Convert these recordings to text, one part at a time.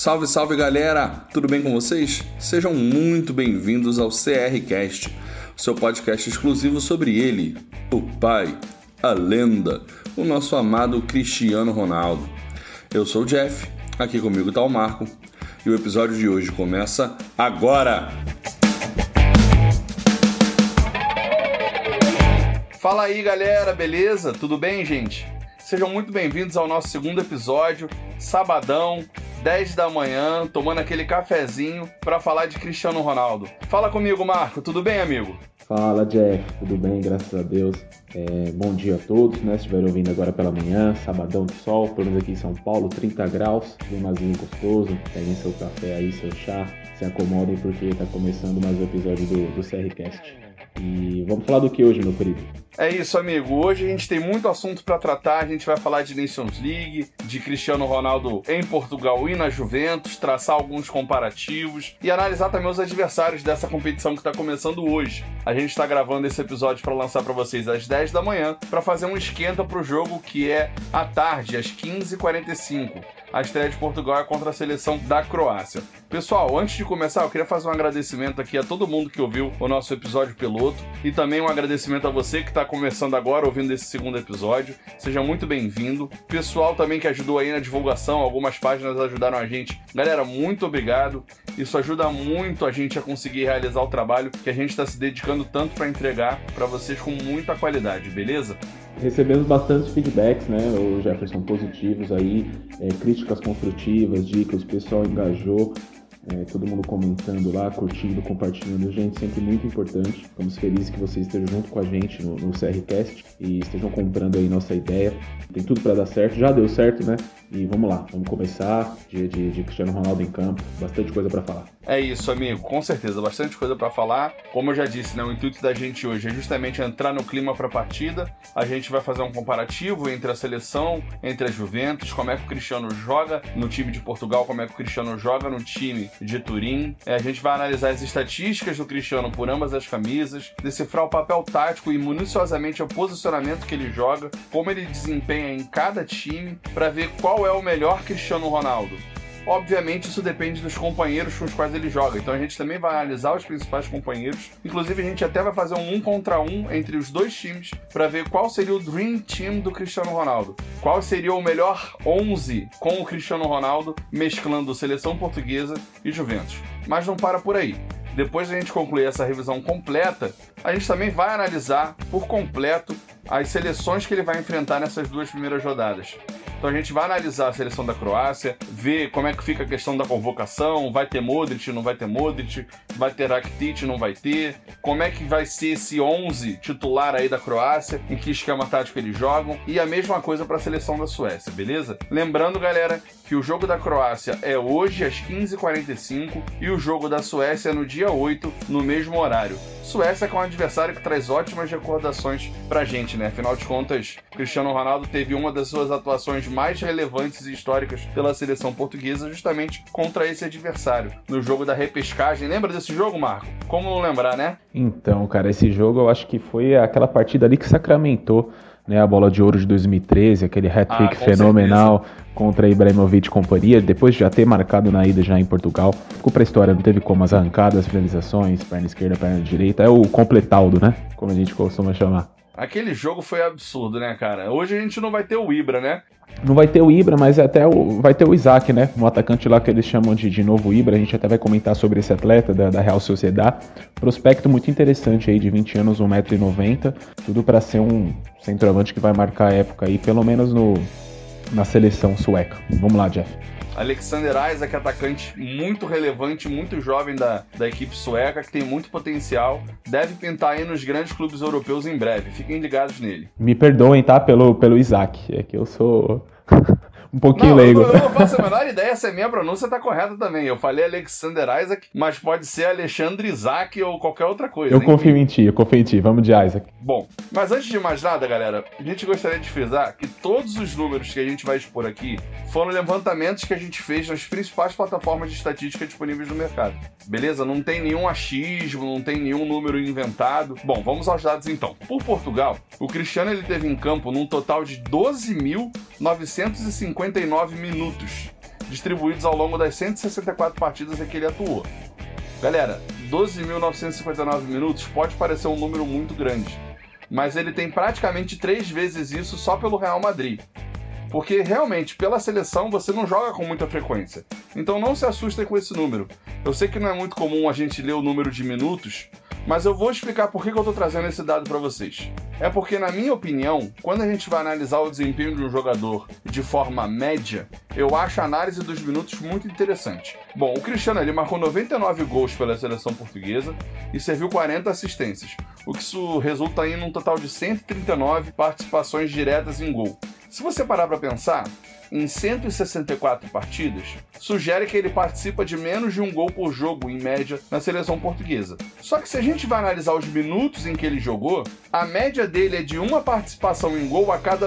Salve, salve galera! Tudo bem com vocês? Sejam muito bem-vindos ao CRCast, o seu podcast exclusivo sobre ele, o pai, a lenda, o nosso amado Cristiano Ronaldo. Eu sou o Jeff, aqui comigo tá o Marco, e o episódio de hoje começa agora! Fala aí galera, beleza? Tudo bem, gente? Sejam muito bem-vindos ao nosso segundo episódio, sabadão, 10 da manhã, tomando aquele cafezinho para falar de Cristiano Ronaldo. Fala comigo, Marco, tudo bem, amigo? Fala, Jeff, tudo bem, graças a Deus. Bom dia a todos, né? Se estiverem ouvindo agora pela manhã, sabadão de sol, pelo menos aqui em São Paulo, 30 graus, climazinho gostoso, peguem seu café aí, seu chá, se acomodem porque tá começando mais um episódio do CRCast. E vamos falar do que hoje, meu querido? É isso, amigo. Hoje a gente tem muito assunto para tratar. A gente vai falar de Nations League, de Cristiano Ronaldo em Portugal e na Juventus, traçar alguns comparativos e analisar também os adversários dessa competição que está começando hoje. A gente está gravando esse episódio para lançar para vocês às 10 da manhã, para fazer um esquenta para o jogo que é à tarde, às 15h45. A estreia de Portugal é contra a seleção da Croácia. Pessoal, antes de começar, eu queria fazer um agradecimento aqui a todo mundo que ouviu o nosso episódio piloto e também um agradecimento a você que está começando agora ouvindo esse segundo episódio. Seja muito bem-vindo. Pessoal também que ajudou aí na divulgação, algumas páginas ajudaram a gente. Galera, muito obrigado. Isso ajuda muito a gente a conseguir realizar o trabalho que a gente está se dedicando tanto para entregar para vocês com muita qualidade, beleza? Recebemos bastante feedbacks, né, o Jefferson, positivos aí, críticas construtivas, dicas, o pessoal engajou, todo mundo comentando lá, curtindo, compartilhando. Gente, sempre muito importante. Estamos felizes que vocês estejam junto com a gente no CRCast e estejam comprando aí nossa ideia. Tem tudo para dar certo, já deu certo, né? E vamos lá, vamos começar. Dia de Cristiano Ronaldo em campo, bastante coisa para falar. É isso, amigo, com certeza, bastante coisa para falar. Como eu já disse, né, o intuito da gente hoje é justamente entrar no clima para a partida. A gente vai fazer um comparativo entre a seleção, entre a Juventus, como é que o Cristiano joga no time de Portugal, como é que o Cristiano joga no time de Turim. A gente vai analisar as estatísticas do Cristiano por ambas as camisas, decifrar o papel tático e minuciosamente o posicionamento que ele joga, como ele desempenha em cada time, para ver qual é o melhor Cristiano Ronaldo. Obviamente isso depende dos companheiros com os quais ele joga, então a gente também vai analisar os principais companheiros, inclusive a gente até vai fazer um contra um entre os dois times para ver qual seria o Dream Team do Cristiano Ronaldo, qual seria o melhor 11 com o Cristiano Ronaldo, mesclando seleção portuguesa e Juventus. Mas não para por aí. Depois da gente concluir essa revisão completa, a gente também vai analisar por completo as seleções que ele vai enfrentar nessas duas primeiras rodadas. Então a gente vai analisar a seleção da Croácia, ver como é que fica a questão da convocação, vai ter Modric, não vai ter Modric, vai ter Rakitic, não vai ter, como é que vai ser esse 11 titular aí da Croácia, em que esquema tático eles jogam, e a mesma coisa para a seleção da Suécia, beleza? Lembrando, galera, que o jogo da Croácia é hoje às 15h45 e o jogo da Suécia é no dia 8, no mesmo horário. Suécia que é um adversário que traz ótimas recordações pra gente, né? Afinal de contas, Cristiano Ronaldo teve uma das suas atuações mais relevantes e históricas pela seleção portuguesa justamente contra esse adversário, no jogo da repescagem. Lembra desse jogo, Marco? Como não lembrar, né? Então, cara, esse jogo eu acho que foi aquela partida ali que sacramentou, né, a bola de ouro de 2013, aquele hat-trick fenomenal contra Ibrahimovic e companhia, depois de já ter marcado na ida já em Portugal. Ficou pra história, não teve como, as arrancadas, finalizações, perna esquerda, perna direita, é o completaldo, né, como a gente costuma chamar. Aquele jogo foi absurdo, né, cara? Hoje a gente não vai ter o Ibra, né? Não vai ter o Ibra, mas vai ter o Isaac, né? Um atacante lá que eles chamam de novo Ibra. A gente até vai comentar sobre esse atleta da Real Sociedad. Prospecto muito interessante aí, de 20 anos, 1,90 m. Tudo para ser um centroavante que vai marcar a época aí, pelo menos na seleção sueca. Vamos lá, Jeff. Alexander Isak, atacante muito relevante, muito jovem da equipe sueca, que tem muito potencial, deve pintar aí nos grandes clubes europeus em breve. Fiquem ligados nele. Me perdoem, tá? Pelo Isaac, é que eu sou um pouquinho leigo. Eu não faço a menor ideia se a minha pronúncia tá correta também. Eu falei Alexander Isak, mas pode ser Alexandre Isaac ou qualquer outra coisa. Eu confio em ti. Vamos de Isaac. Bom, mas antes de mais nada, galera, a gente gostaria de frisar que todos os números que a gente vai expor aqui foram levantamentos que a gente fez nas principais plataformas de estatística disponíveis no mercado. Beleza? Não tem nenhum achismo, não tem nenhum número inventado. Bom, vamos aos dados então. Por Portugal, o Cristiano ele teve em campo num total de 12.959 minutos. distribuídos ao longo das 164 partidas em que ele atuou. Galera, 12.959 minutos pode parecer um número muito grande, mas ele tem praticamente 3 vezes isso só pelo Real Madrid. Porque realmente, pela seleção, você não joga com muita frequência. Então não se assustem com esse número. Eu sei que não é muito comum a gente ler o número de minutos, mas eu vou explicar por que eu estou trazendo esse dado para vocês. É porque, na minha opinião, quando a gente vai analisar o desempenho de um jogador de forma média, eu acho a análise dos minutos muito interessante. Bom, o Cristiano ele marcou 99 gols pela seleção portuguesa e serviu 40 assistências, o que isso resulta em um total de 139 participações diretas em gol. Se você parar para pensar, em 164 partidas, sugere que ele participa de menos de um gol por jogo, em média, na seleção portuguesa. Só que se a gente vai analisar os minutos em que ele jogou, a média dele é de uma participação em gol a cada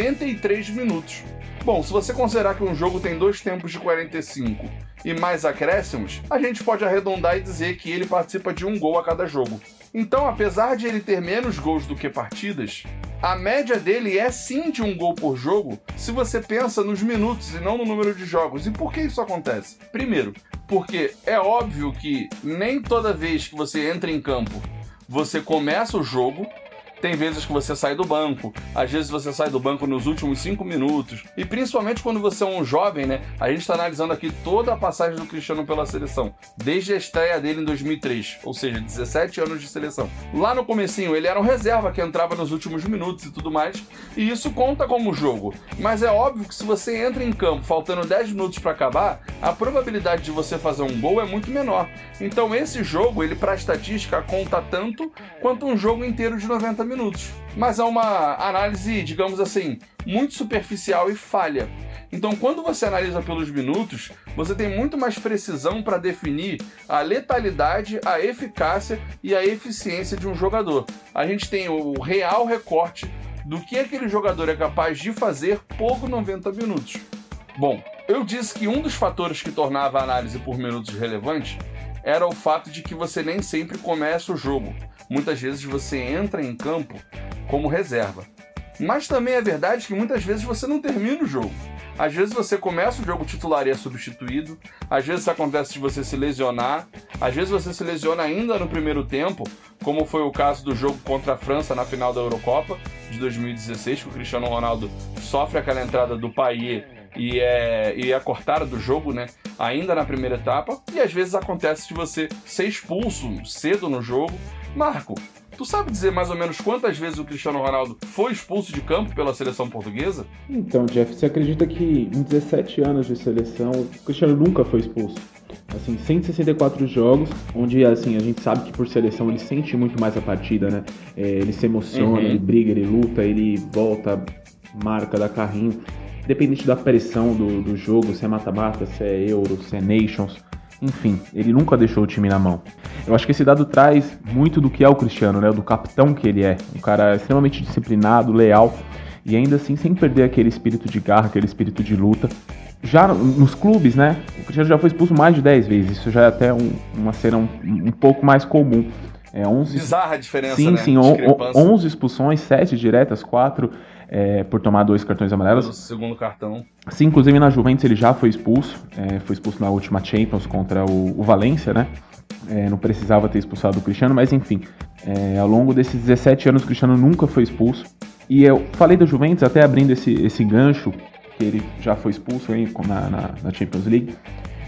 93 minutos. Bom, se você considerar que um jogo tem 2 tempos de 45 e mais acréscimos, a gente pode arredondar e dizer que ele participa de um gol a cada jogo. Então, apesar de ele ter menos gols do que partidas, a média dele é sim de um gol por jogo se você pensa nos minutos e não no número de jogos. E por que isso acontece? Primeiro, porque é óbvio que nem toda vez que você entra em campo, você começa o jogo. Tem vezes que você sai do banco, às vezes você sai do banco nos últimos 5 minutos. E principalmente quando você é um jovem, né? A gente está analisando aqui toda a passagem do Cristiano pela seleção, desde a estreia dele em 2003, ou seja, 17 anos de seleção. Lá no comecinho ele era um reserva que entrava nos últimos minutos e tudo mais, e isso conta como jogo. Mas é óbvio que se você entra em campo faltando 10 minutos para acabar, a probabilidade de você fazer um gol é muito menor. Então esse jogo, ele para a estatística conta tanto quanto um jogo inteiro de 90 minutos. Mas é uma análise, digamos assim, muito superficial e falha. Então, quando você analisa pelos minutos, você tem muito mais precisão para definir a letalidade, a eficácia e a eficiência de um jogador. A gente tem o real recorte do que aquele jogador é capaz de fazer por 90 minutos. Bom, eu disse que um dos fatores que tornava a análise por minutos relevante era o fato de que você nem sempre começa o jogo. Muitas vezes você entra em campo como reserva. Mas também é verdade que muitas vezes você não termina o jogo. Às vezes você começa o jogo titular e é substituído. Às vezes acontece de você se lesionar. Às vezes você se lesiona ainda no primeiro tempo, como foi o caso do jogo contra a França na final da Eurocopa de 2016, que o Cristiano Ronaldo sofre aquela entrada do Payet e é cortada do jogo, né? Ainda na primeira etapa. E às vezes acontece de você ser expulso cedo no jogo. Marco, tu sabe dizer mais ou menos quantas vezes o Cristiano Ronaldo foi expulso de campo pela seleção portuguesa? Então, Jeff, você acredita que em 17 anos de seleção, o Cristiano nunca foi expulso? Assim, 164 jogos, onde assim, a gente sabe que por seleção ele sente muito mais a partida, né? Ele se emociona, ele briga, ele luta, ele volta, marca, dá carrinho. Independente da pressão do jogo, se é mata-mata, se é Euro, se é Nations, enfim, ele nunca deixou o time na mão. Eu acho que esse dado traz muito do que é o Cristiano, né? Do capitão que ele é. Um cara extremamente disciplinado, leal, e ainda assim sem perder aquele espírito de garra, aquele espírito de luta. Já nos clubes, né? O Cristiano já foi expulso mais de 10 vezes. Isso já é até uma cena um pouco mais comum. 11... Bizarra a diferença, sim, né? Sim, 11 expulsões, 7 diretas, 4 por tomar 2 cartões amarelos. O segundo cartão. Sim, inclusive na Juventus ele já foi expulso. Foi expulso na última Champions contra o Valência, né? Não precisava ter expulsado o Cristiano, mas enfim. Ao longo desses 17 anos o Cristiano nunca foi expulso. E eu falei da Juventus, até abrindo esse gancho, que ele já foi expulso aí na Champions League.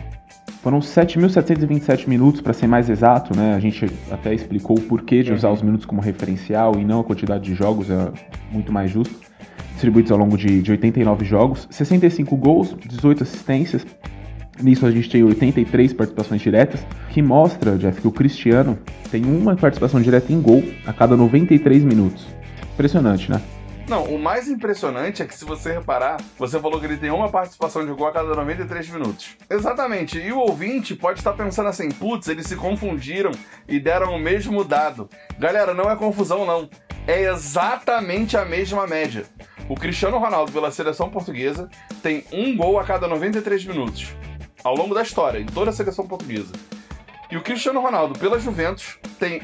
Foram 7.727 minutos, para ser mais exato, né? A gente até explicou o porquê de usar os minutos como referencial e não a quantidade de jogos, é muito mais justo. Distribuídos ao longo de 89 jogos, 65 gols, 18 assistências. Nisso a gente tem 83 participações diretas, que mostra, Jeff, que o Cristiano tem uma participação direta em gol a cada 93 minutos. Impressionante, né? Não, o mais impressionante é que, se você reparar, você falou que ele tem uma participação de gol a cada 93 minutos. Exatamente, e o ouvinte pode estar pensando assim, putz, eles se confundiram e deram o mesmo dado. Galera, não é confusão não, é exatamente a mesma média. O Cristiano Ronaldo, pela seleção portuguesa, tem um gol a cada 93 minutos, ao longo da história, em toda a seleção portuguesa. E o Cristiano Ronaldo, pela Juventus, tem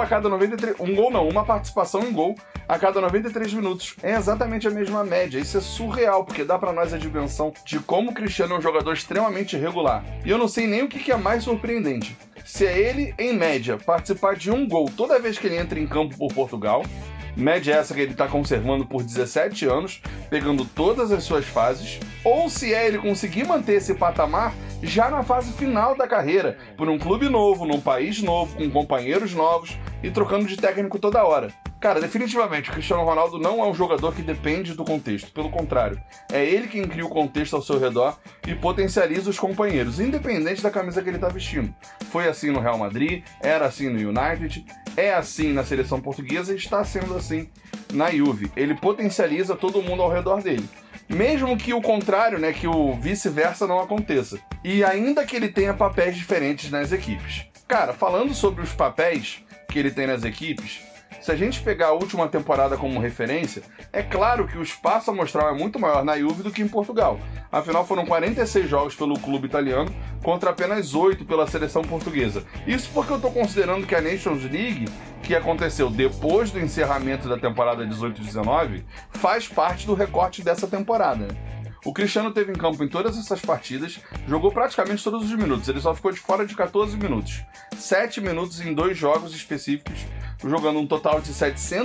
uma participação em gol a cada 93 minutos. É exatamente a mesma média. Isso é surreal, porque dá pra nós a dimensão de como o Cristiano é um jogador extremamente irregular. E eu não sei nem o que é mais surpreendente. Se é ele, em média, participar de um gol toda vez que ele entra em campo por Portugal, média essa que ele está conservando por 17 anos, pegando todas as suas fases, ou se é ele conseguir manter esse patamar já na fase final da carreira, por um clube novo, num país novo, com companheiros novos e trocando de técnico toda hora. Cara, definitivamente, o Cristiano Ronaldo não é um jogador que depende do contexto. Pelo contrário, é ele quem cria o contexto ao seu redor e potencializa os companheiros, independente da camisa que ele está vestindo. Foi assim no Real Madrid, era assim no United, é assim na seleção portuguesa e está sendo assim na Juve. Ele potencializa todo mundo ao redor dele. Mesmo que o contrário, né, que o vice-versa não aconteça. E ainda que ele tenha papéis diferentes nas equipes. Cara, falando sobre os papéis que ele tem nas equipes, se a gente pegar a última temporada como referência, é claro que o espaço amostral é muito maior na Juve do que em Portugal. Afinal, foram 46 jogos pelo clube italiano contra apenas 8 pela seleção portuguesa. Isso porque eu estou considerando que a Nations League, que aconteceu depois do encerramento da temporada 18-19, faz parte do recorte dessa temporada. O Cristiano teve em campo em todas essas partidas, jogou praticamente todos os minutos, ele só ficou de fora de 14 minutos. 7 minutos em 2 jogos específicos, jogando um total de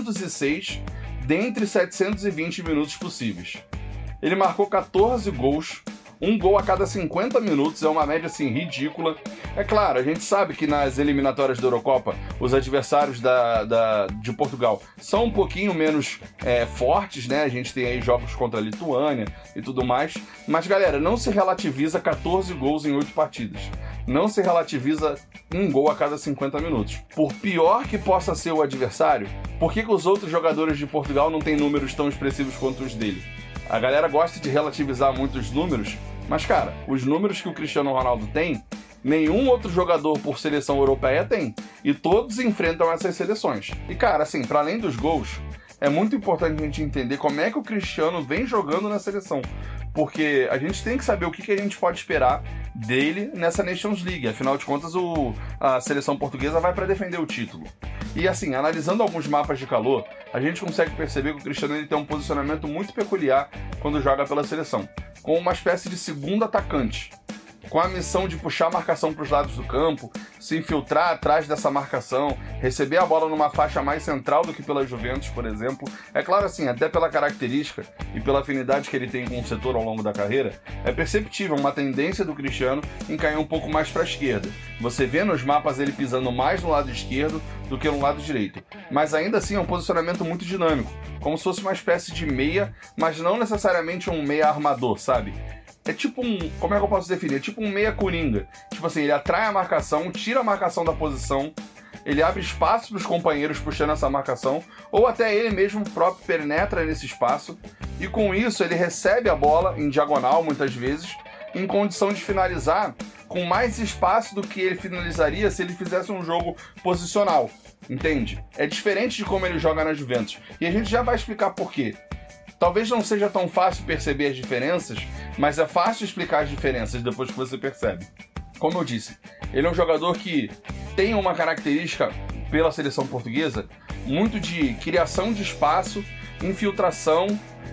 706 dentre 720 minutos possíveis. Ele marcou 14 gols, um gol a cada 50 minutos, é uma média assim ridícula. É claro, a gente sabe que nas eliminatórias da Eurocopa os adversários de Portugal são um pouquinho menos fortes, né? A gente tem aí jogos contra a Lituânia e tudo mais. Mas galera, não se relativiza 14 gols em 8 partidas. Não se relativiza um gol a cada 50 minutos. Por pior que possa ser o adversário, por que os outros jogadores de Portugal não têm números tão expressivos quanto os dele? A galera gosta de relativizar muito os números, mas cara, os números que o Cristiano Ronaldo tem, nenhum outro jogador por seleção europeia tem. E todos enfrentam essas seleções. E cara, assim, para além dos gols, é muito importante a gente entender como é que o Cristiano vem jogando na seleção. Porque a gente tem que saber o que a gente pode esperar dele nessa Nations League. Afinal de contas, a seleção portuguesa vai para defender o título. E assim, analisando alguns mapas de calor, a gente consegue perceber que o Cristiano ele tem um posicionamento muito peculiar quando joga pela seleção, como uma espécie de segundo atacante, com a missão de puxar a marcação para os lados do campo, se infiltrar atrás dessa marcação, receber a bola numa faixa mais central do que pela Juventus, por exemplo. É claro, assim, até pela característica e pela afinidade que ele tem com o setor ao longo da carreira, é perceptível uma tendência do Cristiano em cair um pouco mais para a esquerda. Você vê nos mapas ele pisando mais no lado esquerdo do que no lado direito. Mas ainda assim é um posicionamento muito dinâmico, como se fosse uma espécie de meia, mas não necessariamente um meia armador, sabe? É tipo como é que eu posso definir? É tipo um meia coringa. Tipo assim, ele atrai a marcação, tira a marcação da posição, ele abre espaço para os companheiros puxando essa marcação, ou até ele mesmo próprio penetra nesse espaço, e com isso ele recebe a bola em diagonal, muitas vezes, em condição de finalizar com mais espaço do que ele finalizaria se ele fizesse um jogo posicional, entende? É diferente de como ele joga na Juventus, e a gente já vai explicar por quê. Talvez não seja tão fácil perceber as diferenças, mas é fácil explicar as diferenças depois que você percebe. Como eu disse, ele é um jogador que tem uma característica, pela seleção portuguesa, muito de criação de espaço, infiltração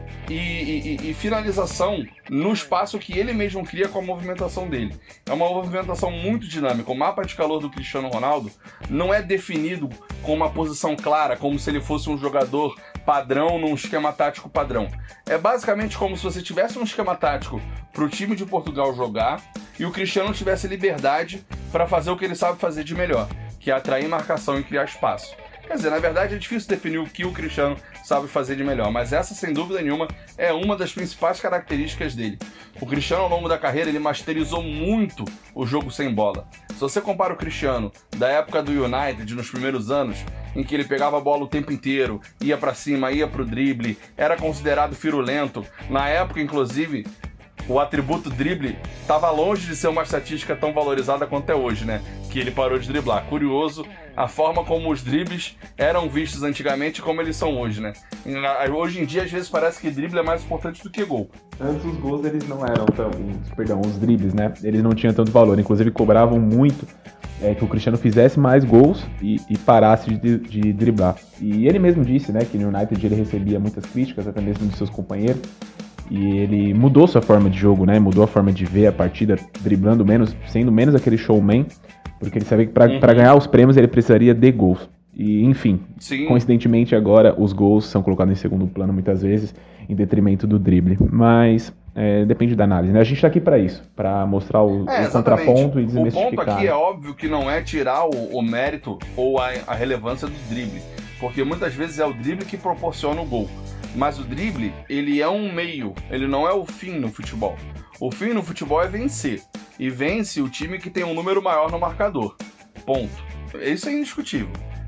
e finalização no espaço que ele mesmo cria com a movimentação dele. É uma movimentação muito dinâmica. O mapa de calor do Cristiano Ronaldo não é definido com uma posição clara, como se ele fosse um jogador padrão num esquema tático padrão. É basicamente como se você tivesse um esquema tático para o time de Portugal jogar e o Cristiano tivesse liberdade para fazer o que ele sabe fazer de melhor, que é atrair marcação e criar espaço. Quer dizer, na verdade é difícil definir o que o Cristiano sabe fazer de melhor, mas essa, sem dúvida nenhuma, é uma das principais características dele. O Cristiano, ao longo da carreira, ele masterizou muito o jogo sem bola. Se você compara o Cristiano da época do United, nos primeiros anos, em que ele pegava a bola o tempo inteiro, ia pra cima, ia pro drible, era considerado firulento, na época, inclusive, o atributo drible estava longe de ser uma estatística tão valorizada quanto é hoje, né? Que ele parou de driblar. Curioso a forma como os dribles eram vistos antigamente e como eles são hoje, né? Hoje em dia, às vezes, parece que drible é mais importante do que gol. Antes os gols eles não eram tão... Perdão, os dribles, né? Eles não tinham tanto valor. Inclusive, cobravam muito que o Cristiano fizesse mais gols e parasse de driblar. E ele mesmo disse, né, que no United ele recebia muitas críticas, até mesmo de seus companheiros. E ele mudou sua forma de jogo, né? Mudou a forma de ver a partida, driblando menos, sendo menos aquele showman, porque ele sabia que para ganhar os prêmios ele precisaria de gols. E, enfim, coincidentemente agora os gols são colocados em segundo plano muitas vezes, em detrimento do drible. Mas depende da análise, né? A gente tá aqui para isso, para mostrar o contraponto e desmistificar. O ponto aqui é óbvio que não é tirar o mérito ou a relevância do drible, porque muitas vezes é o drible que proporciona o gol. Mas o drible, ele é um meio, ele não é o fim no futebol. O fim no futebol é vencer. E vence o time que tem um número maior no marcador. Ponto. Isso é indiscutível.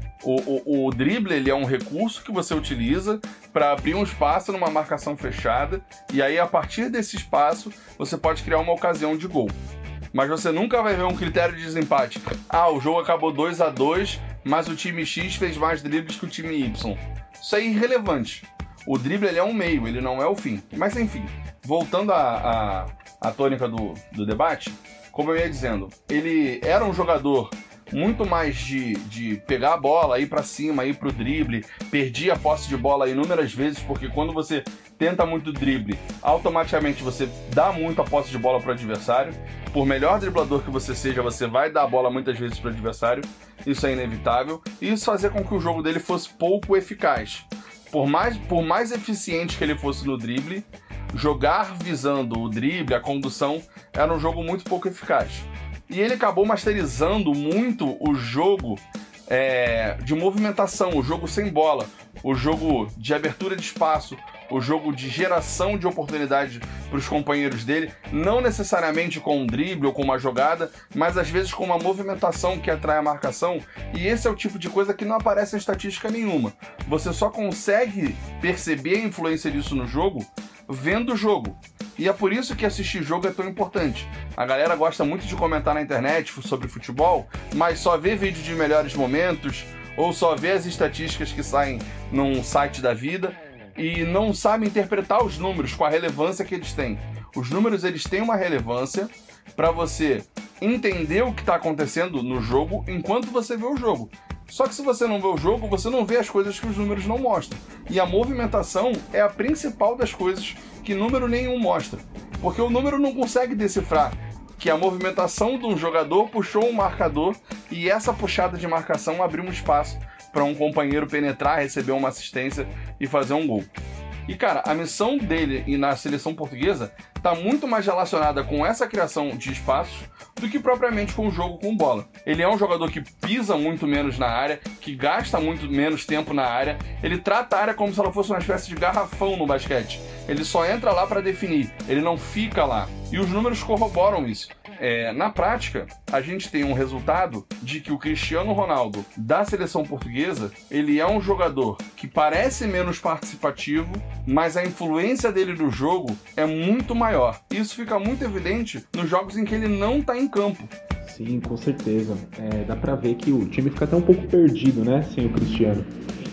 O drible, ele é um recurso que você utiliza para abrir um espaço numa marcação fechada. E aí, a partir desse espaço, você pode criar uma ocasião de gol. Mas você nunca vai ver um critério de desempate. O jogo acabou 2-2, mas o time X fez mais dribles que o time Y. Isso é irrelevante. O drible, ele é um meio, ele não é o fim. Mas enfim, voltando à tônica do debate, como eu ia dizendo, ele era um jogador muito mais de pegar a bola, ir pra cima, ir pro drible, perdia a posse de bola inúmeras vezes, porque quando você tenta muito drible, automaticamente você dá muito a posse de bola pro adversário. Por melhor driblador que você seja, você vai dar a bola muitas vezes pro adversário, isso é inevitável, e isso fazia com que o jogo dele fosse pouco eficaz. Por mais eficiente que ele fosse no drible, jogar visando o drible, a condução, era um jogo muito pouco eficaz. E ele acabou masterizando muito o jogo de movimentação, o jogo sem bola, o jogo de abertura de espaço, o jogo de geração de oportunidade para os companheiros dele, não necessariamente com um drible ou com uma jogada, mas às vezes com uma movimentação que atrai a marcação, e esse é o tipo de coisa que não aparece em estatística nenhuma. Você só consegue perceber a influência disso no jogo vendo o jogo. E é por isso que assistir jogo é tão importante. A galera gosta muito de comentar na internet sobre futebol, mas só vê vídeo de melhores momentos, ou só vê as estatísticas que saem num site da vida, e não sabe interpretar os números com a relevância que eles têm. Os números, eles têm uma relevância para você entender o que está acontecendo no jogo enquanto você vê o jogo. Só que se você não vê o jogo, você não vê as coisas que os números não mostram. E a movimentação é a principal das coisas que número nenhum mostra. Porque o número não consegue decifrar que a movimentação de um jogador puxou um marcador e essa puxada de marcação abriu um espaço para um companheiro penetrar, receber uma assistência e fazer um gol. E, cara, a missão dele e na seleção portuguesa está muito mais relacionada com essa criação de espaços do que propriamente com o jogo com bola. Ele é um jogador que pisa muito menos na área, que gasta muito menos tempo na área, ele trata a área como se ela fosse uma espécie de garrafão no basquete. Ele só entra lá para definir, ele não fica lá. E os números corroboram isso. Na prática, a gente tem um resultado de que o Cristiano Ronaldo, da seleção portuguesa, ele é um jogador que parece menos participativo, mas a influência dele no jogo é muito maior. Isso fica muito evidente nos jogos em que ele não está em campo. Sim, com certeza. Dá pra ver que o time fica até um pouco perdido, né, sem o Cristiano.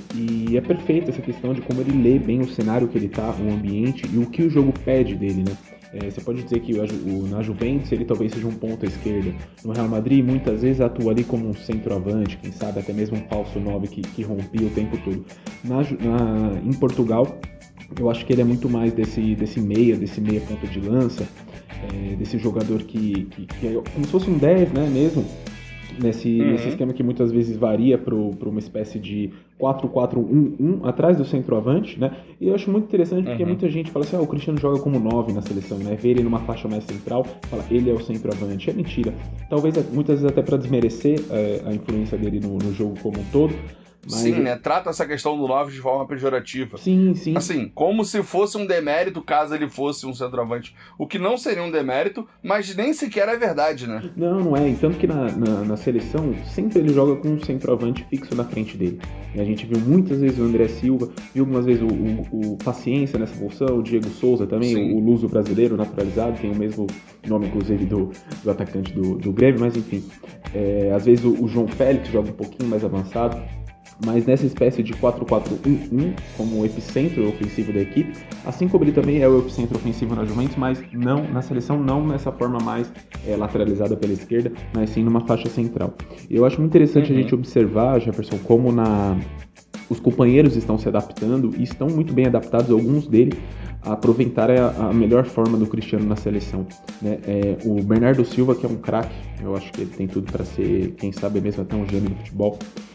E é perfeita essa questão de como ele lê bem o cenário que ele tá, o ambiente e o que o jogo pede dele, né? Você pode dizer que na Juventus ele talvez seja um ponta esquerda. No Real Madrid, muitas vezes atua ali como um centroavante, quem sabe até mesmo um falso 9 que rompia o tempo todo. Em Portugal, eu acho que ele é muito mais desse meia ponta de lança, desse jogador que é como se fosse um 10, né, mesmo, nesse esquema que muitas vezes varia para uma espécie de 4-4-1-1 atrás do centroavante, né? E eu acho muito interessante porque muita gente fala assim, o Cristiano joga como 9 na seleção, né? Vê ele numa faixa mais central, fala, ele é o centroavante. É mentira. Talvez muitas vezes até para desmerecer a influência dele no jogo como um todo, Sim, né? Trata essa questão do 9 de forma pejorativa. Sim, sim. Assim, como se fosse um demérito caso ele fosse um centroavante. O que não seria um demérito, mas nem sequer é verdade, né? Não é. E tanto que na seleção, sempre ele joga com um centroavante fixo na frente dele. E a gente viu muitas vezes o André Silva, viu algumas vezes o Paciência nessa função, o Diego Souza também, o luso brasileiro naturalizado, tem o mesmo nome, inclusive, do atacante do Grêmio, mas enfim. Às vezes o João Félix joga um pouquinho mais avançado. Mas nessa espécie de 4-4-1-1, como o epicentro ofensivo da equipe, assim como ele também é o epicentro ofensivo na Juventus, mas não na seleção, não nessa forma mais lateralizada pela esquerda, mas sim numa faixa central. Eu acho muito interessante a gente observar, Jefferson, como os companheiros estão se adaptando e estão muito bem adaptados, alguns deles, a aproveitar a melhor forma do Cristiano na seleção. Né? O Bernardo Silva, que é um craque, eu acho que ele tem tudo para ser, quem sabe mesmo até um gênio do futebol.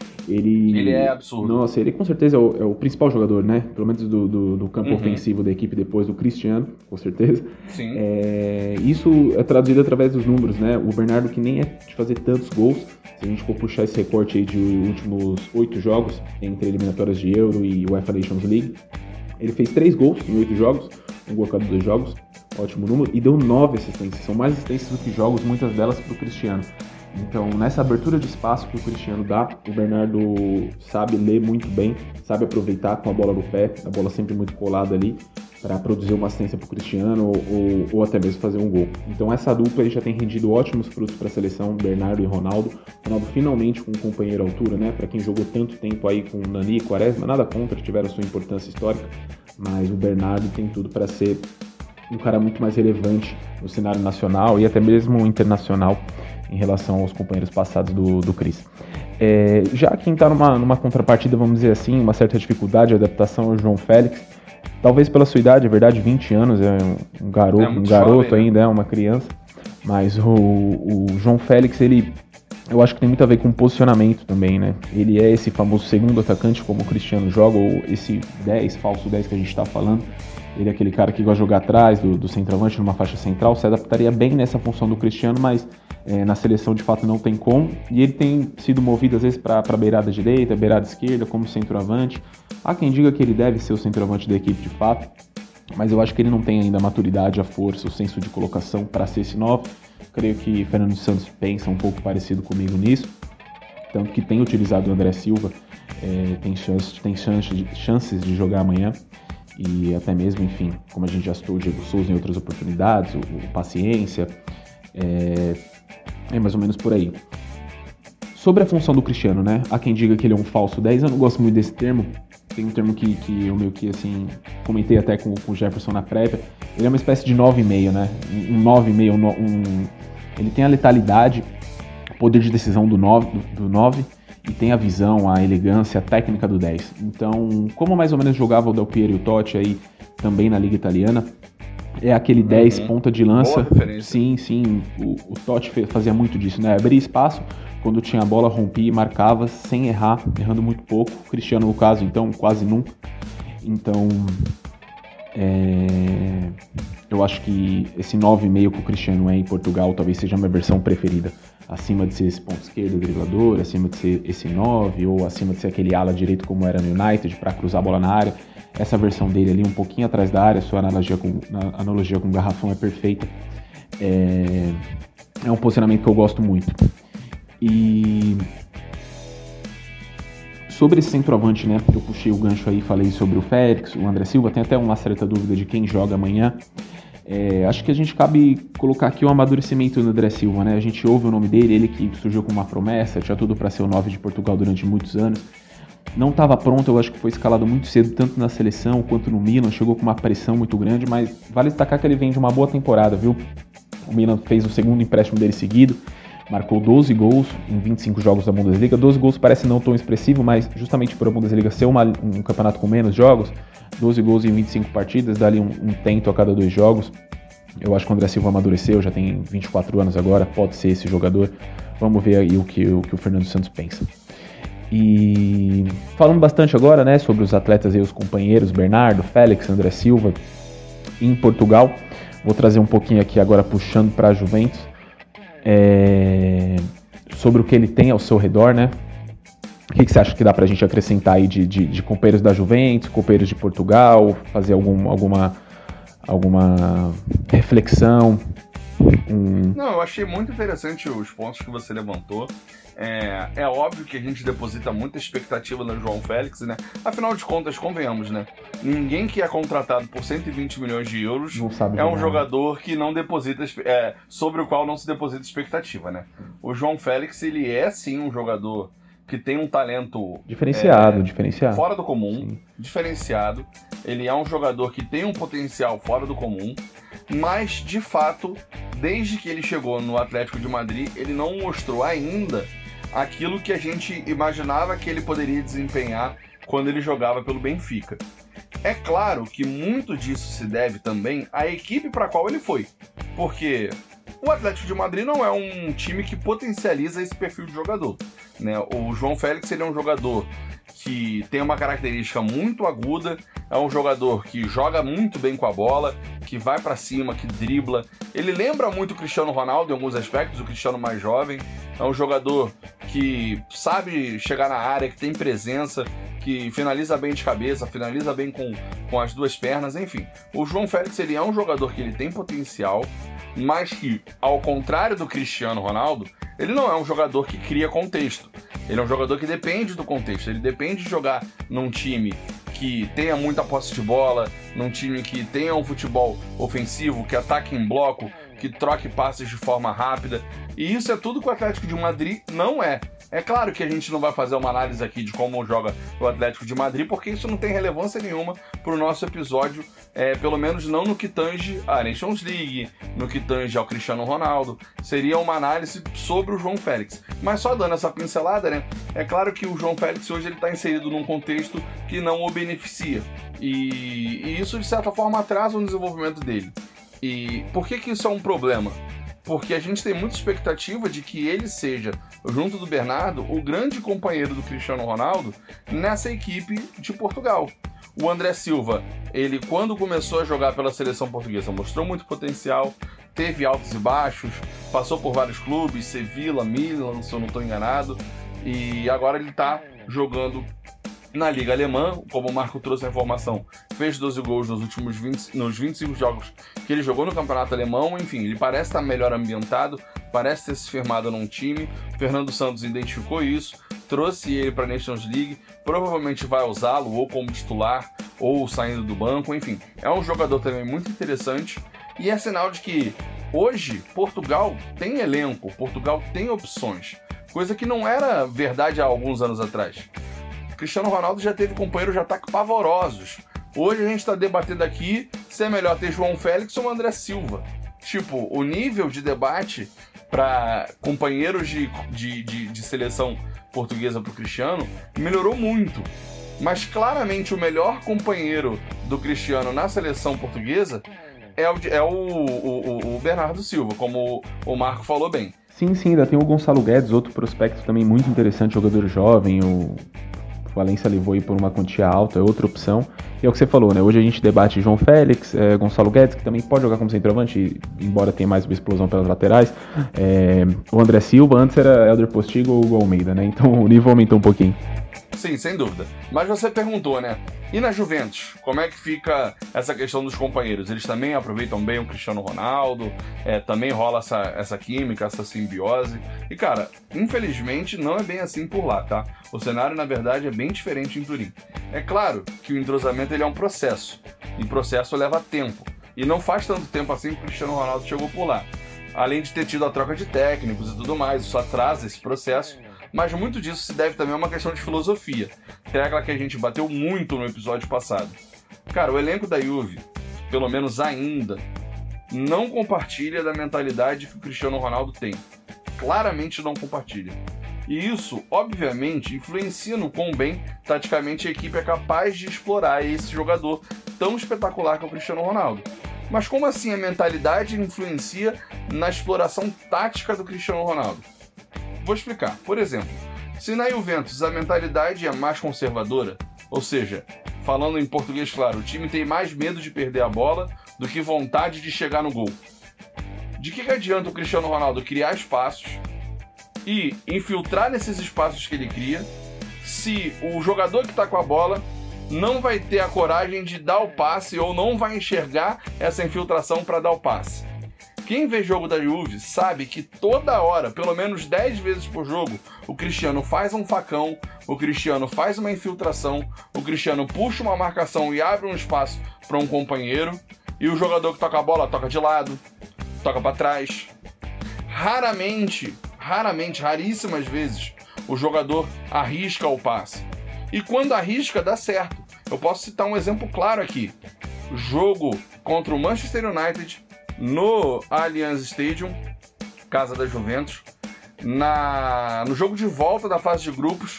Ele é absurdo. Nossa, ele com certeza é o principal jogador, né? Pelo menos do campo ofensivo da equipe depois do Cristiano, com certeza. Sim. Isso é traduzido através dos números, né? O Bernardo, que nem é de fazer tantos gols, se a gente for puxar esse recorte aí de últimos 8 jogos, entre eliminatórias de Euro e UEFA Nations League, ele fez 3 gols em 8 jogos, um gol a cada 2 jogos, ótimo número, e deu 9 assistências. São mais assistências do que jogos, muitas delas para o Cristiano. Então, nessa abertura de espaço que o Cristiano dá, o Bernardo sabe ler muito bem, sabe aproveitar com a bola no pé, a bola sempre muito colada ali, para produzir uma assistência para o Cristiano ou até mesmo fazer um gol. Então, essa dupla já tem rendido ótimos frutos para a seleção, Bernardo e Ronaldo. Ronaldo finalmente com um companheiro à altura, né? Para quem jogou tanto tempo aí com Nani e Quaresma, nada contra, tiveram sua importância histórica, mas o Bernardo tem tudo para ser um cara muito mais relevante no cenário nacional e até mesmo internacional em relação aos companheiros passados do Cris. Já quem está numa contrapartida, vamos dizer assim, uma certa dificuldade de adaptação é o João Félix, talvez pela sua idade, é verdade, 20 anos, é um garoto jovem, ainda, é uma criança, mas o João Félix, eu acho que tem muito a ver com posicionamento também, né? Ele é esse famoso segundo atacante, como o Cristiano joga, ou esse 10, falso 10 que a gente está falando. Ele é aquele cara que gosta de jogar atrás do centroavante numa faixa central, se adaptaria bem nessa função do Cristiano, mas na seleção de fato não tem como. E ele tem sido movido às vezes para a beirada direita, beirada esquerda, como centroavante. Há quem diga que ele deve ser o centroavante da equipe de fato, mas eu acho que ele não tem ainda a maturidade, a força, o senso de colocação para ser esse 9. Creio que Fernando Santos pensa um pouco parecido comigo nisso, tanto que tem utilizado o André Silva, tem chances de jogar amanhã. E até mesmo, enfim, como a gente já citou o Diego Souza em outras oportunidades, o Paciência, é mais ou menos por aí. Sobre a função do Cristiano, né? Há quem diga que ele é um falso 10, eu não gosto muito desse termo. Tem um termo que eu meio que, assim, comentei até com o Jefferson na prévia. Ele é uma espécie de 9,5, né? Um 9,5, ele tem a letalidade, o poder de decisão do 9, e tem a visão, a elegância, a técnica do 10. Então, como mais ou menos jogava o Del Piero e o Totti aí também na Liga Italiana, é aquele 10 ponta de lança. Sim, o Totti fazia muito disso, né? Abria espaço, quando tinha a bola rompia e marcava sem errar, errando muito pouco. O Cristiano, no caso, então, quase nunca. Então, eu acho que esse 9,5 que o Cristiano é em Portugal talvez seja a minha versão preferida. Acima de ser esse ponto esquerdo driblador, acima de ser esse 9, ou acima de ser aquele ala direito como era no United, para cruzar a bola na área. Essa versão dele ali um pouquinho atrás da área, sua analogia com o garrafão é perfeita. É um posicionamento que eu gosto muito. E sobre esse centroavante, né, eu puxei o gancho aí, falei sobre o Félix, o André Silva, tem até uma certa dúvida de quem joga amanhã. Acho que a gente cabe colocar aqui o amadurecimento do André Silva, né? A gente ouve o nome dele, ele que surgiu como uma promessa, tinha tudo para ser o 9 de Portugal durante muitos anos. Não estava pronto, eu acho que foi escalado muito cedo, tanto na seleção quanto no Milan, chegou com uma pressão muito grande, mas vale destacar que ele vem de uma boa temporada, viu? O Milan fez o segundo empréstimo dele seguido, marcou 12 gols em 25 jogos da Bundesliga. 12 gols parece não tão expressivo, mas justamente por a Bundesliga ser um campeonato com menos jogos, 12 gols em 25 partidas, dá ali um tento a cada 2 jogos. Eu acho que o André Silva amadureceu, já tem 24 anos agora, pode ser esse jogador. Vamos ver aí o que o Fernando Santos pensa. E falando bastante agora, né, sobre os atletas e os companheiros, Bernardo, Félix, André Silva, em Portugal. Vou trazer um pouquinho aqui agora puxando para a Juventus, sobre o que ele tem ao seu redor, né? O que você acha que dá pra gente acrescentar aí de companheiros da Juventus, companheiros de Portugal, fazer alguma reflexão? Não, eu achei muito interessante os pontos que você levantou. É óbvio que a gente deposita muita expectativa no João Félix, né? Afinal de contas, convenhamos, né? Ninguém que é contratado por 120 milhões de euros é um jogador que não deposita, sobre o qual não se deposita expectativa, né? O João Félix, ele é sim um jogador que tem um talento diferenciado. Fora do comum, sim. Diferenciado. Ele é um jogador que tem um potencial fora do comum, mas, de fato, desde que ele chegou no Atlético de Madrid, ele não mostrou ainda aquilo que a gente imaginava que ele poderia desempenhar quando ele jogava pelo Benfica. É claro que muito disso se deve também à equipe para a qual ele foi, porque o Atlético de Madrid não é um time que potencializa esse perfil de jogador, né? O João Félix, ele é um jogador que tem uma característica muito aguda, é um jogador que joga muito bem com a bola, que vai pra cima, que dribla. Ele lembra muito o Cristiano Ronaldo em alguns aspectos, o Cristiano mais jovem. É um jogador que sabe chegar na área, que tem presença, que finaliza bem de cabeça, finaliza bem com as duas pernas, enfim. O João Félix, ele é um jogador que ele tem potencial, mas que, ao contrário do Cristiano Ronaldo, ele não é um jogador que cria contexto. Ele é um jogador que depende do contexto, ele depende de jogar num time que tenha muita posse de bola, num time que tenha um futebol ofensivo, que ataque em bloco, que troque passes de forma rápida. E isso é tudo que o Atlético de Madrid não é. É claro que a gente não vai fazer uma análise aqui de como joga o Atlético de Madrid, porque isso não tem relevância nenhuma para o nosso episódio, pelo menos não no que tange à Nations League, no que tange ao Cristiano Ronaldo. Seria uma análise sobre o João Félix. Mas só dando essa pincelada, né? É claro que o João Félix hoje está inserido num contexto que não o beneficia. E isso, de certa forma, atrasa o desenvolvimento dele. E por que isso é um problema? Porque a gente tem muita expectativa de que ele seja, junto do Bernardo, o grande companheiro do Cristiano Ronaldo nessa equipe de Portugal. O André Silva, ele quando começou a jogar pela seleção portuguesa, mostrou muito potencial, teve altos e baixos, passou por vários clubes, Sevilla, Milan, se eu não estou enganado, e agora ele está jogando na Liga Alemã, como o Marco trouxe a informação, fez 12 gols nos 25 jogos que ele jogou no Campeonato Alemão. Enfim, ele parece estar melhor ambientado, parece ter se firmado num time. Fernando Santos identificou isso, trouxe ele para a Nations League, provavelmente vai usá-lo ou como titular ou saindo do banco, enfim. É um jogador também muito interessante e é sinal de que hoje Portugal tem elenco, Portugal tem opções, coisa que não era verdade há alguns anos atrás. Cristiano Ronaldo já teve companheiros de ataque pavorosos. Hoje a gente está debatendo aqui se é melhor ter João Félix ou André Silva. Tipo, o nível de debate para companheiros de seleção portuguesa para o Cristiano melhorou muito. Mas claramente o melhor companheiro do Cristiano na seleção portuguesa é o Bernardo Silva, como o Marco falou bem. Sim, ainda tem o Gonçalo Guedes, outro prospecto também muito interessante, jogador jovem. O Valência levou aí por uma quantia alta, é outra opção. E é o que você falou, né? Hoje a gente debate João Félix, Gonçalo Guedes, que também pode jogar como centroavante, embora tenha mais uma explosão pelas laterais. O André Silva, antes era Hélder Postigo ou o Almeida, né? Então o nível aumentou um pouquinho. Sim, sem dúvida. Mas você perguntou, né? E na Juventus, como é que fica essa questão dos companheiros? Eles também aproveitam bem o Cristiano Ronaldo? Também rola essa química, essa simbiose? E, cara, infelizmente não é bem assim por lá, tá? O cenário, na verdade, é bem diferente em Turim. É claro que o entrosamento ele é um processo. E processo leva tempo. E não faz tanto tempo assim que o Cristiano Ronaldo chegou por lá. Além de ter tido a troca de técnicos e tudo mais, isso atrasa esse processo. Mas muito disso se deve também a uma questão de filosofia, que é aquela que a gente bateu muito no episódio passado. Cara, o elenco da Juve, pelo menos ainda, não compartilha da mentalidade que o Cristiano Ronaldo tem. Claramente não compartilha. E isso, obviamente, influencia no quão bem, taticamente, a equipe é capaz de explorar esse jogador tão espetacular que é o Cristiano Ronaldo. Mas como assim a mentalidade influencia na exploração tática do Cristiano Ronaldo? Vou explicar. Por exemplo, se na Juventus a mentalidade é mais conservadora, ou seja, falando em português claro, o time tem mais medo de perder a bola do que vontade de chegar no gol. De que adianta o Cristiano Ronaldo criar espaços e infiltrar nesses espaços que ele cria, se o jogador que está com a bola não vai ter a coragem de dar o passe ou não vai enxergar essa infiltração para dar o passe. Quem vê jogo da Juve sabe que toda hora, pelo menos 10 vezes por jogo, o Cristiano faz um facão, o Cristiano faz uma infiltração, o Cristiano puxa uma marcação e abre um espaço para um companheiro, e o jogador que toca a bola toca de lado, toca para trás. Raríssimas vezes, o jogador arrisca o passe. E quando arrisca, dá certo. Eu posso citar um exemplo claro aqui. Jogo contra o Manchester United no Allianz Stadium, casa da Juventus, no jogo de volta da fase de grupos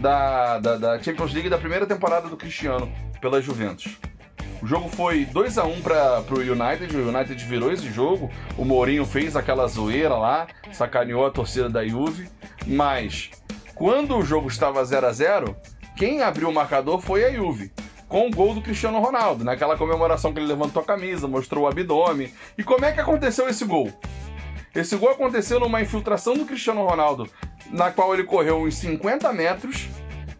da Champions League da primeira temporada do Cristiano pela Juventus. O jogo foi 2-1 para o United, o United virou esse jogo, o Mourinho fez aquela zoeira lá, sacaneou a torcida da Juve, mas quando o jogo estava 0-0, quem abriu o marcador foi a Juve, com o gol do Cristiano Ronaldo, naquela comemoração que ele levantou a camisa, mostrou o abdômen. E como é que aconteceu esse gol? Esse gol aconteceu numa infiltração do Cristiano Ronaldo, na qual ele correu uns 50 metros,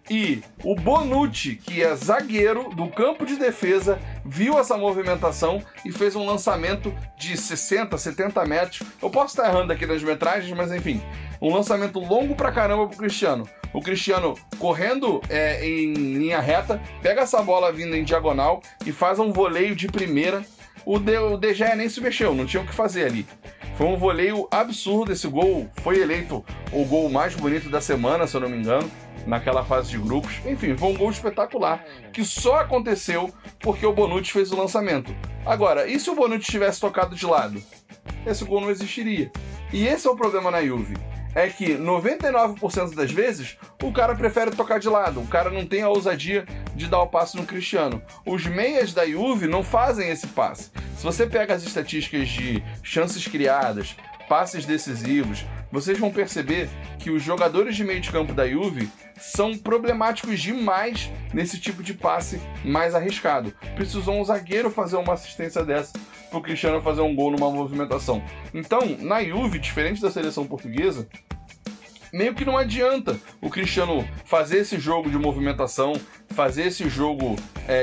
e o Bonucci, que é zagueiro do campo de defesa, viu essa movimentação e fez um lançamento de 60, 70 metros. Eu posso estar errando aqui nas metragens, mas enfim, um lançamento longo pra caramba pro Cristiano. O Cristiano correndo em linha reta, pega essa bola vindo em diagonal e faz um voleio de primeira. O De Gea nem se mexeu, não tinha o que fazer ali. Foi um voleio absurdo esse gol, foi eleito o gol mais bonito da semana, se eu não me engano, naquela fase de grupos. Enfim, foi um gol espetacular, que só aconteceu porque o Bonucci fez o lançamento. Agora, e se o Bonucci tivesse tocado de lado? Esse gol não existiria. E esse é o problema na Juve. É que 99% das vezes o cara prefere tocar de lado, o cara não tem a ousadia de dar o passe no Cristiano. Os meias da Juve não fazem esse passe. Se você pega as estatísticas de chances criadas, passes decisivos, vocês vão perceber que os jogadores de meio de campo da Juve são problemáticos demais nesse tipo de passe mais arriscado. Precisou um zagueiro fazer uma assistência dessa para o Cristiano fazer um gol numa movimentação. Então, na Juve, diferente da seleção portuguesa, meio que não adianta o Cristiano fazer esse jogo de movimentação, fazer esse jogo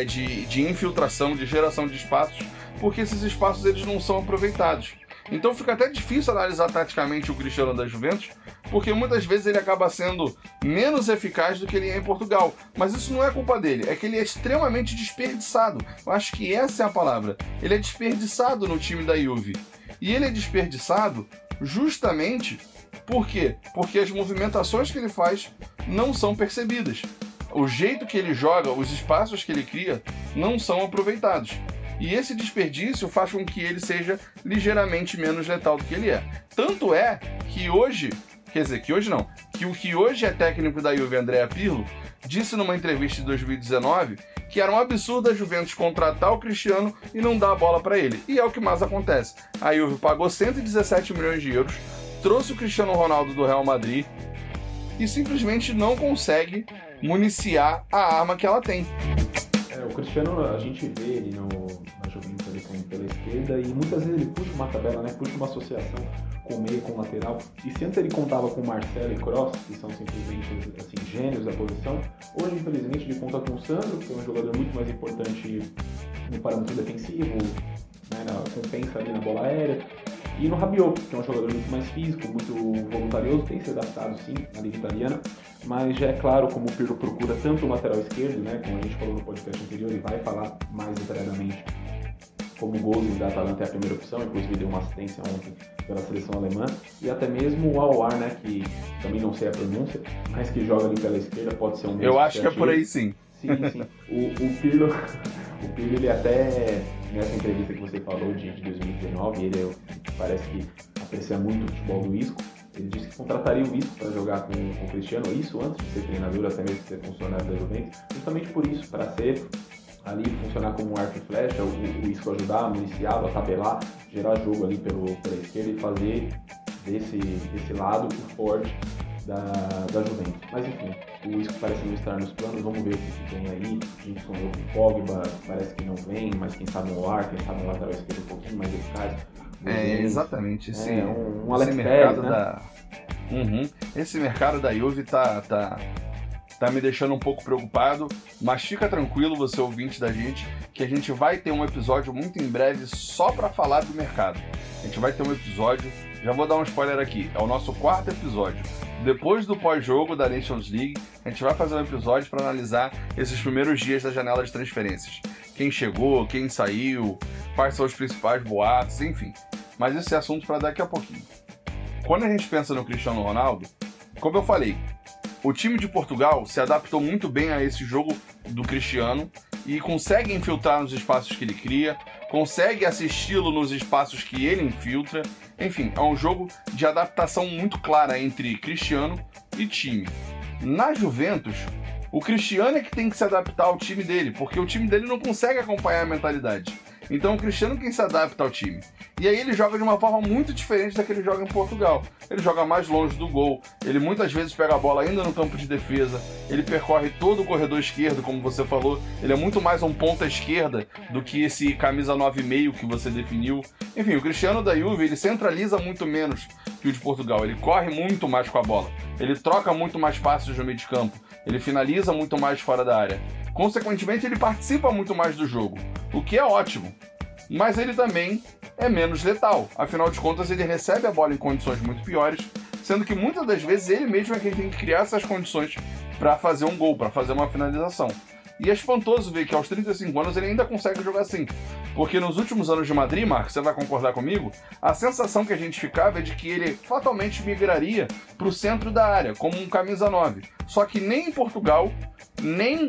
de infiltração, de geração de espaços, porque esses espaços eles não são aproveitados. Então fica até difícil analisar taticamente o Cristiano da Juventus, porque muitas vezes ele acaba sendo menos eficaz do que ele é em Portugal. Mas isso não é culpa dele, é que ele é extremamente desperdiçado. Eu acho que essa é a palavra. Ele é desperdiçado no time da Juve. E ele é desperdiçado justamente por quê? Porque as movimentações que ele faz não são percebidas. O jeito que ele joga, os espaços que ele cria, não são aproveitados. E esse desperdício faz com que ele seja ligeiramente menos letal do que ele é. Tanto é que hoje, que o que hoje é técnico da Juve, Andrea Pirlo, disse numa entrevista de 2019 que era um absurdo a Juventus contratar o Cristiano e não dar a bola para ele. E é o que mais acontece. A Juve pagou 117 milhões de euros, trouxe o Cristiano Ronaldo do Real Madrid e simplesmente não consegue municiar a arma que ela tem. O Cristiano, a gente vê ele na Juventus ali pela esquerda e muitas vezes ele puxa uma tabela, né? Puxa uma associação com o meio, com o lateral. E se antes ele contava com Marcelo e Kroos, que são simplesmente assim, gênios da posição, hoje infelizmente ele conta com o Sandro, que é um jogador muito mais importante no parâmetro defensivo, né? Na compensa ali na bola aérea. E no Rabiot, que é um jogador muito mais físico, muito voluntarioso, tem se adaptado sim na Liga Italiana, mas já é claro como o Pirlo procura tanto o lateral esquerdo, né, como a gente falou no podcast anterior, e vai falar mais detalhadamente como o Gozzi da Atalanta é a primeira opção, inclusive deu uma assistência ontem pela seleção alemã, e até mesmo o Aouar, né, que também não sei a pronúncia, mas que joga ali pela esquerda, pode ser um meio. Eu acho que é por aí sim. Sim. O Pirlo, ele até, nessa entrevista que você falou de 2019, ele parece que aprecia muito o futebol do Isco. Ele disse que contrataria o Isco para jogar com o Cristiano, isso antes de ser treinador, até mesmo de ser funcionário da Juventus, justamente por isso, para ser ali, funcionar como um arco e flecha, o Isco ajudar a municiá-lo, a tabelar, gerar jogo ali pela esquerda e fazer desse lado o forte da Juventus. Mas enfim, o Isco parece não estar nos planos, vamos ver o que vem aí. A gente sonhou com o Pogba, parece que não vem, mas quem sabe no ar, quem sabe no lateral esquerdo um pouquinho mais eficaz. Exatamente. Um Alex Telles, né? Esse mercado da Juve tá tá me deixando um pouco preocupado, mas fica tranquilo, você ouvinte da gente, que a gente vai ter um episódio muito em breve só para falar do mercado. A gente vai ter um episódio, já vou dar um spoiler aqui, é o nosso 4º episódio. Depois do pós-jogo da Nations League, a gente vai fazer um episódio para analisar esses primeiros dias da janela de transferências. Quem chegou, quem saiu, quais são os principais boatos, enfim. Mas esse é assunto para daqui a pouquinho. Quando a gente pensa no Cristiano Ronaldo, como eu falei, o time de Portugal se adaptou muito bem a esse jogo do Cristiano e consegue infiltrar nos espaços que ele cria, consegue assisti-lo nos espaços que ele infiltra. Enfim, é um jogo de adaptação muito clara entre Cristiano e time. Na Juventus, o Cristiano é que tem que se adaptar ao time dele, porque o time dele não consegue acompanhar a mentalidade. Então o Cristiano quem se adapta ao time. E aí ele joga de uma forma muito diferente da que ele joga em Portugal. Ele joga mais longe do gol, ele muitas vezes pega a bola ainda no campo de defesa, ele percorre todo o corredor esquerdo, como você falou, ele é muito mais um ponta esquerda do que esse camisa 9,5 que você definiu. Enfim, o Cristiano da Juve, ele centraliza muito menos que o de Portugal, ele corre muito mais com a bola, ele troca muito mais passes no meio de campo, ele finaliza muito mais fora da área. Consequentemente, ele participa muito mais do jogo, o que é ótimo. Mas ele também é menos letal. Afinal de contas, ele recebe a bola em condições muito piores, sendo que muitas das vezes ele mesmo é quem tem que criar essas condições para fazer um gol, para fazer uma finalização. E é espantoso ver que aos 35 anos ele ainda consegue jogar assim. Porque nos últimos anos de Madrid, Marcos, você vai concordar comigo, a sensação que a gente ficava é de que ele fatalmente migraria para o centro da área, como um camisa 9. Só que nem em Portugal, nem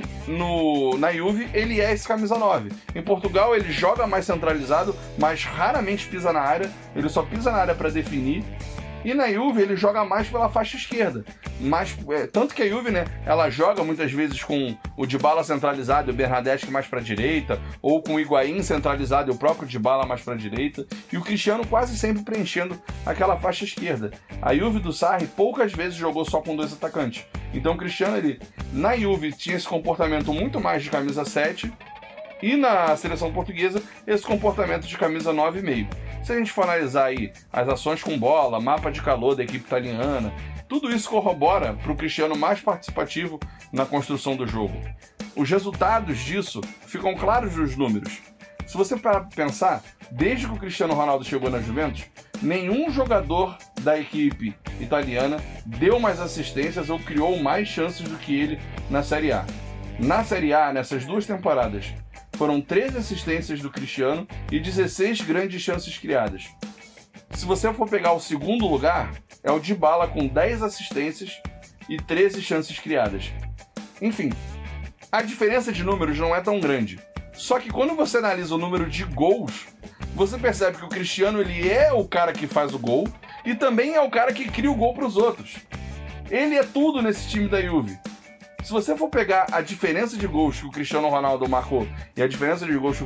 na Juve ele é esse camisa 9. Em Portugal ele joga mais centralizado, mas raramente pisa na área, ele só pisa na área para definir. E na Juve ele joga mais pela faixa esquerda. Tanto que a Juve, né, ela joga muitas vezes com o Dybala centralizado e o Bernardeschi mais para a direita, ou com o Higuaín centralizado e o próprio Dybala mais para a direita, e o Cristiano quase sempre preenchendo aquela faixa esquerda. A Juve do Sarri poucas vezes jogou só com 2 atacantes. Então o Cristiano, ele, na Juve, tinha esse comportamento muito mais de camisa 7, e na seleção portuguesa, esse comportamento de camisa 9,5. Se a gente for analisar aí as ações com bola, mapa de calor da equipe italiana, tudo isso corrobora para o Cristiano mais participativo na construção do jogo. Os resultados disso ficam claros nos números. Se você parar para pensar, desde que o Cristiano Ronaldo chegou na Juventus, nenhum jogador da equipe italiana deu mais assistências ou criou mais chances do que ele na Série A. Na Série A, nessas 2 temporadas, foram 13 assistências do Cristiano e 16 grandes chances criadas. Se você for pegar o segundo lugar, é o Dybala com 10 assistências e 13 chances criadas. Enfim, a diferença de números não é tão grande. Só que quando você analisa o número de gols, você percebe que o Cristiano ele é o cara que faz o gol e também é o cara que cria o gol para os outros. Ele é tudo nesse time da Juve. Se você for pegar a diferença de gols que o Cristiano Ronaldo marcou e a diferença de gols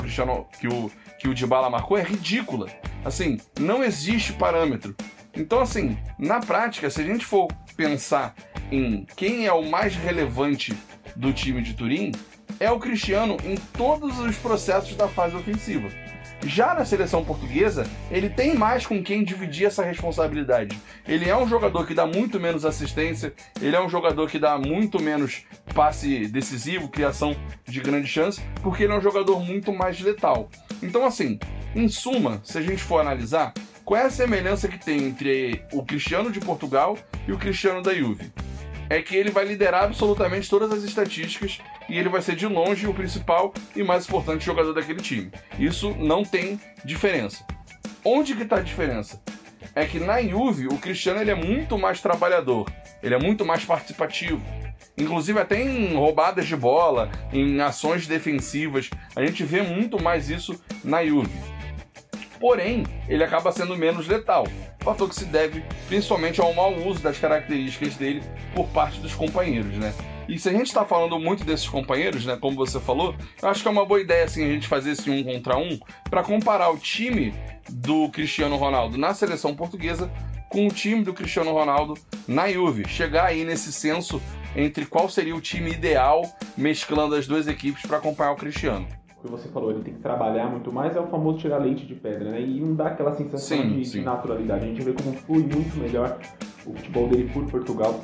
que o Dybala marcou é ridícula. Assim, não existe parâmetro. Então, assim, na prática, se a gente for pensar em quem é o mais relevante do time de Turim, é o Cristiano em todos os processos da fase ofensiva. Já na seleção portuguesa, ele tem mais com quem dividir essa responsabilidade. Ele é um jogador que dá muito menos assistência, ele é um jogador que dá muito menos passe decisivo, criação de grande chance, porque ele é um jogador muito mais letal. Então, assim, em suma, se a gente for analisar, qual é a semelhança que tem entre o Cristiano de Portugal e o Cristiano da Juve? É que ele vai liderar absolutamente todas as estatísticas e ele vai ser de longe o principal e mais importante jogador daquele time. Isso não tem diferença. Onde que está a diferença? É que na Juve o Cristiano ele é muito mais trabalhador, ele é muito mais participativo. Inclusive até em roubadas de bola, em ações defensivas, a gente vê muito mais isso na Juve. Porém, ele acaba sendo menos letal, fator que se deve principalmente ao mau uso das características dele por parte dos companheiros, né? E se a gente está falando muito desses companheiros, né, como você falou, eu acho que é uma boa ideia assim, a gente fazer esse 1 contra 1 para comparar o time do Cristiano Ronaldo na seleção portuguesa com o time do Cristiano Ronaldo na Juve. Chegar aí nesse senso entre qual seria o time ideal mesclando as 2 equipes para acompanhar o Cristiano. O que você falou, ele tem que trabalhar muito mais, é o famoso tirar leite de pedra, né? E não dá aquela sensação de naturalidade. A gente vê como flui muito melhor o futebol dele por Portugal.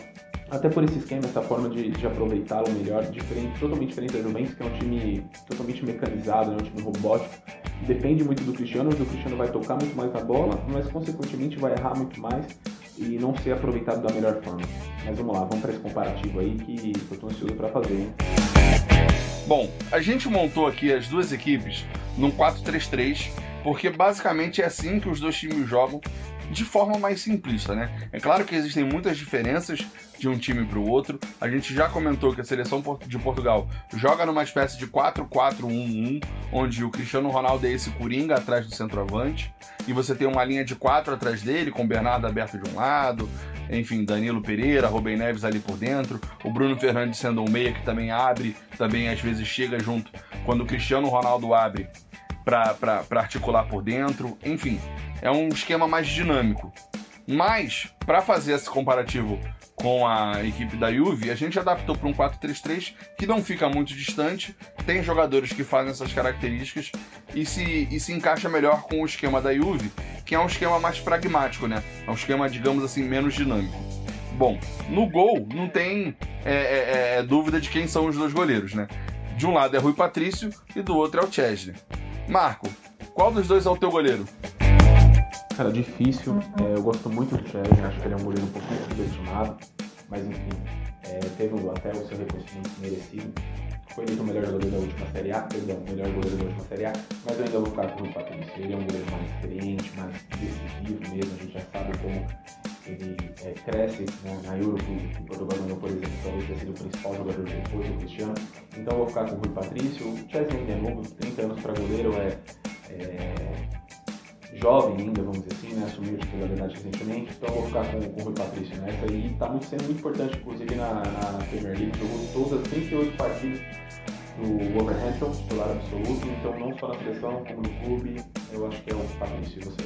Até por esse esquema, essa forma de aproveitá-lo melhor, totalmente diferente da Juventus, que é um time totalmente mecanizado, um time robótico. Depende muito do Cristiano, onde o Cristiano vai tocar muito mais na bola, mas consequentemente vai errar muito mais e não ser aproveitado da melhor forma. Mas vamos lá, vamos para esse comparativo aí que eu estou ansioso para fazer, hein? Bom, a gente montou aqui as duas equipes num 4-3-3, porque basicamente é assim que os dois times jogam, de forma mais simplista, né? É claro que existem muitas diferenças de um time para o outro. A gente já comentou que a seleção de Portugal joga numa espécie de 4-4-1-1, onde o Cristiano Ronaldo é esse coringa atrás do centroavante, e você tem uma linha de 4 atrás dele, com o Bernardo aberto de um lado, enfim, Danilo Pereira, Rubem Neves ali por dentro, o Bruno Fernandes sendo um meia que também abre, também às vezes chega junto quando o Cristiano Ronaldo abre para articular por dentro, enfim, é um esquema mais dinâmico. Mas, para fazer esse comparativo com a equipe da Juve, a gente adaptou para um 4-3-3 que não fica muito distante, tem jogadores que fazem essas características e se encaixa melhor com o esquema da Juve, que é um esquema mais pragmático, né? É um esquema, digamos assim, menos dinâmico. Bom, no gol não tem dúvida de quem são os dois goleiros, né? De um lado é Rui Patrício e do outro é o Szczesny. Marco, qual dos dois é o teu goleiro? Cara, difícil. Eu gosto muito do Szczesny, acho que ele é um goleiro um pouquinho subestimado, mas enfim, teve até o seu reconhecimento merecido. Foi eleito o melhor goleiro da última Série A, o melhor goleiro da última Série A, mas eu ainda vou ficar com o Rui Patrício. Ele é um goleiro mais experiente, mais decisivo mesmo, a gente já sabe como ele cresce, né, na Euro, que o Portugal ganhou, por exemplo, talvez tenha sido o principal jogador depois do Cristiano. Então eu vou ficar com o Rui Patrício. O Szczesny ainda é novo, 30 anos para goleiro, jovem ainda, vamos dizer assim, né? Assumiu a titularidade recentemente, então eu vou ficar com o Rui Patrício, né? Isso aí está sendo muito importante, inclusive na Premier League, jogou todas as 38 partidas do Wolverhampton, titular absoluto, então não só na seleção, como no clube, eu acho que é o Patrício. E você?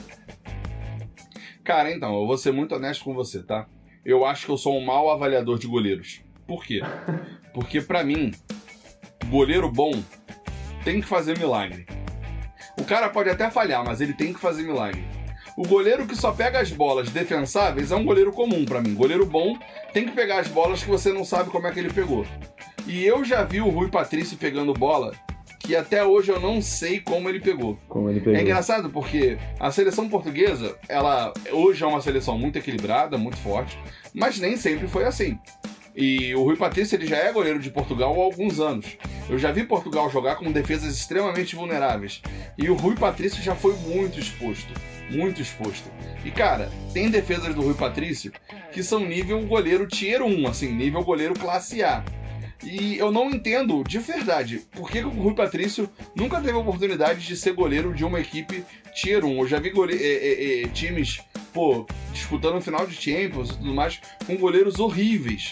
Cara, então, eu vou ser muito honesto com você, tá? Eu acho que eu sou um mau avaliador de goleiros. Por quê? Porque pra mim, goleiro bom tem que fazer milagre. O cara pode até falhar, mas ele tem que fazer milagre. O goleiro que só pega as bolas defensáveis é um goleiro comum pra mim. Goleiro bom tem que pegar as bolas que você não sabe como é que ele pegou. E eu já vi o Rui Patrício pegando bola que até hoje eu não sei como ele pegou. É engraçado porque a seleção portuguesa, ela hoje é uma seleção muito equilibrada, muito forte, mas nem sempre foi assim. E o Rui Patrício, ele já é goleiro de Portugal há alguns anos. Eu já vi Portugal jogar com defesas extremamente vulneráveis. E o Rui Patrício já foi muito exposto. Muito exposto. E, cara, tem defesas do Rui Patrício que são nível goleiro tier 1, assim, nível goleiro classe A. E eu não entendo, de verdade, por que o Rui Patrício nunca teve a oportunidade de ser goleiro de uma equipe tier 1. Eu já vi times, disputando o final de Champions e tudo mais, com goleiros horríveis.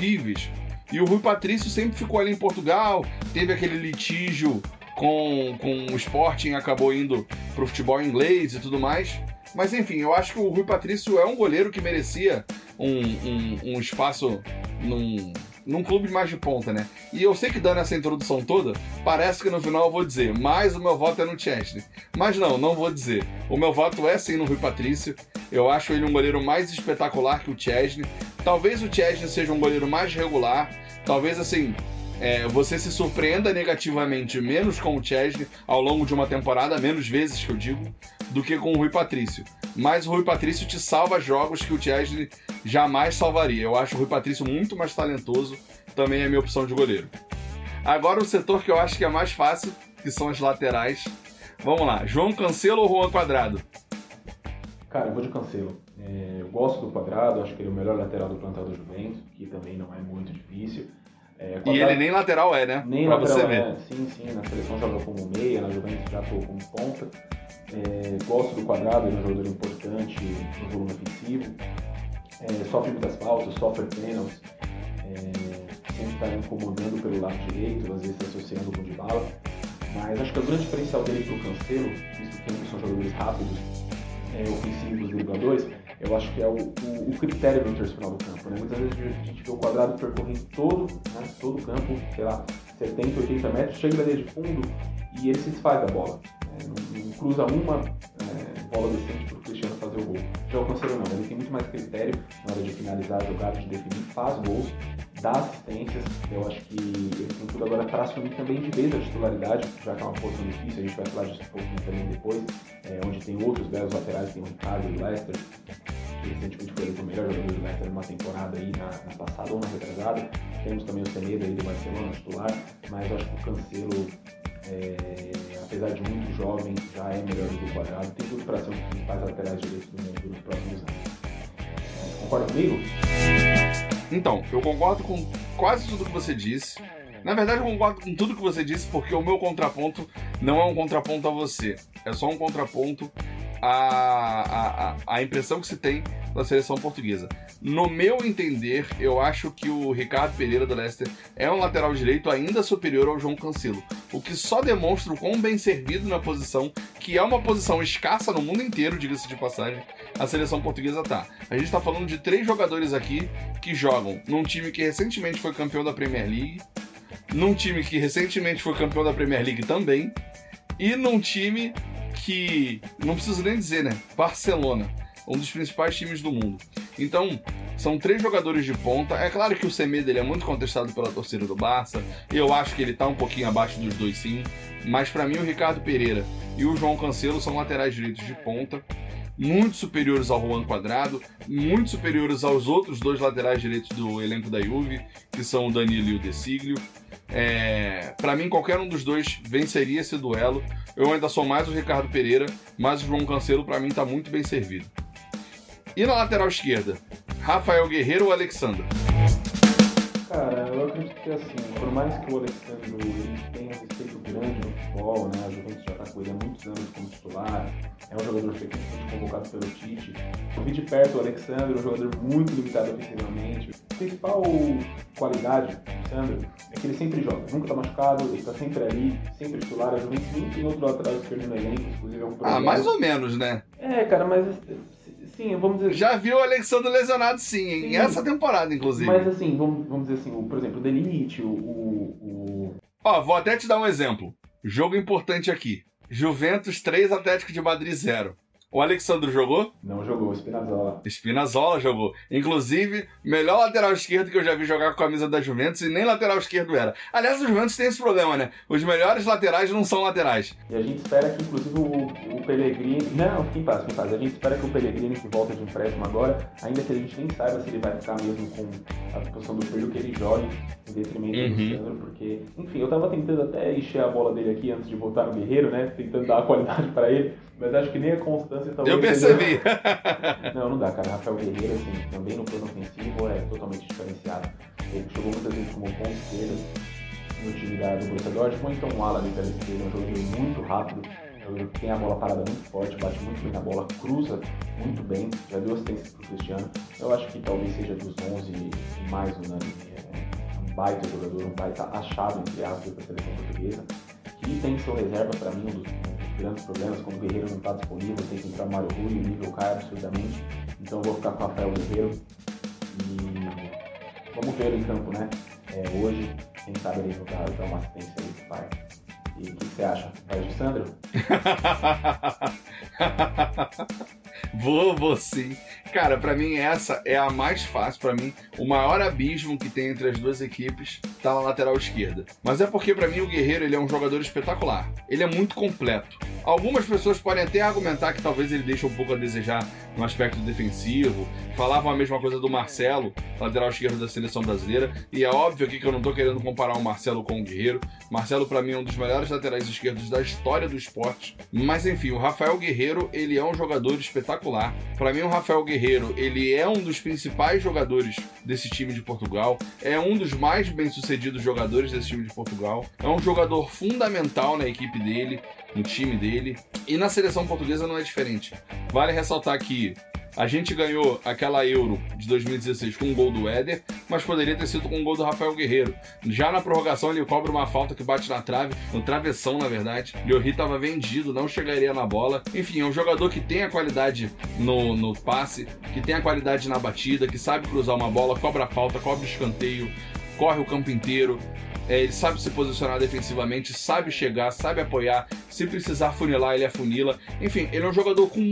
E o Rui Patrício sempre ficou ali em Portugal, teve aquele litígio com o Sporting, acabou indo pro futebol inglês e tudo mais. Mas enfim, eu acho que o Rui Patrício é um goleiro que merecia um espaço num clube mais de ponta, né? E eu sei que dando essa introdução toda, parece que no final eu vou dizer, mas o meu voto é no Szczesny. Mas não vou dizer. O meu voto é sim no Rui Patrício. Eu acho ele um goleiro mais espetacular que o Szczesny. Talvez o Szczesny seja um goleiro mais regular. Talvez, assim, você se surpreenda negativamente menos com o Szczesny ao longo de uma temporada, menos vezes que eu digo, do que com o Rui Patrício. Mas o Rui Patrício te salva jogos que o Szczesny jamais salvaria. Eu acho o Rui Patrício muito mais talentoso, também é minha opção de goleiro. Agora o setor que eu acho que é mais fácil, que são as laterais. Vamos lá, João Cancelo ou Juan Cuadrado? Cara, eu vou de Cancelo. Eu gosto do Cuadrado, acho que ele é o melhor lateral do plantel do Juventus, que também não é muito difícil. E ele nem lateral né? Nem pra lateral você ver. Sim, na seleção joga como meia, na Juventus já atuou como ponta. Gosto do Cuadrado, ele é um jogador importante no volume ofensivo. Sofre muitas faltas, sofre pênaltis. Sempre está incomodando pelo lado direito, às vezes se associando com o Dybala. Mas acho que o grande diferencial dele para o Cancelo, visto que ambos são jogadores rápidos, ofensivos, dribladores, eu acho que é o critério do terço final do campo, né? Muitas vezes a gente vê o Cuadrado percorrendo todo o campo, sei lá, 70, 80 metros, chega na linha de fundo e ele se desfaz da bola. Não cruza uma bola decente para o Cristiano fazer fazer o gol. Já o Cancelo não, ele tem muito mais critério na hora de finalizar a jogada, de definir, faz gols, dá assistências. Eu acho que ele tem tudo agora para assumir também de vez a titularidade, já que é uma posição difícil, a gente vai falar disso um pouquinho também depois, onde tem outros belos laterais, tem o Ricardo e o Leicester, que recentemente foi eleito o melhor jogador do Leicester numa temporada aí na passada ou na retrasada. Temos também o Semedo aí do Barcelona titular, mas eu acho que o Cancelo, apesar de muito jovem, já é melhor do que o Quadrado, tem tudo para ser um dos principais laterais direitos do mundo nos próximos anos. Concorda comigo? Então, eu concordo com quase tudo que você disse. Na verdade, eu concordo com tudo que você disse, porque o meu contraponto não é um contraponto a você. É só um contraponto à impressão que se tem da seleção portuguesa. No meu entender, eu acho que o Ricardo Pereira do Leicester é um lateral direito ainda superior ao João Cancelo, o que só demonstra o quão bem servido na posição, que é uma posição escassa no mundo inteiro, diga-se de passagem, a seleção portuguesa tá. A gente tá falando de 3 jogadores aqui que jogam num time que recentemente foi campeão da Premier League, num time que recentemente foi campeão da Premier League também, e num time que, não preciso nem dizer, né? Barcelona, um dos principais times do mundo. Então, são 3 jogadores de ponta. É claro que o Semedo ele é muito contestado pela torcida do Barça. Eu acho que ele tá um pouquinho abaixo dos dois, sim. Mas para mim o Ricardo Pereira e o João Cancelo são laterais direitos de ponta, muito superiores ao Juan Quadrado, muito superiores aos outros 2 laterais direitos do elenco da Juve, que são o Danilo e o De Siglio. Para mim, qualquer um dos 2 venceria esse duelo. Eu ainda sou mais o Ricardo Pereira, mas o João Cancelo para mim tá muito bem servido. E na lateral esquerda, Rafael Guerreiro ou Alexandre? Cara, eu acredito que assim, por mais que o Alexandre tenha um respeito grande no futebol, né, a Juventus já está com ele há muitos anos como titular, é um jogador frequentemente convocado pelo Tite. Eu vi de perto o Alexandre, um jogador muito limitado ofensivamente. A principal qualidade do Alexandre é que ele sempre joga, nunca está machucado, ele está sempre ali, sempre titular. A Juventus nem tem outro lateral esquerdo no elenco, inclusive é um problema. Mais ou menos, né? Cara, mas sim, vamos dizer... Já viu o Alexandre lesionado sim, em essa temporada, inclusive. Mas assim, vamos dizer assim, por exemplo, o Delite, vou até te dar um exemplo. Jogo importante aqui. Juventus 3, Atlético de Madrid 0. O Alexandre jogou? Não jogou, Spinazzola. Spinazzola jogou. Inclusive, melhor lateral esquerdo que eu já vi jogar com a camisa da Juventus e nem lateral esquerdo era. Aliás, o Juventus tem esse problema, né? Os melhores laterais não são laterais. E a gente espera que, inclusive, o Pellegrini... Não, quem faz. A gente espera que o Pellegrini, que volta de empréstimo agora, ainda que a gente nem saiba se ele vai ficar mesmo com a posição do Pedro, que ele jogue em detrimento do Alexandre, porque... Enfim, eu tava tentando até encher a bola dele aqui antes de botar no Guerreiro, né? Tentando dar a qualidade para ele. Mas acho que nem a constância talvez... Eu percebi. Não dá, cara. Rafael Guerreiro, assim, também no plano ofensivo é totalmente diferenciado. Ele jogou muitas vezes como ponto esquerdo no time do Borussia Dortmund, ou então um ala ali pela esquerda, um jogador muito rápido, um jogador que tem a bola parada muito forte, bate muito bem na bola, cruza muito bem, já deu assistência pro Cristiano. Eu acho que talvez seja dos 11 mais unânime. Um baita jogador, um baita achado, entre aspas, da seleção portuguesa, que tem seu reserva, para mim, um dos grandes problemas, como o Guerreiro não está disponível, tem que entrar o Mário Rui, o nível cai absurdamente, então eu vou ficar com o Rafael Guerreiro e vamos ver ele em campo, né? Hoje, quem sabe ele dar uma assistência aí pro pai. E o que você acha? Vai de Sandro? Vou sim. Cara, pra mim essa é a mais fácil. Pra mim, o maior abismo que tem entre as duas equipes tá na lateral esquerda. Mas é porque pra mim o Guerreiro ele é um jogador espetacular. Ele é muito completo. Algumas pessoas podem até argumentar que talvez ele deixe um pouco a desejar no aspecto defensivo. Falavam a mesma coisa do Marcelo, lateral esquerdo da seleção brasileira. E é óbvio aqui que eu não tô querendo comparar o Marcelo com o Guerreiro. Marcelo pra mim é um dos melhores laterais esquerdos da história do esporte. Mas enfim, o Rafael Guerreiro ele é um jogador espetacular. Pra mim o Rafael Guerreiro ele é um dos principais jogadores desse time de Portugal. É um dos mais bem-sucedidos jogadores desse time de Portugal. É um jogador fundamental na equipe dele, no time dele. E na seleção portuguesa não é diferente. Vale ressaltar que a gente ganhou aquela Euro de 2016 com um gol do Éder, mas poderia ter sido com um gol do Rafael Guerreiro. Já na prorrogação ele cobra uma falta que bate na trave, no travessão na verdade. Lloris estava vendido, não chegaria na bola. Enfim, é um jogador que tem a qualidade no passe, que tem a qualidade na batida, que sabe cruzar uma bola, cobra a falta, cobra o escanteio, corre o campo inteiro. ele sabe se posicionar defensivamente, sabe chegar, sabe apoiar, se precisar funilar, ele afunila. Enfim, ele é um jogador com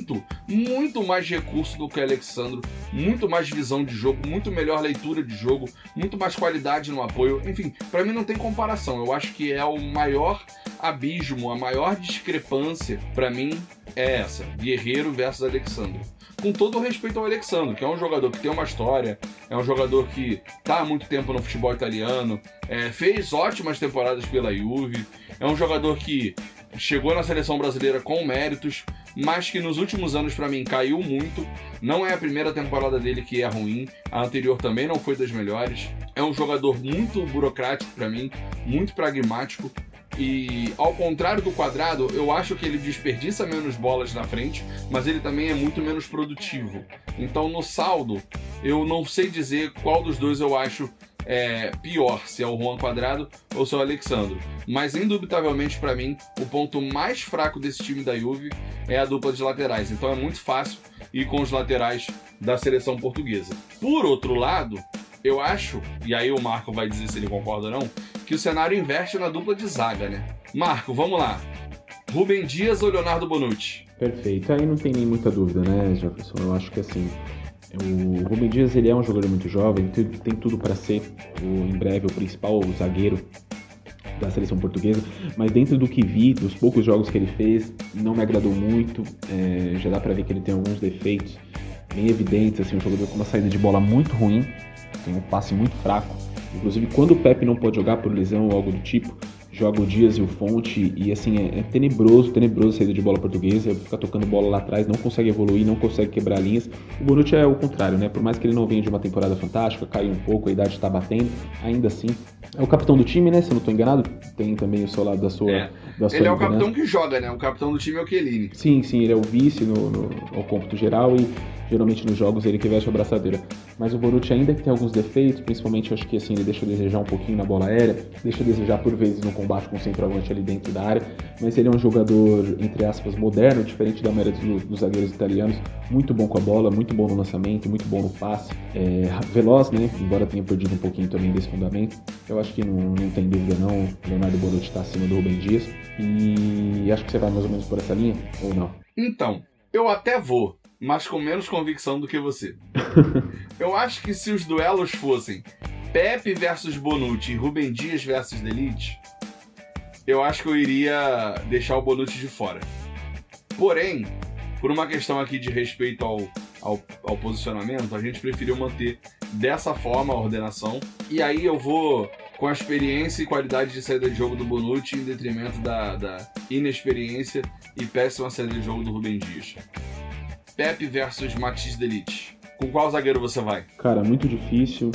muito mais recurso do que o Alexandro, muito mais visão de jogo, muito melhor leitura de jogo, muito mais qualidade no apoio. Enfim, pra mim não tem comparação. Eu acho que é o maior abismo, a maior discrepância pra mim é essa, Guerreiro versus Alexandro. Com todo o respeito ao Alexandro, que é um jogador que tem uma história, é um jogador que está há muito tempo no futebol italiano, fez ótimas temporadas pela Juve, é um jogador que chegou na seleção brasileira com méritos, mas que nos últimos anos, para mim, caiu muito. Não é a primeira temporada dele que é ruim, a anterior também não foi das melhores. É um jogador muito burocrático para mim, muito pragmático. E ao contrário do Quadrado, eu acho que ele desperdiça menos bolas na frente, mas ele também é muito menos produtivo. Então no saldo, eu não sei dizer qual dos dois eu acho pior, se é o Juan Quadrado ou se é o Alexandro. Mas indubitavelmente para mim, o ponto mais fraco desse time da Juve é a dupla de laterais. Então é muito fácil ir com os laterais da seleção portuguesa. Por outro lado, eu acho, e aí o Marco vai dizer se ele concorda ou não, que o cenário inverte na dupla de zaga, né? Marco, vamos lá. Rubem Dias ou Leonardo Bonucci? Perfeito, aí não tem nem muita dúvida, né, Jefferson? Eu acho que assim, o Rubem Dias ele é um jogador muito jovem, tem tudo para ser em breve o principal zagueiro da seleção portuguesa, mas dentro do que vi, dos poucos jogos que ele fez, não me agradou muito. Já dá para ver que ele tem alguns defeitos bem evidentes, assim, um jogador com uma saída de bola muito ruim, tem um passe muito fraco. Inclusive, quando o Pepe não pode jogar por lesão ou algo do tipo, joga o Dias e o Fonte, e assim, é tenebroso a saída de bola portuguesa, fica tocando bola lá atrás, não consegue evoluir, não consegue quebrar linhas. O Bonucci é o contrário, né? Por mais que ele não venha de uma temporada fantástica, caiu um pouco, a idade tá batendo, ainda assim, é o capitão do time, né? Se eu não tô enganado, tem também o seu lado da sua ele é o capitão que joga, né? O capitão do time é o Chiellini. Sim, ele é o vice no cômputo geral e geralmente nos jogos ele que veste a abraçadeira. Mas o Bonucci ainda que tem alguns defeitos, principalmente eu acho que assim, ele deixa a desejar um pouquinho na bola aérea, deixa a desejar por vezes no combate com o centroavante ali dentro da área, mas ele é um jogador, entre aspas, moderno, diferente da maioria dos zagueiros italianos, muito bom com a bola, muito bom no lançamento, muito bom no passe, veloz, né, embora tenha perdido um pouquinho também desse fundamento. Eu acho que não tem dúvida não, o Leonardo Bonucci está acima do Rubem Dias, e acho que você vai mais ou menos por essa linha, ou não? Então, eu até vou, mas com menos convicção do que você. Eu acho que se os duelos fossem Pepe versus Bonucci e Rubem Dias versus De Ligt, eu acho que eu iria deixar o Bonucci de fora. Porém, por uma questão aqui de respeito ao posicionamento, a gente preferiu manter dessa forma a ordenação. E aí eu vou com a experiência e qualidade de saída de jogo do Bonucci em detrimento da inexperiência e péssima saída de jogo do Rubem Dias. Pepe versus Matthijs de Ligt. Com qual zagueiro você vai? Cara, muito difícil.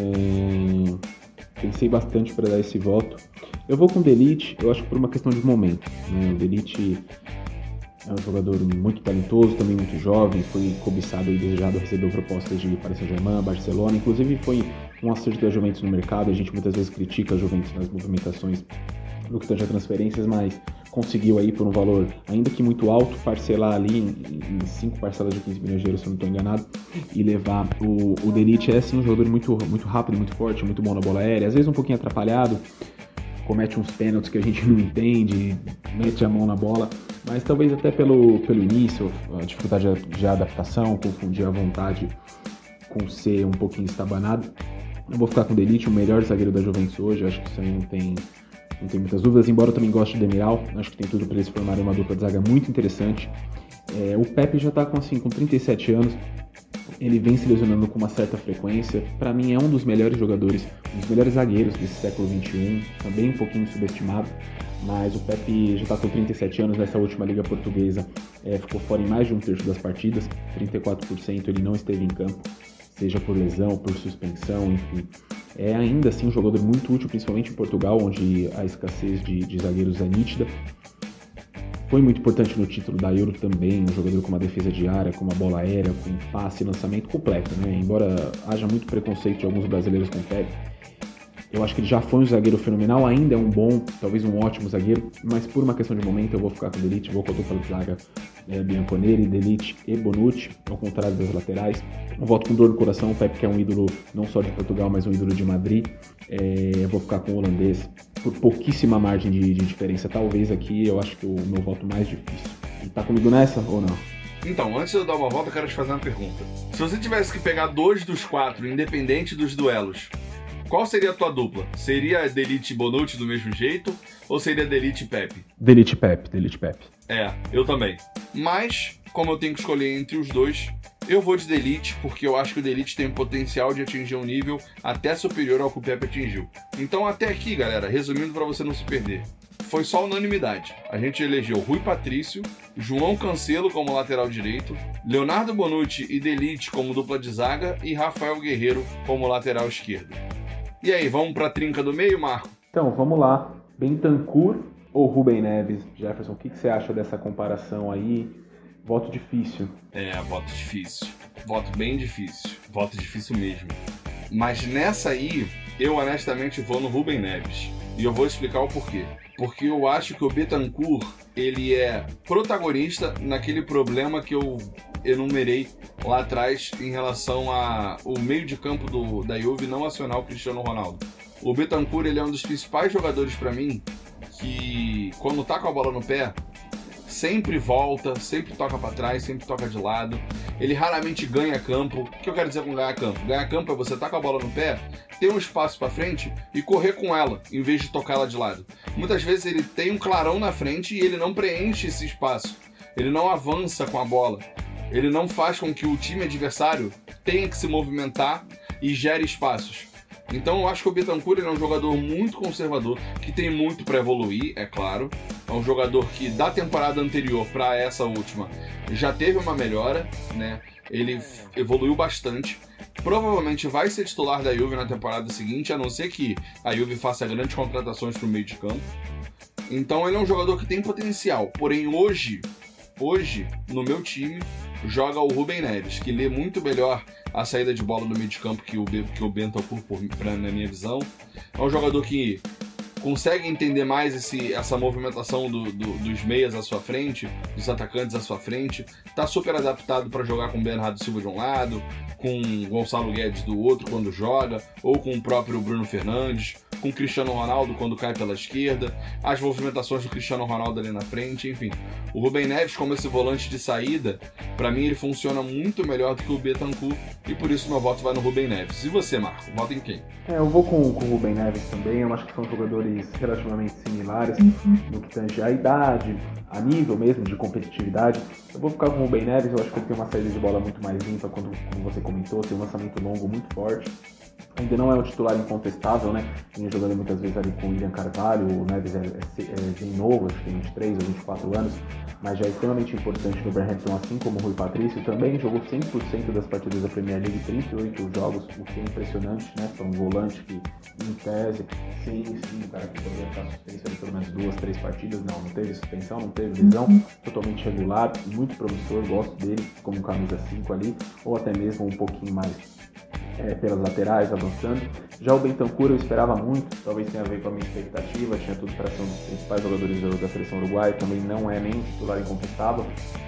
Pensei bastante para dar esse voto. Eu vou com o De Ligt, eu acho que por uma questão de momento, né? O De Ligt é um jogador muito talentoso, também muito jovem, foi cobiçado e desejado, recebeu propostas de Paris Saint-Germain, Barcelona, inclusive foi um acerto da Juventus no mercado. A gente muitas vezes critica a Juventus nas movimentações no que tange a transferências, mas conseguiu aí por um valor ainda que muito alto, parcelar ali em 5 parcelas de 15 milhões de euros, se eu não estou enganado, e levar o De Ligt é sim um jogador muito rápido, muito forte, muito bom na bola aérea, às vezes um pouquinho atrapalhado, comete uns pênaltis que a gente não entende, mete a mão na bola, mas talvez até pelo início, a dificuldade de adaptação, confundir a vontade com ser um pouquinho estabanado. Eu vou ficar com o De Ligt, o melhor zagueiro da Juventus hoje, acho que isso aí não tem muitas dúvidas, embora eu também goste do Demiral, acho que tem tudo para eles formarem uma dupla de zaga muito interessante. O Pepe já está com 37 anos, ele vem se lesionando com uma certa frequência, para mim é um dos melhores jogadores, um dos melhores zagueiros desse século XXI, também um pouquinho subestimado, mas o Pepe já está com 37 anos, nessa última Liga Portuguesa ficou fora em mais de um terço das partidas, 34% ele não esteve em campo, seja por lesão, por suspensão, enfim. É ainda assim um jogador muito útil, principalmente em Portugal, onde a escassez de zagueiros é nítida. Foi muito importante no título da Euro também, um jogador com uma defesa de área, com uma bola aérea, com passe e lançamento completo, né? Embora haja muito preconceito de alguns brasileiros com o Pepe, Eu acho que ele já foi um zagueiro fenomenal, ainda é um bom, talvez um ótimo zagueiro, mas por uma questão de momento eu vou ficar com o De Ligt, vou com a dupla de zaga Bianconeri, De Ligt e Bonucci, ao contrário das laterais. Eu voto com dor no coração, o Pepe que é um ídolo não só de Portugal, mas um ídolo de Madrid. Eu vou ficar com o holandês por pouquíssima margem de diferença. Talvez aqui eu acho que o meu voto mais difícil. E tá comigo nessa ou não? Então, antes de eu dar uma volta, eu quero te fazer uma pergunta. Se você tivesse que pegar 2 dos 4, independente dos duelos, qual seria a tua dupla? Seria De Ligt e Bonucci do mesmo jeito? Ou seria De Ligt e Pepe? De Ligt e Pepe. Eu também. Mas, como eu tenho que escolher entre os dois, eu vou de De Ligt, porque eu acho que o De Ligt tem o potencial de atingir um nível até superior ao que o Pepe atingiu. Então, até aqui, galera, resumindo para você não se perder, foi só unanimidade. A gente elegeu Rui Patrício, João Cancelo como lateral direito, Leonardo Bonucci e De Ligt como dupla de zaga e Rafael Guerreiro como lateral esquerdo. E aí, vamos pra trinca do meio, Marco? Então, vamos lá. Bentancur ou Rubem Neves? Jefferson, o que você acha dessa comparação aí? Voto difícil. Voto difícil. Voto bem difícil. Voto difícil mesmo. Mas nessa aí, eu honestamente vou no Rubem Neves. E eu vou explicar o porquê. Porque eu acho que o Bentancur, ele é protagonista naquele problema que eu enumerei lá atrás em relação ao meio de campo da Juve não acionar o Cristiano Ronaldo. O Bentancur, ele é um dos principais jogadores para mim que, quando tá com a bola no pé, sempre volta, sempre toca para trás, sempre toca de lado. Ele raramente ganha campo. O que eu quero dizer com ganhar campo? Ganhar campo é você tá com a bola no pé, ter um espaço para frente e correr com ela, em vez de tocar ela de lado. Muitas vezes ele tem um clarão na frente e ele não preenche esse espaço. Ele não avança com a bola. Ele não faz com que o time adversário tenha que se movimentar e gere espaços. Então eu acho que o Bentancur é um jogador muito conservador, que tem muito para evoluir, é claro. É um jogador que da temporada anterior para essa última já teve uma melhora, né? Ele evoluiu bastante. Provavelmente vai ser titular da Juve na temporada seguinte, a não ser que a Juve faça grandes contratações para o meio de campo. Então ele é um jogador que tem potencial, porém hoje, no meu time, joga o Rubem Neves, que lê muito melhor a saída de bola no meio de campo que o Bentancur, na minha visão. É um jogador que consegue entender mais essa movimentação dos meias à sua frente, dos atacantes à sua frente. Está super adaptado para jogar com o Bernardo Silva de um lado, com o Gonçalo Guedes do outro quando joga, ou com o próprio Bruno Fernandes, com o Cristiano Ronaldo quando cai pela esquerda, as movimentações do Cristiano Ronaldo ali na frente, enfim. O Rubem Neves, como esse volante de saída, para mim ele funciona muito melhor do que o Bentancur, e por isso meu voto vai no Rubem Neves. E você, Marco? Vota em quem? Eu vou com o Rubem Neves também. Eu acho que são jogadores relativamente similares no que tange a idade, a nível mesmo de competitividade. Eu vou ficar com o Rubem Neves. Eu acho que ele tem uma saída de bola muito mais limpa, como você comentou, tem um lançamento longo muito forte. Ainda não é um titular incontestável, né? Vem jogando muitas vezes ali com o William Carvalho. O Neves é bem novo, acho que tem 23 ou 24 anos, mas já é extremamente importante no Wolverhampton, assim como o Rui Patrício. Também jogou 100% das partidas da Premier League, 38 jogos, o que é impressionante, né? Para um volante que, em tese, sim, o cara que poderia ficar suspenso ali pelo menos 2, 3 partidas. Não teve suspensão, não teve lesão, totalmente regular, muito promissor, gosto dele como camisa 5 ali, ou até mesmo um pouquinho mais pelas laterais, avançando. Já o Bentancur eu esperava muito, talvez tenha a ver com a minha expectativa, tinha tudo para ser um dos principais jogadores da seleção uruguaia, também não é nem titular incontestável.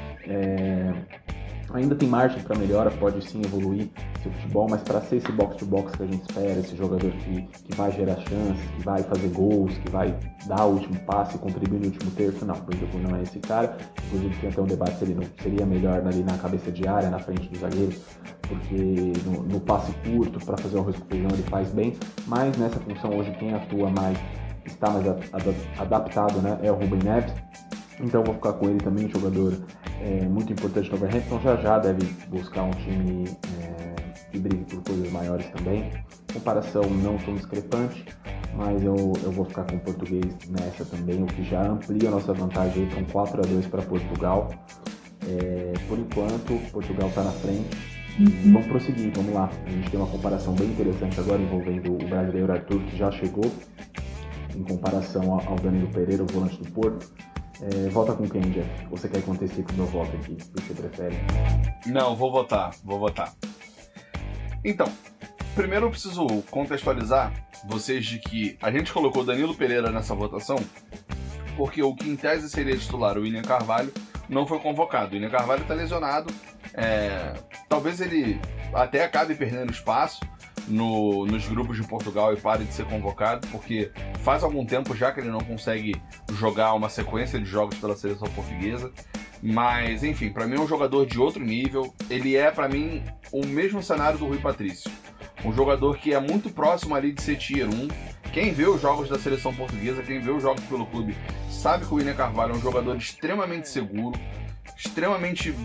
Ainda tem margem para melhora, pode sim evoluir seu futebol, mas para ser esse box-to-box que a gente espera, esse jogador que vai gerar chances, que vai fazer gols, que vai dar o último passe, contribuir no último terço, não, o Bentancur não é esse cara. Inclusive tem até um debate se ele não seria melhor ali na cabeça de área, na frente dos zagueiros, porque no passe curto, para fazer o arroz com feijão, ele faz bem, mas nessa função hoje quem atua mais, está mais adaptado, né, é o Rubem Neves. Então eu vou ficar com ele também, um jogador muito importante no Wolverhampton. Já deve buscar um time que brigue por coisas maiores também. Comparação não tão discrepante, mas eu vou ficar com o português nessa também, o que já amplia a nossa vantagem para um 4-2 para Portugal. Por enquanto, Portugal está na frente. Vamos prosseguir, vamos lá. A gente tem uma comparação bem interessante agora envolvendo o brasileiro Arthur, que já chegou, em comparação ao Danilo Pereira, o volante do Porto. Vota com quem, Jeff? Você quer acontecer com o meu voto aqui? O que você prefere? Não, vou votar. Então, primeiro eu preciso contextualizar vocês de que a gente colocou o Danilo Pereira nessa votação porque o que em tese seria titular, o William Carvalho, não foi convocado. O William Carvalho está lesionado, talvez ele até acabe perdendo espaço nos grupos de Portugal e pare de ser convocado, porque faz algum tempo já que ele não consegue jogar uma sequência de jogos pela seleção portuguesa. Mas, enfim, para mim é um jogador de outro nível. Ele é, para mim, o mesmo cenário do Rui Patrício. Um jogador que é muito próximo ali de ser Tier 1. Quem vê os jogos da seleção portuguesa, quem vê os jogos pelo clube, sabe que o William Carvalho é um jogador extremamente seguro, extremamente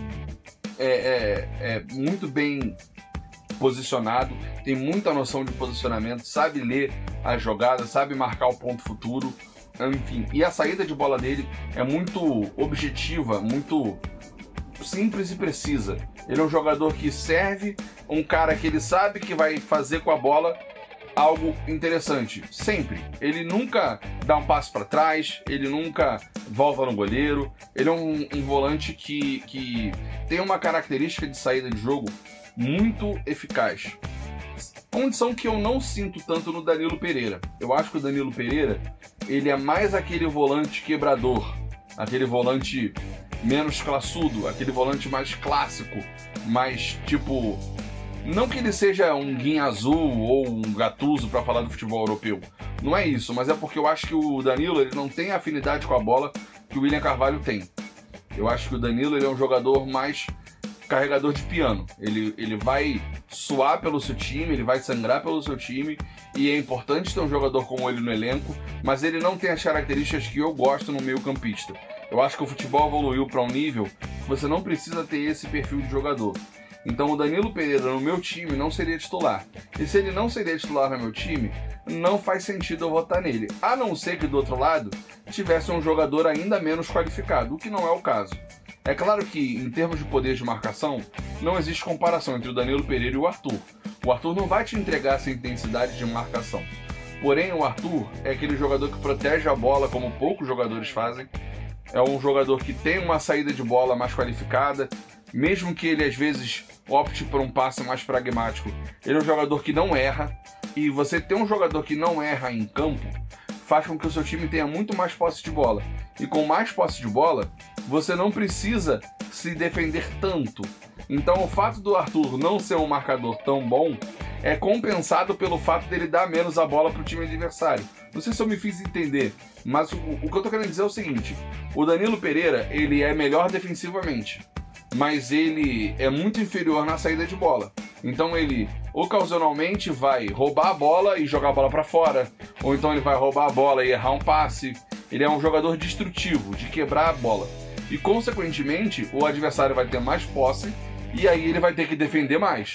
muito bem posicionado, tem muita noção de posicionamento, sabe ler as jogadas, sabe marcar o ponto futuro, enfim. E a saída de bola dele é muito objetiva, muito simples e precisa. Ele é um jogador que serve, um cara que ele sabe que vai fazer com a bola algo interessante, sempre. Ele nunca dá um passo para trás, ele nunca volta no goleiro. Ele é um volante que tem uma característica de saída de jogo muito eficaz. Condição que eu não sinto tanto no Danilo Pereira. Eu acho que o Danilo Pereira, ele é mais aquele volante quebrador, aquele volante menos classudo, aquele volante mais clássico, mais tipo... Não que ele seja um Guinha Azul ou um Gattuso para falar do futebol europeu. Não é isso, mas é porque eu acho que o Danilo ele não tem a afinidade com a bola que o William Carvalho tem. Eu acho que o Danilo ele é um jogador mais carregador de piano. Ele vai suar pelo seu time, ele vai sangrar pelo seu time, e é importante ter um jogador como ele no elenco, mas ele não tem as características que eu gosto no meio campista. Eu acho que o futebol evoluiu para um nível que você não precisa ter esse perfil de jogador. Então o Danilo Pereira no meu time não seria titular. E se ele não seria titular no meu time, não faz sentido eu votar nele. A não ser que do outro lado tivesse um jogador ainda menos qualificado, o que não é o caso. É claro que, em termos de poder de marcação, não existe comparação entre o Danilo Pereira e o Arthur. O Arthur não vai te entregar essa intensidade de marcação. Porém, o Arthur é aquele jogador que protege a bola como poucos jogadores fazem. É um jogador que tem uma saída de bola mais qualificada, mesmo que ele às vezes opte por um passe mais pragmático. Ele é um jogador que não erra, e você ter um jogador que não erra em campo faz com que o seu time tenha muito mais posse de bola. E com mais posse de bola, você não precisa se defender tanto. Então o fato do Arthur não ser um marcador tão bom é compensado pelo fato dele dar menos a bola para o time adversário. Não sei se eu me fiz entender, mas o que eu tô querendo dizer é o seguinte: o Danilo Pereira, ele é melhor defensivamente, mas ele é muito inferior na saída de bola. Então ele ocasionalmente vai roubar a bola e jogar a bola para fora, ou então ele vai roubar a bola e errar um passe. Ele é um jogador destrutivo, de quebrar a bola. E consequentemente o adversário vai ter mais posse e aí ele vai ter que defender mais.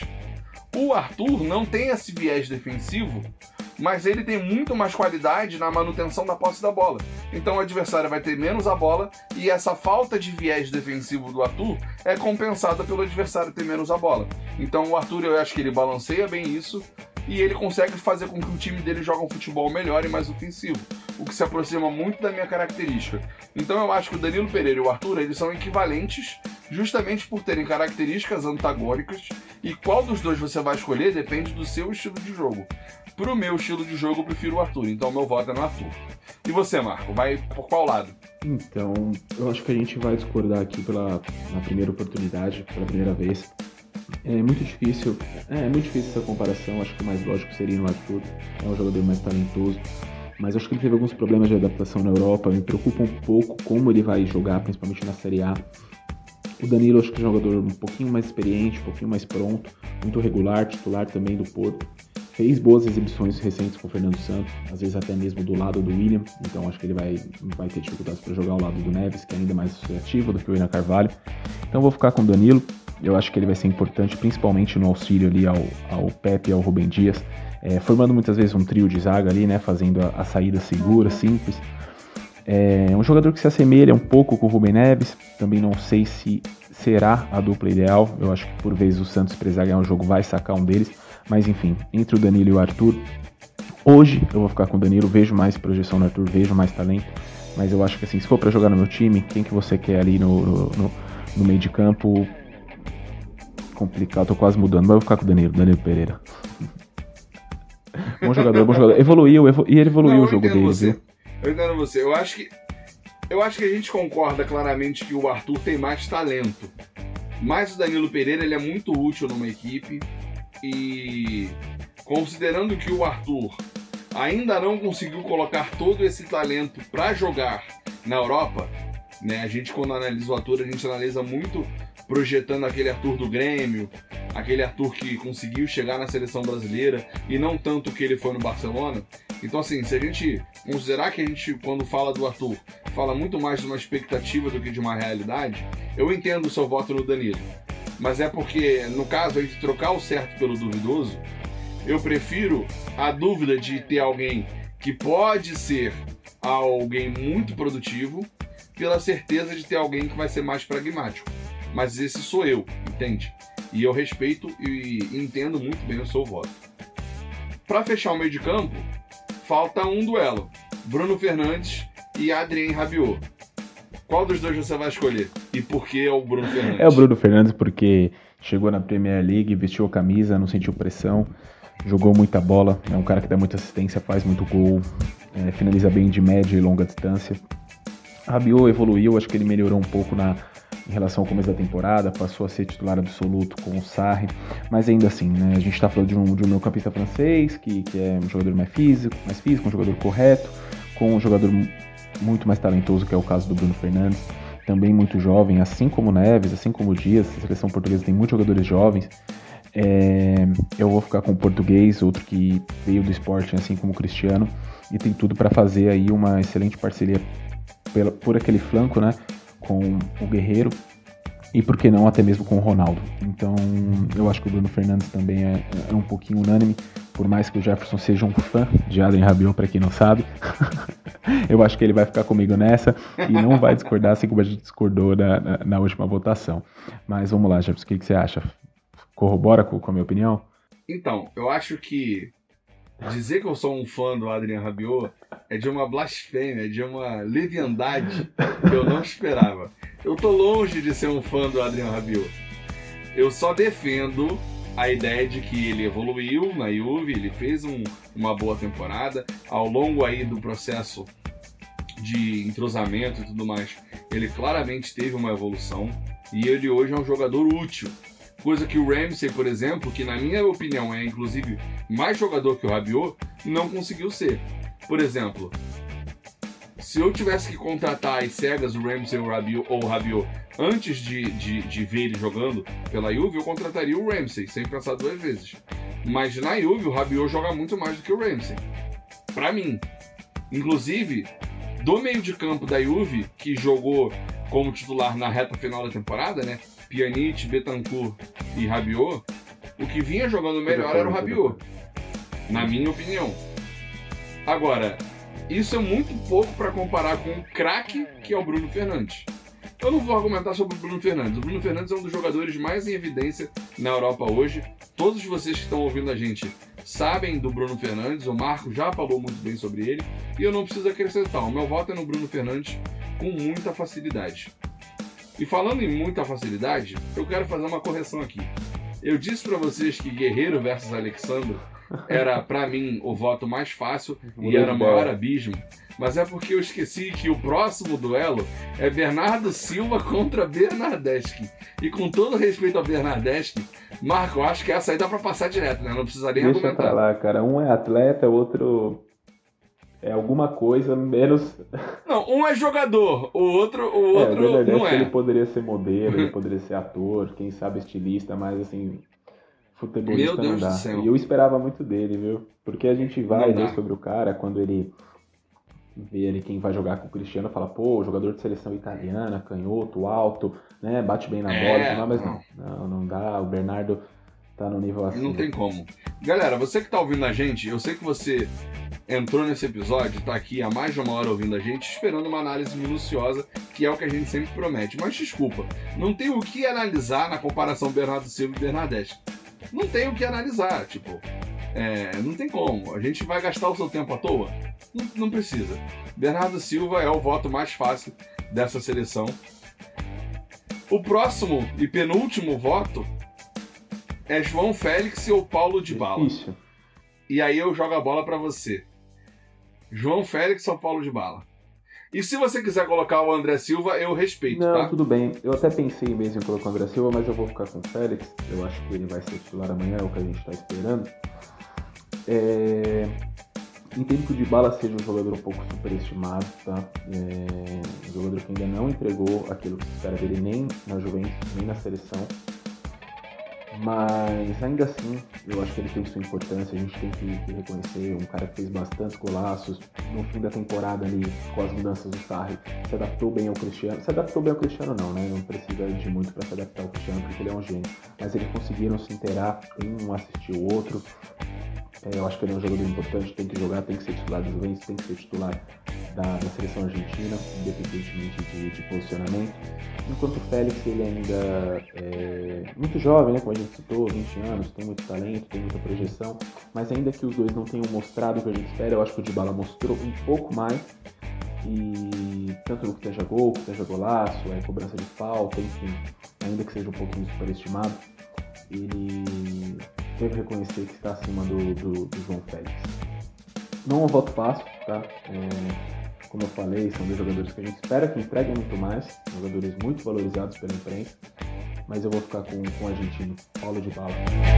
O Arthur não tem esse viés defensivo, mas ele tem muito mais qualidade na manutenção da posse da bola. Então o adversário vai ter menos a bola, e essa falta de viés defensivo do Arthur é compensada pelo adversário ter menos a bola. Então o Arthur, eu acho que ele balanceia bem isso, e ele consegue fazer com que o time dele jogue um futebol melhor e mais ofensivo, o que se aproxima muito da minha característica. Então eu acho que o Danilo Pereira e o Arthur, eles são equivalentes justamente por terem características antagônicas, e qual dos dois você vai escolher depende do seu estilo de jogo. Pro meu estilo de jogo, eu prefiro o Arthur, então meu voto é no Arthur. E você, Marco, vai por qual lado? Então, eu acho que a gente vai discordar aqui na primeira oportunidade, pela primeira vez. É muito difícil essa comparação. Acho que o mais lógico seria no Arthur, é um jogador mais talentoso, mas acho que ele teve alguns problemas de adaptação na Europa. Me preocupa um pouco como ele vai jogar, principalmente na Série A. O Danilo, acho que é um jogador um pouquinho mais experiente, um pouquinho mais pronto, muito regular, titular também do Porto. Fez boas exibições recentes com o Fernando Santos, às vezes até mesmo do lado do William, então acho que ele vai ter dificuldades para jogar ao lado do Neves, que é ainda mais ativo do que o William Carvalho. Então vou ficar com o Danilo. Eu acho que ele vai ser importante, principalmente no auxílio ali ao Pepe e ao Rubem Dias, formando muitas vezes um trio de zaga ali, né, fazendo a saída segura, simples. É um jogador que se assemelha um pouco com o Rubem Neves, também não sei se será a dupla ideal. Eu acho que por vezes o Santos, precisar ganhar um jogo, vai sacar um deles, mas enfim, entre o Danilo e o Arthur, hoje eu vou ficar com o Danilo. Vejo mais projeção no Arthur, vejo mais talento, mas eu acho que assim, se for para jogar no meu time, quem que você quer ali no meio de campo? Complicado, tô quase mudando, mas eu vou ficar com o Danilo Pereira. Bom jogador. Evoluiu, e ele evoluiu o jogo dele, viu? Eu entendo você. Eu acho que a gente concorda claramente que o Arthur tem mais talento. Mas o Danilo Pereira, ele é muito útil numa equipe. E considerando que o Arthur ainda não conseguiu colocar todo esse talento para jogar na Europa, né? A gente, quando analisa o Arthur, a gente analisa muito projetando aquele Arthur do Grêmio, aquele Arthur que conseguiu chegar na seleção brasileira e não tanto que ele foi no Barcelona. Então, assim, se a gente considerar que a gente, quando fala do Arthur, fala muito mais de uma expectativa do que de uma realidade, eu entendo o seu voto no Danilo. Mas é porque, no caso aí de trocar o certo pelo duvidoso, eu prefiro a dúvida de ter alguém que pode ser alguém muito produtivo pela certeza de ter alguém que vai ser mais pragmático. Mas esse sou eu, entende? E eu respeito e entendo muito bem o seu voto. Para fechar o meio de campo, falta um duelo. Bruno Fernandes e Adrien Rabiot. Qual dos dois você vai escolher? E por que é o Bruno Fernandes? É o Bruno Fernandes porque chegou na Premier League, vestiu a camisa, não sentiu pressão, jogou muita bola, é um cara que dá muita assistência, faz muito gol, finaliza bem de média e longa distância. Rabiot evoluiu, acho que ele melhorou um pouco em relação ao começo da temporada, passou a ser titular absoluto com o Sarri, mas ainda assim, né, a gente está falando de um meio-campista francês, que é um jogador mais físico, um jogador correto, com um jogador muito mais talentoso, que é o caso do Bruno Fernandes, também muito jovem, assim como o Neves, assim como o Dias. A seleção portuguesa tem muitos jogadores jovens. Eu vou ficar com o português, outro que veio do Sporting, assim como o Cristiano, e tem tudo para fazer aí uma excelente parceria por aquele flanco, né, com o Guerreiro, e por que não até mesmo com o Ronaldo. Então eu acho que o Bruno Fernandes também é um pouquinho unânime, por mais que o Jefferson seja um fã de Adrien Rabiot, para quem não sabe. Eu acho que ele vai ficar comigo nessa e não vai discordar, assim como a gente discordou na última votação. Mas vamos lá, Jefferson, o que você acha? Corrobora com a minha opinião? Então, eu acho que dizer que eu sou um fã do Adrien Rabiot é de uma blasfêmia, de uma leviandade que eu não esperava. Eu tô longe de ser um fã do Adrien Rabiot. Eu só defendo a ideia de que ele evoluiu na Juve, ele fez uma boa temporada. Ao longo aí do processo de entrosamento e tudo mais, ele claramente teve uma evolução. E ele hoje é um jogador útil. Coisa que o Ramsey, por exemplo, que na minha opinião é inclusive mais jogador que o Rabiot, não conseguiu ser. Por exemplo, se eu tivesse que contratar às cegas o Ramsey ou o Rabiot antes de ver ele jogando pela Juve, eu contrataria o Ramsey, sem pensar duas vezes. Mas na Juve, o Rabiot joga muito mais do que o Ramsey. Pra mim. Inclusive, do meio de campo da Juve, que jogou como titular na reta final da temporada, né? Pjanic, Bentancur e Rabiot, o que vinha jogando melhor era o Rabiot, na minha opinião. Agora, isso é muito pouco para comparar com o craque que é o Bruno Fernandes. Eu não vou argumentar sobre o Bruno Fernandes. O Bruno Fernandes é um dos jogadores mais em evidência na Europa hoje. Todos vocês que estão ouvindo a gente sabem do Bruno Fernandes. O Marco já falou muito bem sobre ele. E eu não preciso acrescentar. O meu voto é no Bruno Fernandes com muita facilidade. E falando em muita facilidade, eu quero fazer uma correção aqui. Eu disse para vocês que Guerreiro versus Alexandre era, para mim, o voto mais fácil e era o maior abismo. Mas é porque eu esqueci que o próximo duelo é Bernardo Silva contra Bernardeschi. E com todo respeito ao Bernardeschi, Marco, eu acho que essa aí dá pra passar direto, né? Não precisa nem argumentar. Deixa pra lá, cara. Um é atleta, o outro é alguma coisa, menos... Não, um é jogador, o outro não é. Ele poderia ser modelo, ele poderia ser ator, quem sabe estilista, mas assim... Futebolista não dá. E eu esperava muito dele, viu? Porque a gente vai ler sobre o cara quando ele vê ali quem vai jogar com o Cristiano, fala, pô, jogador de seleção italiana, canhoto, alto, né? Bate bem na bola, mas não dá. O Bernardo tá no nível assim. Não tem como. Galera, você que tá ouvindo a gente, eu sei que você entrou nesse episódio, tá aqui há mais de uma hora ouvindo a gente, esperando uma análise minuciosa, que é o que a gente sempre promete. Mas desculpa, não tem o que analisar na comparação Bernardo Silva e Bernardeschi. Não tem o que analisar, tipo, não tem como. A gente vai gastar o seu tempo à toa? Não precisa. Bernardo Silva é o voto mais fácil dessa seleção. O próximo e penúltimo voto é João Félix ou Paulo Dybala. Difícil. E aí eu jogo a bola pra você. João Félix ou Paulo Dybala? E se você quiser colocar o André Silva, eu respeito, Não, tá? tudo bem. Eu até pensei mesmo em colocar o André Silva, mas eu vou ficar com o Félix. Eu acho que ele vai ser titular amanhã, é o que a gente está esperando. Entendo que o Dybala seja um jogador um pouco superestimado, tá? Um jogador que ainda não entregou aquilo que se espera dele nem na Juventus, nem na seleção. Mas ainda assim, eu acho que ele tem sua importância, a gente tem que reconhecer. Um cara que fez bastantes golaços no fim da temporada ali, com as mudanças do Sarri, se adaptou bem ao Cristiano. Se adaptou bem ao Cristiano não, né? Não precisa de muito para se adaptar ao Cristiano, porque ele é um gênio. Mas eles conseguiram se inteirar, um assistir o outro. Eu acho que ele é um jogador importante, tem que jogar, tem que ser titular do Juventus, tem que ser titular da seleção argentina, independentemente de posicionamento. Enquanto o Félix, ele ainda é muito jovem, né? Como a gente citou, 20 anos, tem muito talento, tem muita projeção, mas ainda que os dois não tenham mostrado o que a gente espera, eu acho que o Dybala mostrou um pouco mais, e tanto no que seja gol, que seja golaço, cobrança de falta, enfim, ainda que seja um pouquinho superestimado, ele deve reconhecer que está acima do João Félix. Não é um voto fácil, tá? Como eu falei, são dois jogadores que a gente espera que entreguem muito mais, jogadores muito valorizados pela imprensa, mas eu vou ficar com o argentino, Paulo Dybala.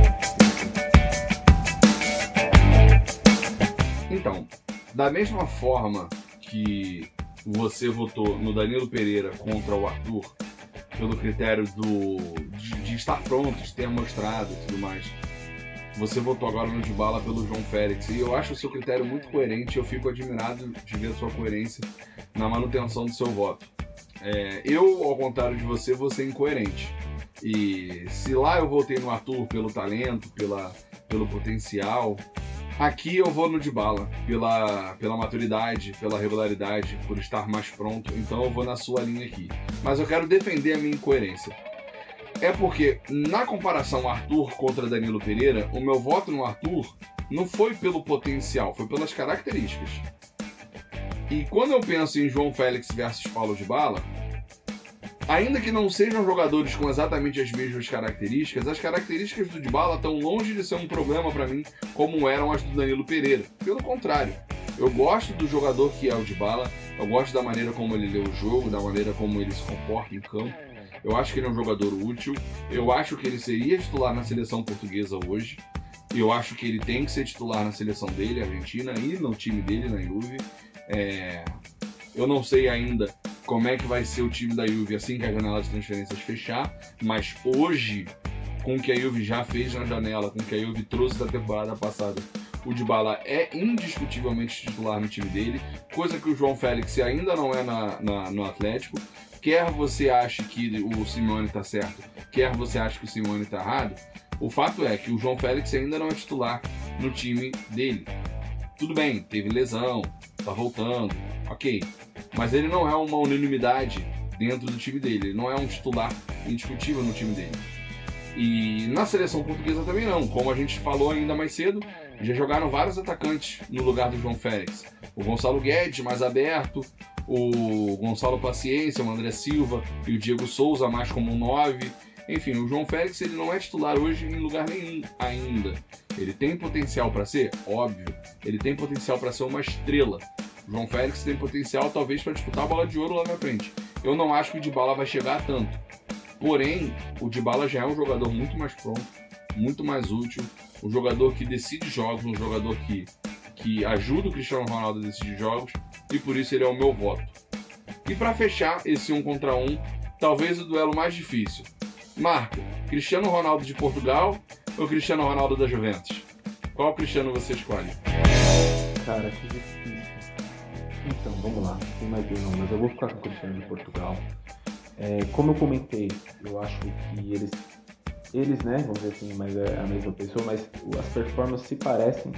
Então, da mesma forma que você votou no Danilo Pereira contra o Arthur, pelo critério de estar pronto, de ter mostrado e tudo mais, você votou agora no Dybala pelo João Félix. E eu acho o seu critério muito coerente. Eu fico admirado de ver a sua coerência na manutenção do seu voto. Eu, ao contrário de você, vou ser incoerente. E se lá eu votei no Arthur pelo talento, pelo potencial, aqui eu vou no Dybala pela maturidade, pela regularidade, por estar mais pronto. Então eu vou na sua linha aqui. Mas eu quero defender a minha incoerência. É porque, na comparação Arthur contra Danilo Pereira, o meu voto no Arthur não foi pelo potencial, foi pelas características. E quando eu penso em João Félix versus Paulo Dybala, ainda que não sejam jogadores com exatamente as mesmas características, as características do Dybala estão longe de ser um problema para mim, como eram as do Danilo Pereira. Pelo contrário, eu gosto do jogador que é o Dybala, eu gosto da maneira como ele lê o jogo, da maneira como ele se comporta em campo. Eu acho que ele é um jogador útil, eu acho que ele seria titular na seleção portuguesa hoje, eu acho que ele tem que ser titular na seleção dele, Argentina, e no time dele, na Juve. Eu não sei ainda como é que vai ser o time da Juve assim que a janela de transferências fechar, mas hoje, com o que a Juve já fez na janela, com o que a Juve trouxe da temporada passada, o Dybala é indiscutivelmente titular no time dele, coisa que o João Félix ainda não é no Atlético. Quer você ache que o Simeone está certo, quer você ache que o Simeone está errado, o fato é que o João Félix ainda não é titular no time dele. Tudo bem, teve lesão, tá voltando, ok. Mas ele não é uma unanimidade dentro do time dele, ele não é um titular indiscutível no time dele. E na seleção portuguesa também não, como a gente falou ainda mais cedo, já jogaram vários atacantes no lugar do João Félix. O Gonçalo Guedes, mais aberto, o Gonçalo Paciência, o André Silva e o Diego Souza mais como um 9. Enfim, o João Félix ele não é titular hoje em lugar nenhum ainda. Ele tem potencial para ser? Óbvio. Ele tem potencial para ser uma estrela. O João Félix tem potencial talvez para disputar a bola de ouro lá na frente. Eu não acho que o Dybala vai chegar a tanto. Porém, o Dybala já é um jogador muito mais pronto, muito mais útil, um jogador que decide jogos, um jogador que ajuda o Cristiano Ronaldo a decidir jogos, e por isso ele é o meu voto. E para fechar esse 1 contra 1, talvez o duelo mais difícil. Marco, Cristiano Ronaldo de Portugal ou Cristiano Ronaldo da Juventus? Qual Cristiano você escolhe? Cara, que difícil. Então, vamos lá. Tem mais de um, mas eu vou ficar com o Cristiano de Portugal. Como eu comentei, eu acho que eles, né, vamos dizer assim, mas é a mesma pessoa, mas as performances se parecem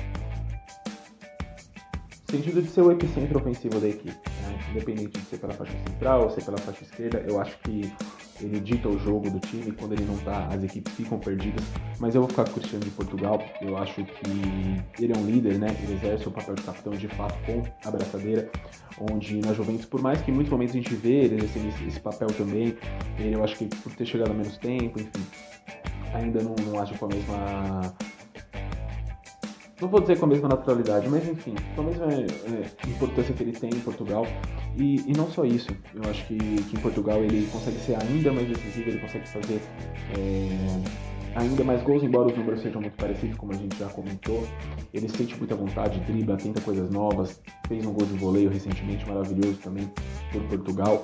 no sentido de ser o epicentro ofensivo da equipe, né? Independente de ser pela faixa central ou ser pela faixa esquerda, eu acho que ele dita o jogo do time, quando ele não tá, as equipes ficam perdidas, mas eu vou ficar com o Cristiano de Portugal. Eu acho que ele é um líder, né? Ele exerce o papel de capitão de fato com a braçadeira, onde na Juventus, por mais que em muitos momentos a gente vê ele exercendo esse papel também, eu acho que por ter chegado há menos tempo, enfim, ainda não acho com a mesma não vou dizer com a mesma naturalidade, mas enfim, com a mesma importância que ele tem em Portugal. E não só isso, eu acho que em Portugal ele consegue ser ainda mais decisivo, ele consegue fazer ainda mais gols, embora os números sejam muito parecidos, como a gente já comentou. Ele sente muita vontade, dribla, tenta coisas novas, fez um gol de voleio recentemente maravilhoso também por Portugal.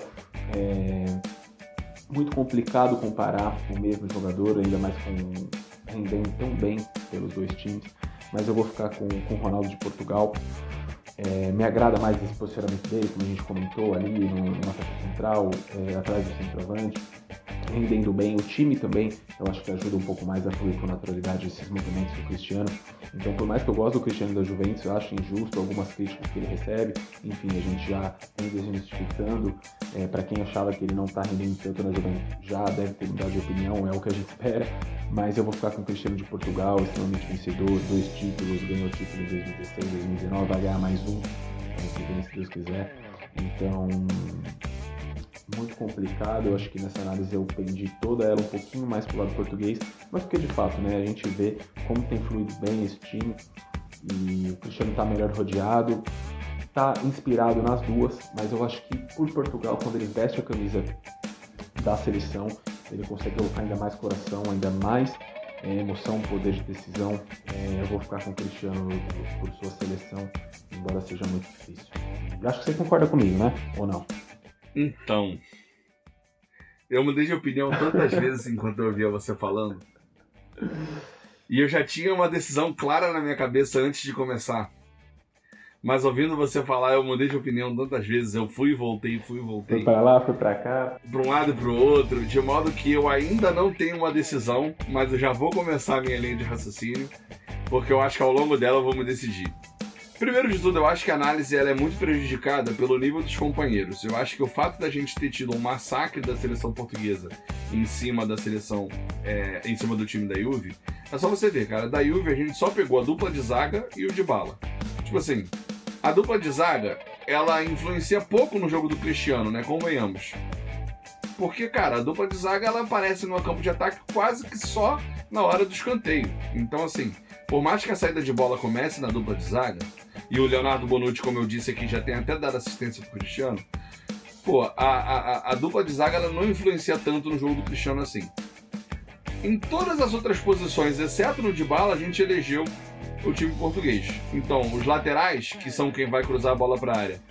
Muito complicado comparar o mesmo jogador, ainda mais rendendo tão bem pelos dois times, mas eu vou ficar com o Ronaldo de Portugal. Me agrada mais esse posicionamento dele, como a gente comentou ali no ataque central, atrás do centroavante, rendendo bem. O time também, eu acho que ajuda um pouco mais a fluir com naturalidade esses movimentos do Cristiano. Então, por mais que eu goste do Cristiano da Juventus, eu acho injusto algumas críticas que ele recebe. Enfim, a gente já vem desmistificando. Para quem achava que ele não está rendendo tanto na Juventus, já deve ter mudado de opinião, é o que a gente espera. Mas eu vou ficar com o Cristiano de Portugal, extremamente vencedor, 2 títulos, ganhou título em 2016, 2019, vai ganhar mais um, se Deus quiser. Então, muito complicado. Eu acho que nessa análise eu pendi toda ela um pouquinho mais pro lado português, mas porque de fato, né, a gente vê como tem fluído bem esse time e o Cristiano tá melhor rodeado, tá inspirado nas duas, mas eu acho que por Portugal, quando ele veste a camisa da seleção, ele consegue colocar ainda mais coração, ainda mais emoção, poder de decisão. Eu vou ficar com o Cristiano por sua seleção, embora seja muito difícil. Eu acho que você concorda comigo, né? Ou não? Então, eu mudei de opinião tantas vezes enquanto eu ouvia você falando. E eu já tinha uma decisão clara na minha cabeça antes de começar. Mas ouvindo você falar, eu mudei de opinião tantas vezes. Eu fui e voltei. Foi pra lá, foi pra cá. Pra um lado e pro outro. De modo que eu ainda não tenho uma decisão, mas eu já vou começar a minha linha de raciocínio, porque eu acho que ao longo dela eu vou me decidir. Primeiro de tudo, eu acho que a análise ela é muito prejudicada pelo nível dos companheiros. Eu acho que o fato da gente ter tido um massacre da seleção portuguesa em cima da seleção, em cima do time da Juve, é só você ver, cara. Da Juve a gente só pegou a dupla de zaga e o Dybala. Tipo assim, a dupla de zaga, ela influencia pouco no jogo do Cristiano, né? Convenhamos. Porque, cara, a dupla de zaga, ela aparece no campo de ataque quase que só na hora do escanteio. Então, assim, por mais que a saída de bola comece na dupla de zaga, e o Leonardo Bonucci, como eu disse aqui, já tem até dado assistência pro Cristiano, pô, a dupla de zaga ela não influencia tanto no jogo do Cristiano assim. Em todas as outras posições, exceto no Dybala, a gente elegeu o time português. Então, os laterais, que são quem vai cruzar a bola para a área,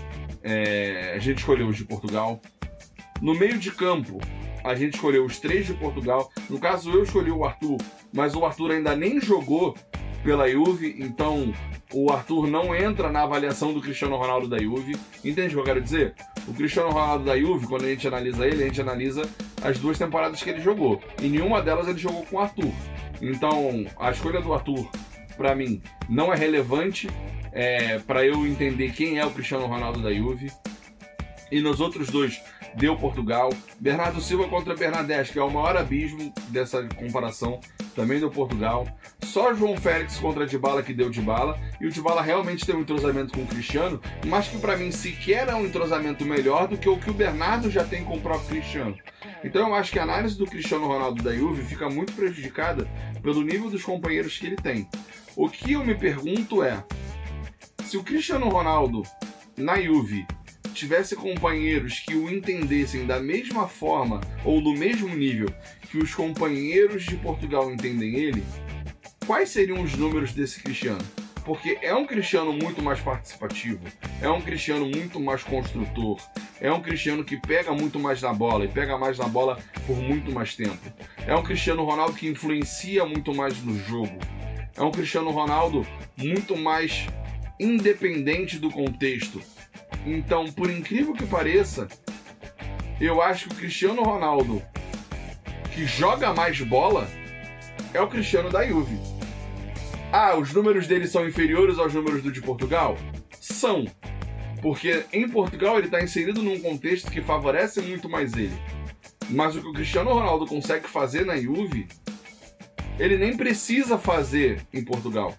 a gente escolheu os de Portugal. No meio de campo, a gente escolheu os 3 de Portugal. No caso, eu escolhi o Arthur, mas o Arthur ainda nem jogou pela Juve, então o Arthur não entra na avaliação do Cristiano Ronaldo da Juve. Entende o que eu quero dizer? O Cristiano Ronaldo da Juve, quando a gente analisa ele, a gente analisa as 2 temporadas que ele jogou. Em nenhuma delas ele jogou com o Arthur. Então, a escolha do Arthur, para mim, não é relevante para eu entender quem é o Cristiano Ronaldo da Juve. E nos outros 2, deu Portugal. Bernardo Silva contra Bernadette, que é o maior abismo dessa comparação, também deu Portugal. Só João Félix contra Dybala, que deu Dybala. E o Dybala realmente tem um entrosamento com o Cristiano, mas que para mim sequer é um entrosamento melhor do que o Bernardo já tem com o próprio Cristiano. Então eu acho que a análise do Cristiano Ronaldo da Juve fica muito prejudicada pelo nível dos companheiros que ele tem. O que eu me pergunto é, se o Cristiano Ronaldo na Juve tivesse companheiros que o entendessem da mesma forma ou no mesmo nível que os companheiros de Portugal entendem ele, quais seriam os números desse Cristiano? Porque é um Cristiano muito mais participativo, é um Cristiano muito mais construtor, é um Cristiano que pega muito mais na bola e pega mais na bola por muito mais tempo. É um Cristiano Ronaldo que influencia muito mais no jogo. É um Cristiano Ronaldo muito mais independente do contexto. Então, por incrível que pareça, eu acho que o Cristiano Ronaldo que joga mais bola é o Cristiano da Juve. Ah, os números dele são inferiores aos números do de Portugal? São. Porque em Portugal ele está inserido num contexto que favorece muito mais ele. Mas o que o Cristiano Ronaldo consegue fazer na Juve, ele nem precisa fazer em Portugal.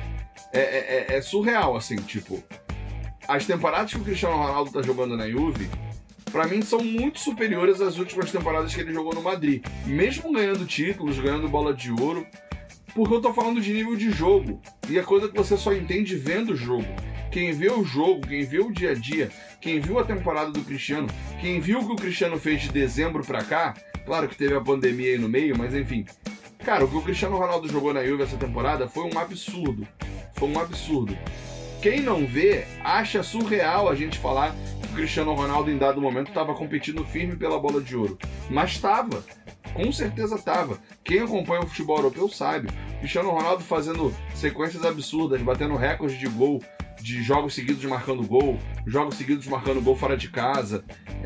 É surreal, assim, tipo... As temporadas que o Cristiano Ronaldo tá jogando na Juve, pra mim, são muito superiores às últimas temporadas que ele jogou no Madrid. Mesmo ganhando títulos, ganhando bola de ouro, Porque eu tô falando de nível de jogo. E é coisa que você só entende vendo o jogo. Quem vê o jogo, quem vê o dia a dia, quem viu a temporada do Cristiano, quem viu o que o Cristiano fez de dezembro pra cá, claro que teve a pandemia aí no meio, mas enfim. Cara, o que o Cristiano Ronaldo jogou na Juve essa temporada foi um absurdo. Foi um absurdo. Quem não vê, acha surreal a gente falar que o Cristiano Ronaldo em dado momento estava competindo firme pela bola de ouro. Mas estava. Com certeza estava. Quem acompanha o futebol europeu sabe. O Cristiano Ronaldo fazendo sequências absurdas, batendo recordes de gol, de jogos seguidos marcando gol, jogos seguidos marcando gol fora de casa.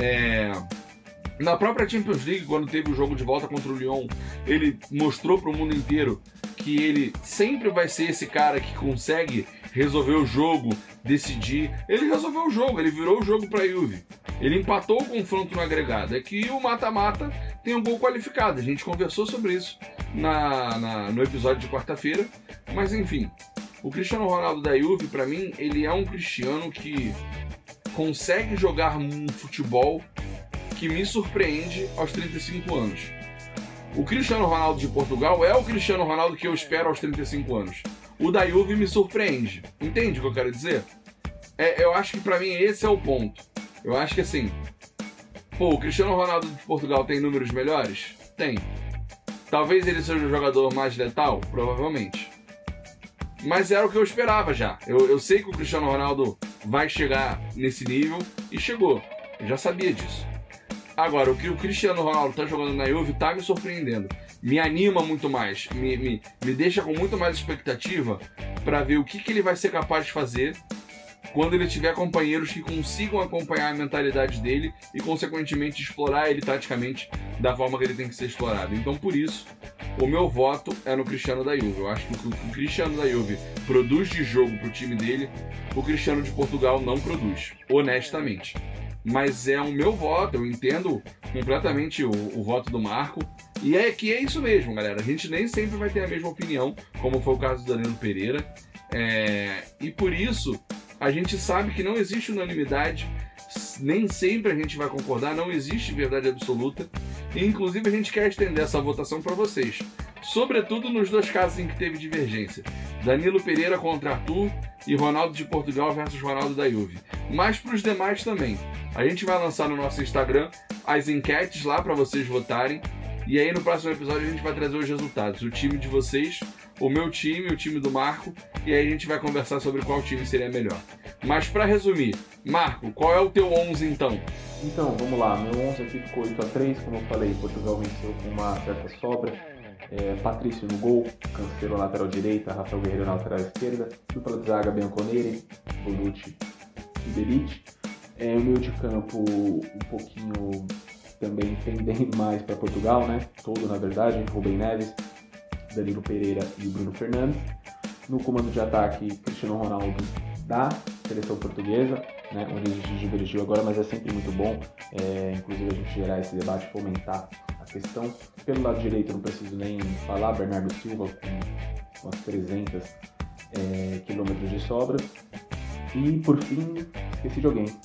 Na própria Champions League, quando teve o jogo de volta contra o Lyon, ele mostrou para o mundo inteiro que ele sempre vai ser esse cara que consegue resolver o jogo, decidir. Ele resolveu o jogo, ele virou o jogo para a Juve. Ele empatou o confronto no agregado. É que o mata-mata tem um gol qualificado. A gente conversou sobre isso no episódio de quarta-feira. Mas enfim, o Cristiano Ronaldo da Juve, para mim, ele é um Cristiano que consegue jogar um futebol que me surpreende aos 35 anos. O Cristiano Ronaldo de Portugal é o Cristiano Ronaldo que eu espero aos 35 anos. O da Juve me surpreende. Entende o que eu quero dizer? Eu acho que pra mim esse é o ponto. Eu acho que assim, o Cristiano Ronaldo de Portugal tem números melhores? Tem. Talvez ele seja o jogador mais letal? Provavelmente. Mas era o que eu esperava já. Eu sei que o Cristiano Ronaldo vai chegar nesse nível e chegou. Eu já sabia disso. Agora, o que o Cristiano Ronaldo tá jogando na Juve tá me surpreendendo. Me anima muito mais. Me deixa com muito mais expectativa para ver o que ele vai ser capaz de fazer quando ele tiver companheiros que consigam acompanhar a mentalidade dele e, consequentemente, explorar ele taticamente da forma que ele tem que ser explorado. Então, por isso, o meu voto é no Cristiano da Juve. Eu acho que o Cristiano da Juve produz de jogo pro time dele, o Cristiano de Portugal não produz, honestamente. Mas é o meu voto, eu entendo completamente o voto do Marco. E é isso mesmo, galera. A gente nem sempre vai ter a mesma opinião, como foi o caso do Danilo Pereira. E por isso, a gente sabe que não existe unanimidade, nem sempre a gente vai concordar, não existe verdade absoluta. E inclusive a gente quer estender essa votação para vocês. Sobretudo nos dois casos em que teve divergência. Danilo Pereira contra Arthur e Ronaldo de Portugal versus Ronaldo da Juve. Mas para os demais também. A gente vai lançar no nosso Instagram as enquetes lá para vocês votarem. E aí no próximo episódio a gente vai trazer os resultados. O time de vocês, o meu time, o time do Marco. E aí a gente vai conversar sobre qual time seria melhor. Mas para resumir, Marco, qual é o teu 11 então? Então, vamos lá. Meu 11 aqui ficou 8-3, como eu falei. Portugal venceu com uma certa sobra. Patrício no gol, Cancelo na lateral direita, Rafael Guerreiro na lateral esquerda, dupla de zaga Bianconeri, Bonucci e Delite. O meio de campo um pouquinho também pendendo mais para Portugal, né? Todo na verdade, Rubem Neves, Danilo Pereira e o Bruno Fernandes. No comando de ataque, Cristiano Ronaldo da seleção portuguesa, né? Onde a gente divergiu agora, mas é sempre muito bom, inclusive a gente gerar esse debate, fomentar a questão. Pelo lado direito, não preciso nem falar, Bernardo Silva com umas 300 quilômetros de sobra. E por fim, esqueci de alguém.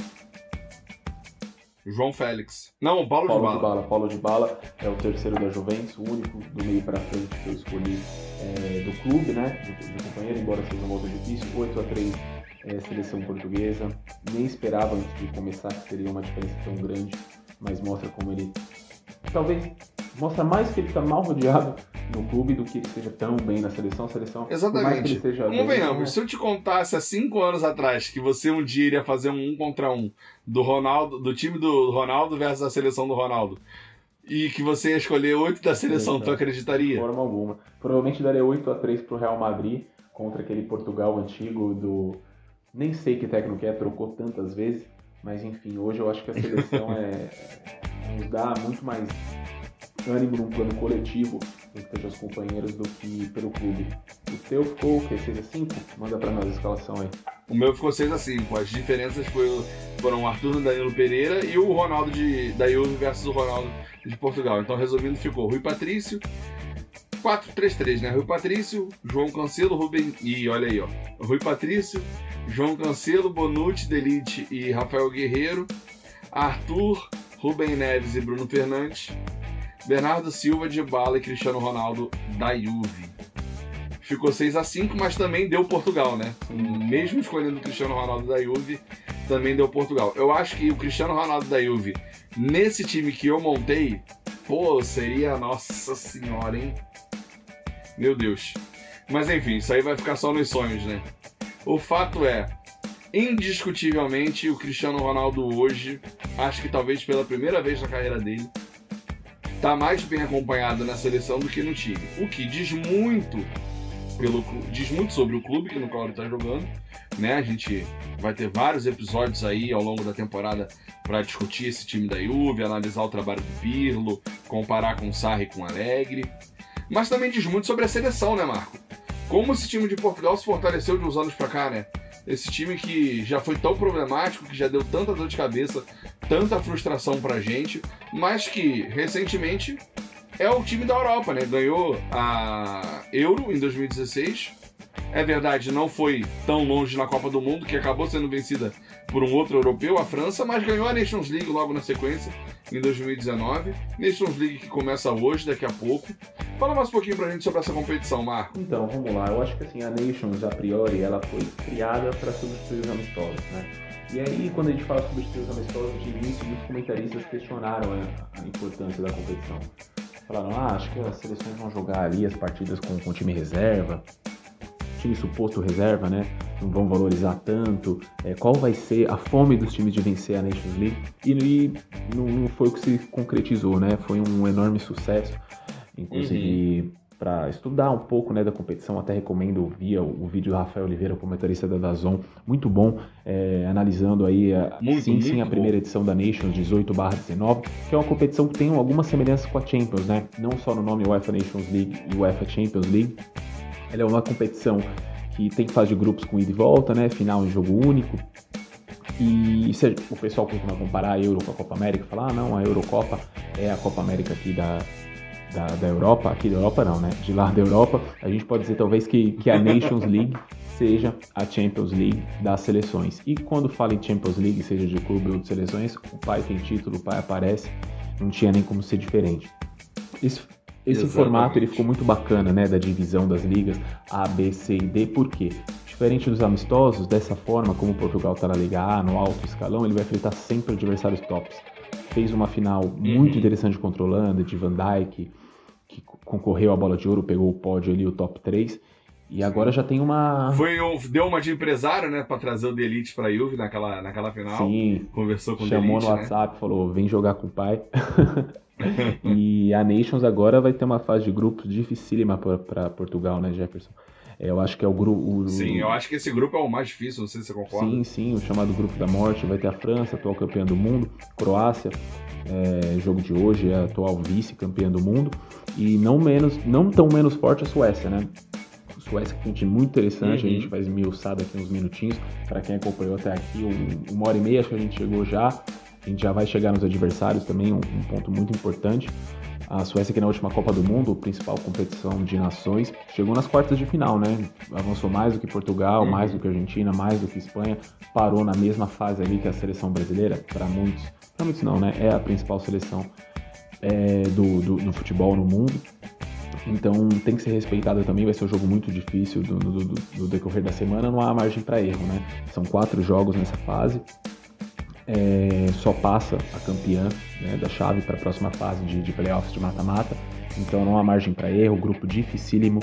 João Félix. Não, Paulo Dybala é o terceiro da Juventus, o único do meio para frente que eu escolhi do clube, né? Do companheiro, embora seja um voto difícil. 8-3 seleção portuguesa. Nem esperava antes de começar que seria uma diferença tão grande, mas mostra como ele talvez mostra mais que ele está mal rodeado no clube do que ele esteja tão bem na seleção. Exatamente. Convenhamos, né? Se eu te contasse há 5 anos atrás que você um dia iria fazer um 1 contra 1 do Ronaldo, do time do Ronaldo versus a seleção do Ronaldo, e que você ia escolher 8 da seleção, tu acreditaria? De forma alguma. Provavelmente daria 8-3 pro Real Madrid contra aquele Portugal antigo do... Nem sei que técnico trocou tantas vezes, mas enfim, hoje eu acho que a seleção nos dá muito mais ânimo num plano coletivo entre os companheiros do que pelo clube. O teu ficou o quê? 6-5? Manda pra nós a escalação aí. O meu ficou 6-5. As diferenças foram o Arthur no Danilo Pereira e o Ronaldo da Juve versus o Ronaldo de Portugal. Então, resumindo, ficou Rui Patrício, 4-3-3, né? Rui Patrício, João Cancelo, Rubem... E olha aí, ó. Rui Patrício, João Cancelo, Bonucci, Delite e Rafael Guerreiro, Arthur, Rubem Neves e Bruno Fernandes, Bernardo Silva, Dybala e Cristiano Ronaldo da Juve. ficou 6-5, mas também deu Portugal, né? Mesmo escolhendo o Cristiano Ronaldo da Juve, também deu Portugal. Eu acho que o Cristiano Ronaldo da Juve, nesse time que eu montei, pô, seria... Nossa senhora, hein? Meu Deus. Mas enfim, isso aí vai ficar só nos sonhos, né? O fato é, indiscutivelmente, o Cristiano Ronaldo hoje, acho que talvez pela primeira vez na carreira dele, tá mais bem acompanhado na seleção do que no time. O que diz muito sobre o clube no qual ele tá jogando, né? A gente vai ter vários episódios aí ao longo da temporada para discutir esse time da Juve, analisar o trabalho do Pirlo, comparar com o Sarri e com o Allegri. Mas também diz muito sobre a seleção, né, Marco? Como esse time de Portugal se fortaleceu de uns anos pra cá, né? Esse time que já foi tão problemático, que já deu tanta dor de cabeça, tanta frustração pra gente, mas que recentemente é o time da Europa, né? Ganhou a Euro em 2016. É verdade, não foi tão longe na Copa do Mundo, que acabou sendo vencida por um outro europeu, a França, mas ganhou a Nations League logo na sequência, em 2019. Nations League que começa hoje, daqui a pouco. Fala mais um pouquinho pra gente sobre essa competição, Marco. Então, vamos lá. Eu acho que assim, a Nations, a priori, ela foi criada para substituir os amistosos, né? E aí, quando a gente fala substituir os amistosos, de início, muitos comentaristas questionaram a importância da competição. Falaram, acho que as seleções vão jogar ali as partidas com o time reserva, time suposto reserva, né? Não vão valorizar tanto. Qual vai ser a fome dos times de vencer a Nations League? E não foi o que se concretizou, né? Foi um enorme sucesso. Inclusive, para estudar um pouco, né, da competição, até recomendo ouvir o vídeo do Rafael Oliveira, comentarista da DAZN, muito bom, analisando aí a primeira edição da Nations 18/19, que é uma competição que tem algumas semelhanças com a Champions, né? Não só no nome UEFA Nations League e UEFA Champions League. Ela é uma competição que tem fase de grupos com ida e volta, né? Final em jogo único. E o pessoal costuma comparar a Euro com a Copa América, falar, não, a Eurocopa é a Copa América aqui da Europa, aqui da Europa não, né? De lá da Europa, a gente pode dizer talvez que a Nations League seja a Champions League das seleções. E quando fala em Champions League, seja de clube ou de seleções, o pai tem título, o pai aparece, não tinha nem como ser diferente. Esse formato ele ficou muito bacana, né, da divisão das ligas A, B, C e D, por quê? Diferente dos amistosos, dessa forma, como Portugal está na Liga A, no alto escalão, ele vai enfrentar sempre adversários tops. Fez uma final muito interessante contra a Holanda, de Van Dijk, que concorreu à bola de ouro, pegou o pódio ali, o top 3, e agora já tem uma... Deu uma de empresário, né, pra trazer o De Ligt pra Juve naquela final. Sim, conversou com o chamou De Ligt, no WhatsApp, falou, vem jogar com o pai. E a Nations agora vai ter uma fase de grupos dificílima para Portugal, né, Jefferson? Eu acho que é o grupo... Sim, eu acho que esse grupo é o mais difícil, não sei se você concorda. Sim, o chamado grupo da morte. Vai ter a França, atual campeã do mundo, Croácia, jogo de hoje, é a atual vice-campeã do mundo, e não tão menos forte a Suécia, né? A Suécia que tem um time muito interessante, a gente vai esmiuçar daqui uns minutinhos, para quem acompanhou até aqui, 1h30 acho que a gente chegou já. A gente já vai chegar nos adversários também, um ponto muito importante. A Suécia, que na última Copa do Mundo, principal competição de nações, chegou nas quartas de final, né? Avançou mais do que Portugal, mais do que Argentina, mais do que Espanha. Parou na mesma fase ali que a seleção brasileira. Para muitos não, né? É a principal seleção do futebol no mundo. Então tem que ser respeitada também, vai ser um jogo muito difícil do decorrer da semana, não há margem para erro, né? São 4 jogos nessa fase. Só passa a campeã, né, da chave para a próxima fase de playoffs de mata-mata, então não há margem para erro, grupo dificílimo,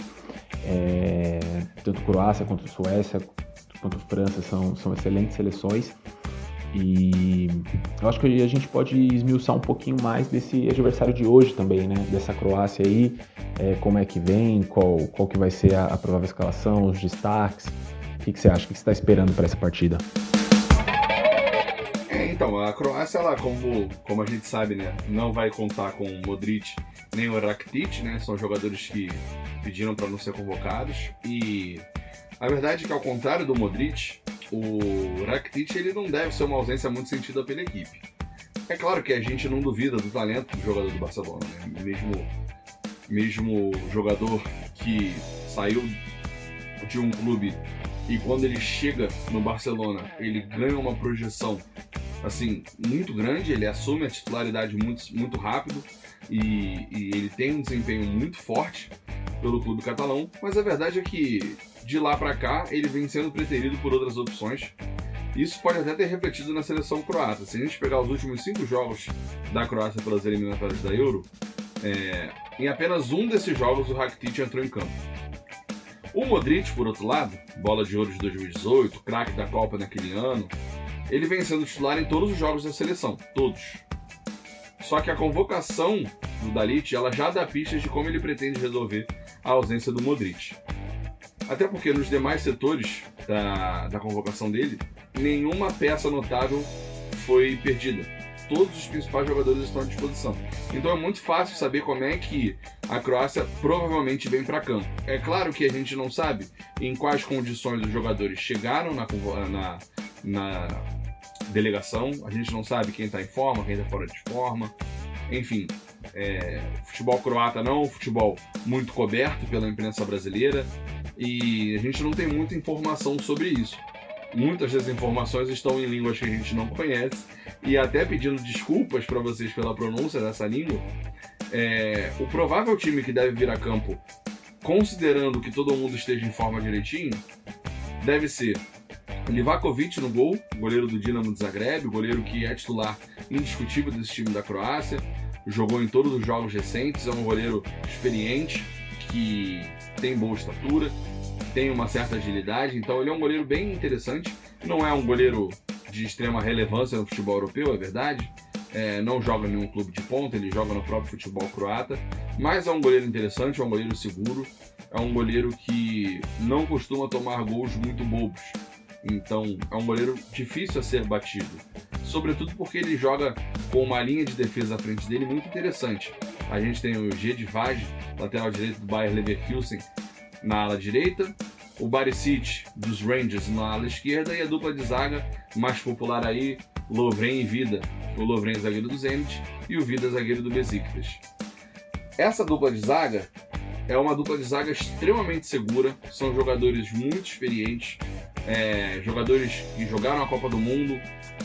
tanto Croácia quanto Suécia quanto França são excelentes seleções, e eu acho que a gente pode esmiuçar um pouquinho mais desse adversário de hoje também, né, dessa Croácia aí, como é que vem, qual que vai ser a provável escalação, os destaques, o que você acha, o que você está esperando para essa partida? Então, a Croácia, ela, como a gente sabe, né, não vai contar com o Modric nem o Rakitic, né, são jogadores que pediram para não ser convocados, e a verdade é que, ao contrário do Modric, o Rakitic ele não deve ser uma ausência muito sentida pela equipe. É claro que a gente não duvida do talento do jogador do Barcelona, né, mesmo jogador que saiu de um clube e quando ele chega no Barcelona, ele ganha uma projeção assim, muito grande, ele assume a titularidade muito rápido e ele tem um desempenho muito forte. pelo clube catalão, mas a verdade é que de lá para cá ele vem sendo preterido por outras opções. Isso pode até ter refletido na seleção croata. Se a gente pegar os últimos 5 jogos da Croácia pelas eliminatórias da Euro, em apenas um desses jogos o Rakitic entrou em campo. O Modric, por outro lado, bola de ouro de 2018, craque da Copa naquele ano, ele vem sendo titular em todos os jogos da seleção, todos. Só que a convocação do Dalic, ela já dá pistas de como ele pretende resolver a ausência do Modric. Até porque nos demais setores da convocação dele, nenhuma peça notável foi perdida. Todos os principais jogadores estão à disposição. Então é muito fácil saber como é que a Croácia provavelmente vem para campo. É claro que a gente não sabe em quais condições os jogadores chegaram na delegação, a gente não sabe quem está em forma, quem está fora de forma, enfim. Futebol croata não é um futebol muito coberto pela imprensa brasileira e a gente não tem muita informação sobre isso. Muitas das informações estão em línguas que a gente não conhece e até pedindo desculpas para vocês pela pronúncia dessa língua, o provável time que deve vir a campo, considerando que todo mundo esteja em forma direitinho, deve ser Livakovic no gol, goleiro do Dinamo de Zagreb, goleiro que é titular indiscutível desse time da Croácia, jogou em todos os jogos recentes, é um goleiro experiente, que tem boa estatura, tem uma certa agilidade, então ele é um goleiro bem interessante. Não é um goleiro de extrema relevância no futebol europeu, é verdade, não joga em nenhum clube de ponta, ele joga no próprio futebol croata, mas é um goleiro interessante, é um goleiro seguro, é um goleiro que não costuma tomar gols muito bobos. Então é um goleiro difícil a ser batido, sobretudo porque ele joga com uma linha de defesa à frente dele muito interessante. A gente tem o Gedvaj, lateral direito do Bayer Leverkusen, na ala direita, o Barisic dos Rangers na ala esquerda e a dupla de zaga mais popular aí, Lovren e Vida. O Lovren zagueiro do Zenit e o Vida zagueiro do Besiktas. Essa dupla de zaga é uma dupla de zaga extremamente segura, são jogadores muito experientes, jogadores que jogaram a Copa do Mundo,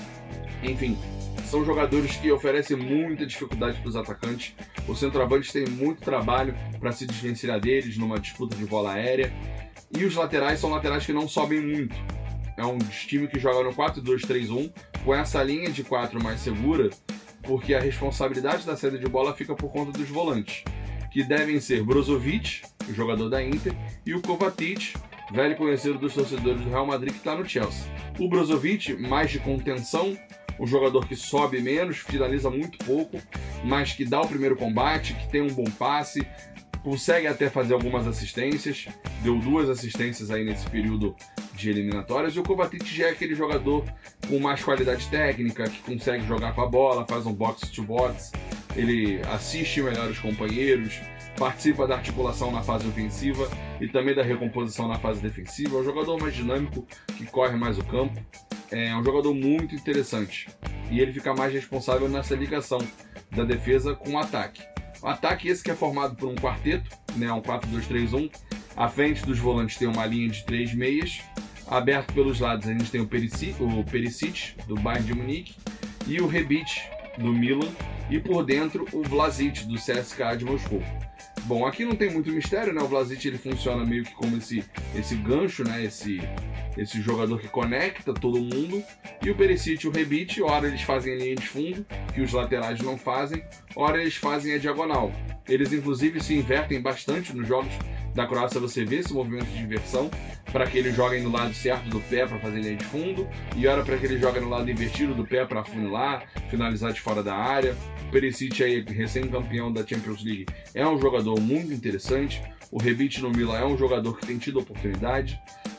enfim, são jogadores que oferecem muita dificuldade para os atacantes. Os centroavantes têm muito trabalho para se desvencilhar deles numa disputa de bola aérea. E os laterais são laterais que não sobem muito. É um time que joga no 4-2-3-1, com essa linha de 4 mais segura, porque a responsabilidade da saída de bola fica por conta dos volantes, que devem ser Brozovic, o jogador da Inter, e o Kovacic, velho conhecido dos torcedores do Real Madrid, que está no Chelsea. O Brozovic, mais de contenção, um jogador que sobe menos, finaliza muito pouco, mas que dá o primeiro combate, que tem um bom passe, consegue até fazer algumas assistências, deu 2 assistências aí nesse período de eliminatórias, e o Kovacic já é aquele jogador com mais qualidade técnica, que consegue jogar com a bola, faz um box-to-box, ele assiste melhor os companheiros, participa da articulação na fase ofensiva e também da recomposição na fase defensiva, é um jogador mais dinâmico, que corre mais o campo, é um jogador muito interessante, e ele fica mais responsável nessa ligação da defesa com o ataque. O ataque esse que é formado por um quarteto, né, um 4-2-3-1, à frente dos volantes tem uma linha de 3 meias, aberto pelos lados a gente tem o Perisic, do Bayern de Munique, e o Rebic, do Milan, e por dentro o Vlasic, do CSKA de Moscou. Bom, aqui não tem muito mistério, né? O Vlasic ele funciona meio que como esse gancho, né? Esse jogador que conecta todo mundo. E o Perisic e o Rebic, ora eles fazem a linha de fundo, que os laterais não fazem, ora eles fazem a diagonal. Eles inclusive se invertem bastante nos jogos da Croácia, você vê esse movimento de inversão, para que eles joguem no lado certo do pé para fazer linha de fundo, e ora para que eles joguem no lado invertido do pé para afunilar, finalizar de fora da área. O Perisic aí, recém-campeão da Champions League, é um jogador muito interessante. O Rebic no Milan é um jogador que tem tido oportunidade.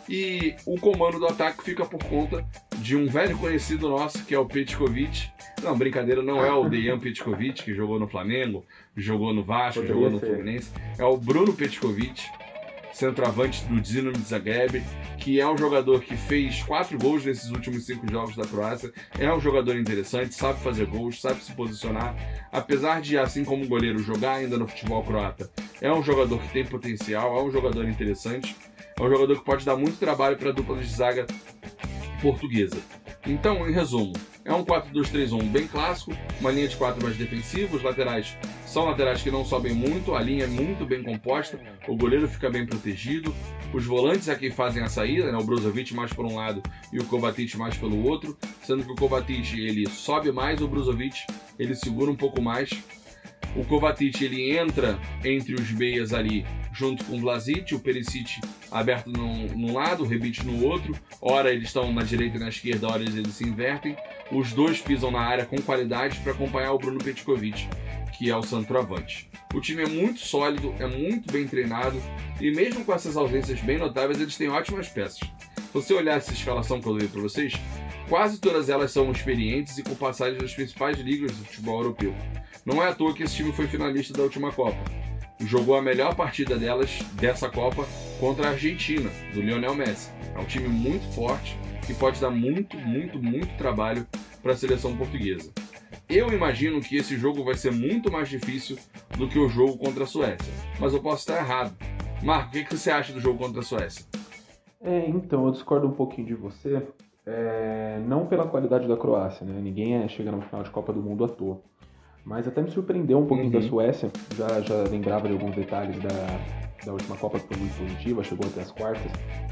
E o comando do ataque fica por conta de um velho conhecido nosso, que é o Petkovic. Não, brincadeira, não é o Dejan Petkovic, que jogou no Flamengo, jogou no Vasco, jogou no Fluminense. É o Bruno Petkovic, centroavante do Dinamo de Zagreb, que é um jogador que fez 4 gols nesses últimos 5 jogos da Croácia. É um jogador interessante, sabe fazer gols, sabe se posicionar. Apesar de, assim como o goleiro, jogar ainda no futebol croata, é um jogador que tem potencial, é um jogador interessante. É um jogador que pode dar muito trabalho para a dupla de zaga portuguesa. Então, em resumo, é um 4-2-3-1 bem clássico, uma linha de 4 mais defensiva, os laterais São laterais que não sobem muito, a linha é muito bem composta, o goleiro fica bem protegido, os volantes é quem fazem a saída, né? O Brozovic mais por um lado e o Kovacic mais pelo outro, sendo que o Kovacic ele sobe mais, o Brozovic ele segura um pouco mais. O Kovacic ele entra entre os meias ali, junto com o Vlasic, o Perisic aberto num lado, o Rebic no outro. Ora eles estão na direita e na esquerda, ora eles se invertem. Os dois pisam na área com qualidade para acompanhar o Bruno Petkovic, que é o centroavante. O time é muito sólido, é muito bem treinado e mesmo com essas ausências bem notáveis, eles têm ótimas peças. Se você olhar essa escalação que eu dei para vocês, quase todas elas são experientes e com passagens das principais ligas do futebol europeu. Não é à toa que esse time foi finalista da última Copa. Jogou a melhor partida dessa Copa contra a Argentina, do Lionel Messi. É um time muito forte que pode dar muito trabalho para a seleção portuguesa. Eu imagino que esse jogo vai ser muito mais difícil do que o jogo contra a Suécia, mas eu posso estar errado. Marco, o que você acha do jogo contra a Suécia? Então, eu discordo um pouquinho de você, não pela qualidade da Croácia, né? Ninguém chega no final de Copa do Mundo à toa. Mas até me surpreendeu um pouquinho da Suécia, já lembrava de alguns detalhes da última Copa que foi muito positiva, chegou até as quartas,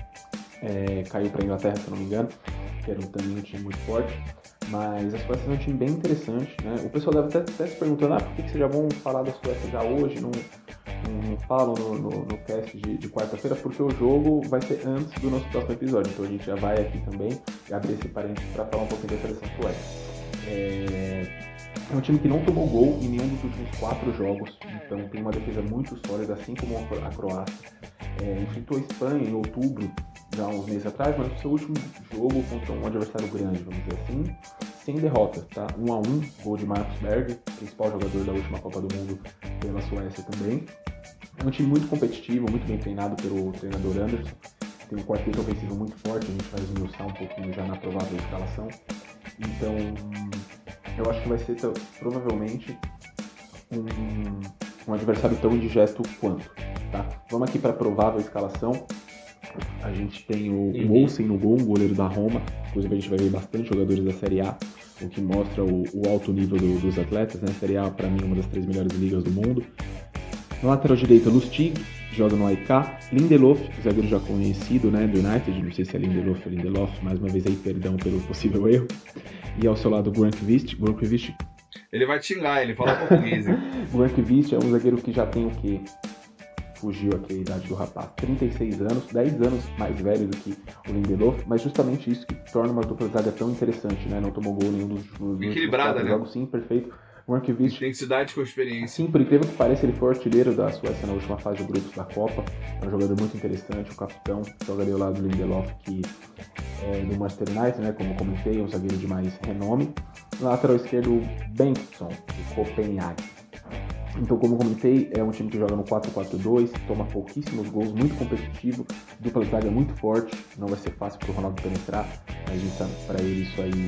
caiu para a Inglaterra, se não me engano, que era também um time muito forte, mas a Suécia é um time bem interessante, né? O pessoal deve até se perguntando, por que vocês já vão falar da Suécia já hoje, não falam no cast de quarta-feira, porque o jogo vai ser antes do nosso próximo episódio, então a gente já vai aqui também abrir esse parênteses para falar um pouquinho da seleção sueca. É um time que não tomou gol em nenhum dos últimos 4 jogos, então tem uma defesa muito sólida, assim como a Croácia. Enfrentou a Espanha em outubro, já uns meses atrás, mas no seu último jogo contra um adversário grande, vamos dizer assim, sem derrota, tá? 1-1, gol de Marcus Berg, principal jogador da última Copa do Mundo pela Suécia também. É um time muito competitivo, muito bem treinado pelo treinador Anderson. Tem um quarteto ofensivo muito forte, a gente vai esmiuçar um pouquinho já na provável escalação. Então, eu acho que vai ser provavelmente um adversário tão indigesto quanto, tá? Vamos aqui para a provável escalação. A gente tem o Olsen no gol, um goleiro da Roma. Inclusive a gente vai ver bastante jogadores da Série A, o que mostra o alto nível dos atletas, né? A Série A, para mim, é uma das 3 melhores ligas do mundo. No lateral direito, Lustig, joga no AEK. Lindelof, zagueiro já conhecido, né, do United, não sei se é Lindelof ou Lindelof, mais uma vez aí, perdão pelo possível erro. E ao seu lado, Grunkvist. Ele vai te xingar, ele fala português, hein? Grunkvist é um zagueiro que já tem o quê? Fugiu aqui a idade do rapaz. 36 anos, 10 anos mais velho do que o Lindelof, mas justamente isso que torna uma dupla de zaga tão interessante, né? Não tomou gol nenhum dos equilibrada, né? Jogos, sim, perfeito. Grunkvist, intensidade com experiência. Sim, por incrível que pareça, ele foi artilheiro da Suécia na última fase de grupos da Copa. É um jogador muito interessante, o capitão, jogaria ao lado do Lindelof, que é do Manchester United, né? Como eu comentei, é um zagueiro de mais renome. No lateral esquerdo, Bengtsson, do Copenhague. Então, como eu comentei, é um time que joga no 4-4-2, toma pouquíssimos gols, muito competitivo, dupla de zaga muito forte, não vai ser fácil para o Ronaldo penetrar, a gente sabe que para ele isso aí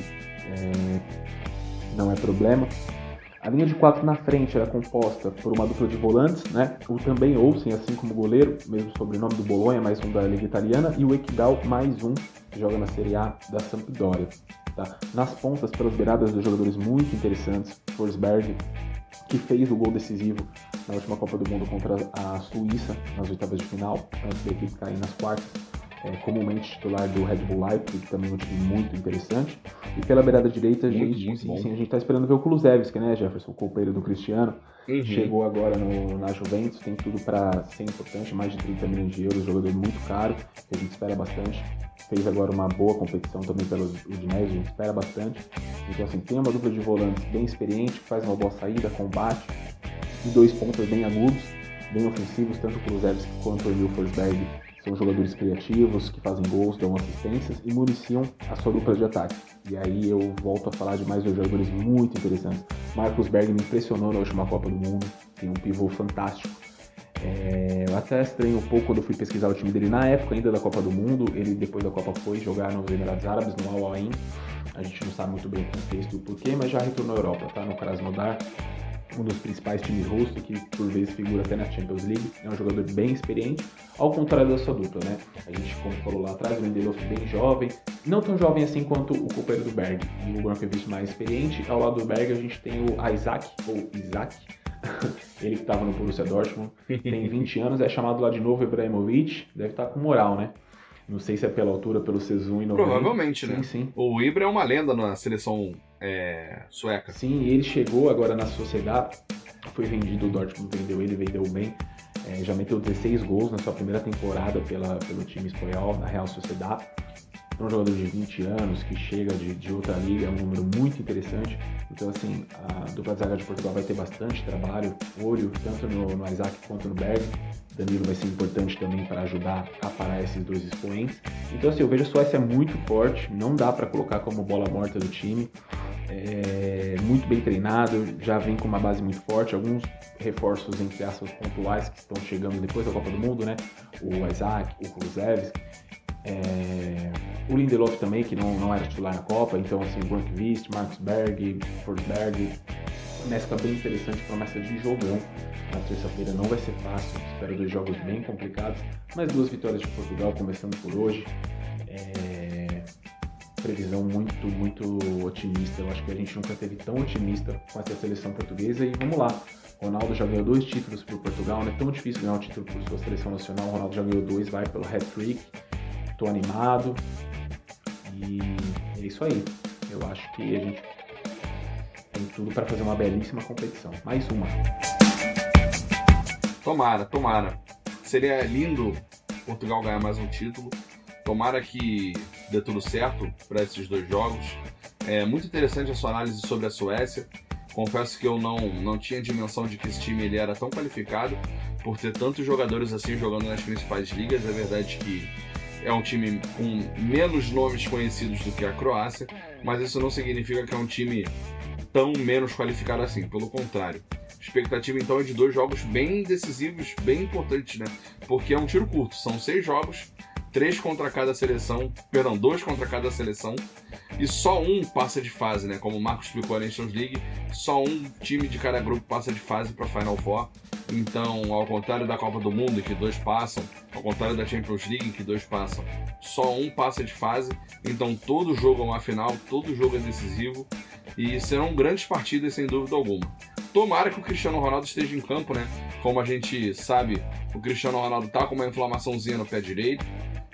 não é problema. A linha de 4 na frente era composta por uma dupla de volantes, né? O também Olsen, assim como o goleiro, mesmo sobrenome do Bolonha, mais um da Liga Italiana, e o Ekdal, mais um, que joga na Série A da Sampdoria. Tá? Nas pontas, pelas beiradas, dos jogadores muito interessantes, Forsberg, que fez o gol decisivo na última Copa do Mundo contra a Suíça, nas oitavas de final, antes da equipe cair nas quartas. Comumente titular do Red Bull Leipzig, que também é um time muito interessante. E pela beirada direita, a gente está esperando ver o Kulusevski, né, Jefferson, o companheiro do Cristiano. Chegou agora na Juventus, tem tudo para ser importante, mais de 30 milhões de euros, jogador muito caro, que a gente espera bastante. Fez agora uma boa competição também pelo Udinese, a gente espera bastante. Então, assim, tem uma dupla de volantes bem experiente, que faz uma boa saída, combate, e 2 pontas bem agudos, bem ofensivos, tanto o Kulusevski quanto o Emil Forsberg. São jogadores criativos, que fazem gols, dão assistências e municiam a sua dupla de ataque. E aí eu volto a falar de mais 2 jogadores muito interessantes. Marcus Berg me impressionou na última Copa do Mundo, tem um pivô fantástico. Eu até estranho um pouco quando eu fui pesquisar o time dele na época ainda da Copa do Mundo. Ele depois da Copa foi jogar nos Emirados Árabes, no Al Ain. A gente não sabe muito bem o contexto e o porquê, mas já retornou à Europa, tá? No Krasnodar, um dos principais times russos, que por vezes figura até na Champions League. É um jogador bem experiente, ao contrário da sua dupla, né? A gente, como falou lá atrás, o Lindelof bem jovem, não tão jovem assim quanto o companheiro do Berg, e o Grunkvist mais experiente. Ao lado do Berg a gente tem o Isaac, Ele que estava no Borussia Dortmund, tem 20 anos, é chamado lá de novo Ibrahimovic, deve estar com moral, né? Não sei se é pela altura, pelo C1 e 90. Provavelmente, né? Sim. O Ibra é uma lenda na seleção sueca. Sim, ele chegou agora na Sociedade, foi vendido, o Dortmund vendeu bem. Já meteu 16 gols na sua primeira temporada pelo time espanhol, na Real Sociedad. Para um jogador de 20 anos que chega de outra liga, é um número muito interessante. Então, assim, a dupla de zaga de Portugal vai ter bastante trabalho, olho, tanto no Isaac quanto no Berg. Danilo vai ser importante também para ajudar a parar esses dois expoentes. Então, assim, eu vejo a Suécia muito forte, não dá para colocar como bola morta do time. Muito bem treinado, já vem com uma base muito forte, alguns reforços, entre aspas, pontuais que estão chegando depois da Copa do Mundo, né? O Isaac, o Kulusevski, o Lindelof também, que não era titular na Copa, então assim, o Brunqvist, Marcus Berg, Forsberg, mescla bem interessante, promessa de jogão. Na terça-feira não vai ser fácil, espero 2 jogos bem complicados, mas 2 vitórias de Portugal, começando por hoje. Previsão muito otimista, eu acho que a gente nunca teve tão otimista com essa seleção portuguesa e vamos lá. Ronaldo já ganhou 2 títulos por Portugal, não é tão difícil ganhar um título por sua seleção nacional, o Ronaldo já ganhou 2, vai pelo hat-trick, tô animado e é isso aí. Eu acho que a gente tem tudo para fazer uma belíssima competição, mais uma. Tomara. Seria lindo Portugal ganhar mais um título. Tomara que dê tudo certo para esses 2 jogos. É muito interessante a sua análise sobre a Suécia. Confesso que eu não tinha dimensão de que esse time ele era tão qualificado por ter tantos jogadores assim jogando nas principais ligas. É verdade que é um time com menos nomes conhecidos do que a Croácia, mas isso não significa que é um time tão menos qualificado assim. Pelo contrário. A expectativa então é de 2 jogos bem decisivos, bem importantes, né? Porque é um tiro curto, são 6 jogos. 2 contra cada seleção, e só um passa de fase, né? Como o Marcos explicou na Nations League, só um time de cada grupo passa de fase para Final Four. Então, ao contrário da Copa do Mundo, em que 2 passam, ao contrário da Champions League, em que 2 passam, só um passa de fase. Então, todo jogo é uma final, todo jogo é decisivo, e serão grandes partidas, sem dúvida alguma. Tomara que o Cristiano Ronaldo esteja em campo, né? Como a gente sabe, o Cristiano Ronaldo tá com uma inflamaçãozinha no pé direito.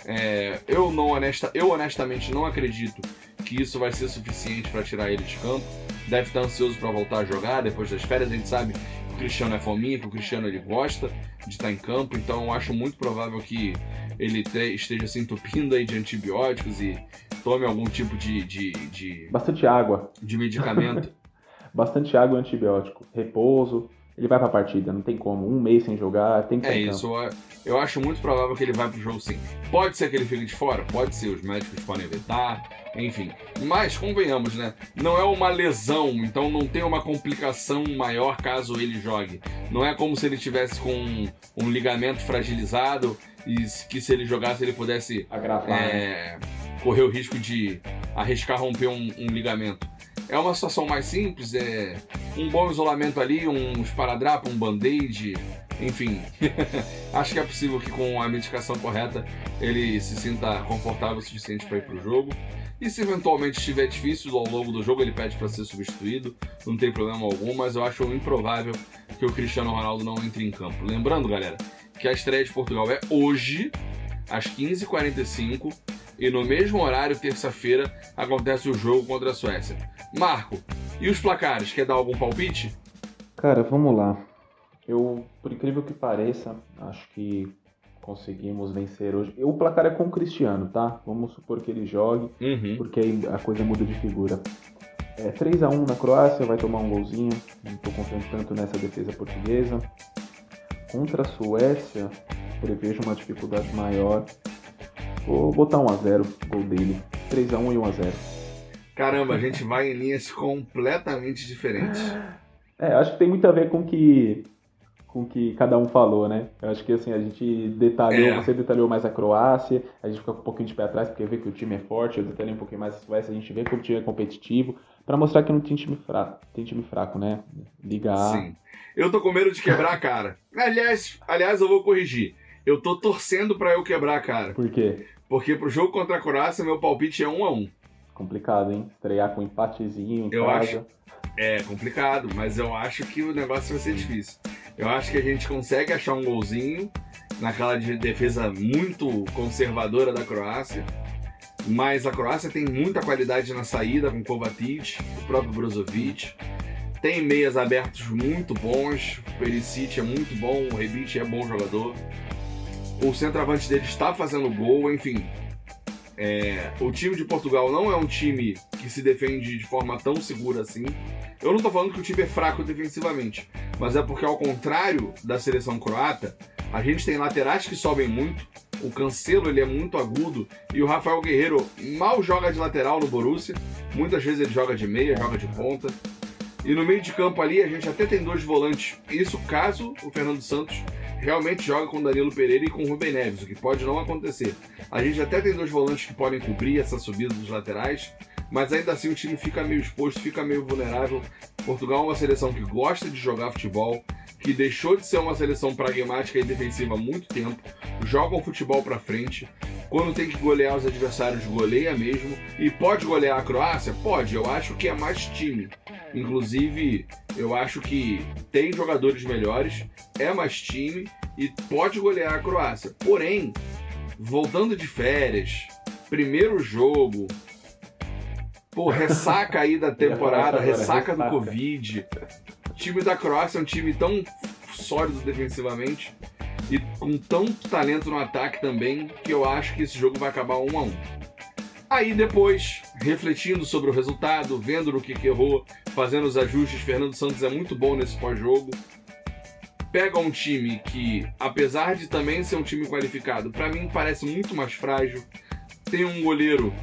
Eu honestamente não acredito que isso vai ser suficiente para tirar ele de campo. Deve estar ansioso para voltar a jogar depois das férias. A gente sabe que o Cristiano é fominha, que o Cristiano ele gosta de estar em campo, então eu acho muito provável que ele esteja se entupindo aí de antibióticos e tome algum tipo de bastante água, de medicamento. Bastante água e antibiótico, repouso. Ele vai pra partida, não tem como. 1 mês sem jogar, tem que estar em campo. Eu acho muito provável que ele vai pro jogo sim. Pode ser que ele fique de fora? Pode ser, os médicos podem vetar, enfim. Mas, convenhamos, né? Não é uma lesão, então não tem uma complicação maior caso ele jogue. Não é como se ele tivesse com um ligamento fragilizado e que se ele jogasse ele pudesse correr o risco de arriscar romper um ligamento. É uma situação mais simples, um bom isolamento ali, um esparadrapo, um band-aid, enfim. Acho que é possível que com a medicação correta ele se sinta confortável o suficiente para ir para o jogo. E se eventualmente estiver difícil ao longo do jogo, ele pede para ser substituído, não tem problema algum, mas eu acho improvável que o Cristiano Ronaldo não entre em campo. Lembrando, galera, que a estreia de Portugal é hoje, às 15h45, e no mesmo horário, terça-feira, acontece o jogo contra a Suécia. Marco, e os placares? Quer dar algum palpite? Cara, vamos lá. Eu, por incrível que pareça, acho que conseguimos vencer hoje. O placar é com o Cristiano, tá? Vamos supor que ele jogue, porque aí a coisa muda de figura. 3-1 na Croácia, vai tomar um golzinho. Não tô confiando tanto nessa defesa portuguesa. Contra a Suécia, prevejo uma dificuldade maior. Vou botar 1-0, gol dele. 3-1 e 1-0. Caramba, a gente vai em linhas completamente diferentes. Acho que tem muito a ver com o que cada um falou, né? Eu acho que assim, a gente detalhou, você detalhou mais a Croácia, a gente fica com um pouquinho de pé atrás porque vê que o time é forte, eu detalhei um pouquinho mais a Suécia, a gente vê que o time é competitivo, pra mostrar que não tem time fraco, né? Liga A. Sim. Eu tô com medo de quebrar a cara. Aliás, eu vou corrigir. Eu tô torcendo pra eu quebrar a cara. Por quê? Porque pro jogo contra a Croácia, meu palpite é 1-1. Complicado, hein? Estrear com um empatezinho em casa. É complicado, mas eu acho que o negócio vai ser difícil. Eu acho que a gente consegue achar um golzinho naquela defesa muito conservadora da Croácia, mas a Croácia tem muita qualidade na saída com Kovacic, o próprio Brozovic. Tem meias abertos muito bons, o Perisic é muito bom, o Rebic é bom jogador. O centroavante dele está fazendo gol, enfim. O time de Portugal não é um time que se defende de forma tão segura assim. Eu não estou falando que o time é fraco defensivamente, mas é porque, ao contrário da seleção croata, a gente tem laterais que sobem muito, o Cancelo ele é muito agudo e o Rafael Guerreiro mal joga de lateral no Borussia, muitas vezes ele joga de meia, joga de ponta. E no meio de campo ali a gente até tem 2 volantes, isso caso o Fernando Santos realmente joga com Danilo Pereira e com Rubem Neves, o que pode não acontecer. A gente até tem 2 volantes que podem cobrir essa subida dos laterais, mas ainda assim o time fica meio exposto, fica meio vulnerável. Portugal é uma seleção que gosta de jogar futebol, que deixou de ser uma seleção pragmática e defensiva há muito tempo, joga o futebol pra frente. Quando tem que golear os adversários, goleia mesmo. E pode golear a Croácia? Pode, eu acho que é mais time. Inclusive, eu acho que tem jogadores melhores, é mais time e pode golear a Croácia. Porém, voltando de férias, primeiro jogo, ressaca aí da temporada, ressaca do Covid. O time da Croácia é um time tão sólido defensivamente e com tanto talento no ataque também, que eu acho que esse jogo vai acabar 1-1. Aí depois, refletindo sobre o resultado, vendo no que errou, fazendo os ajustes, Fernando Santos é muito bom nesse pós-jogo. Pega um time que, apesar de também ser um time qualificado, para mim parece muito mais frágil. Tem um goleiro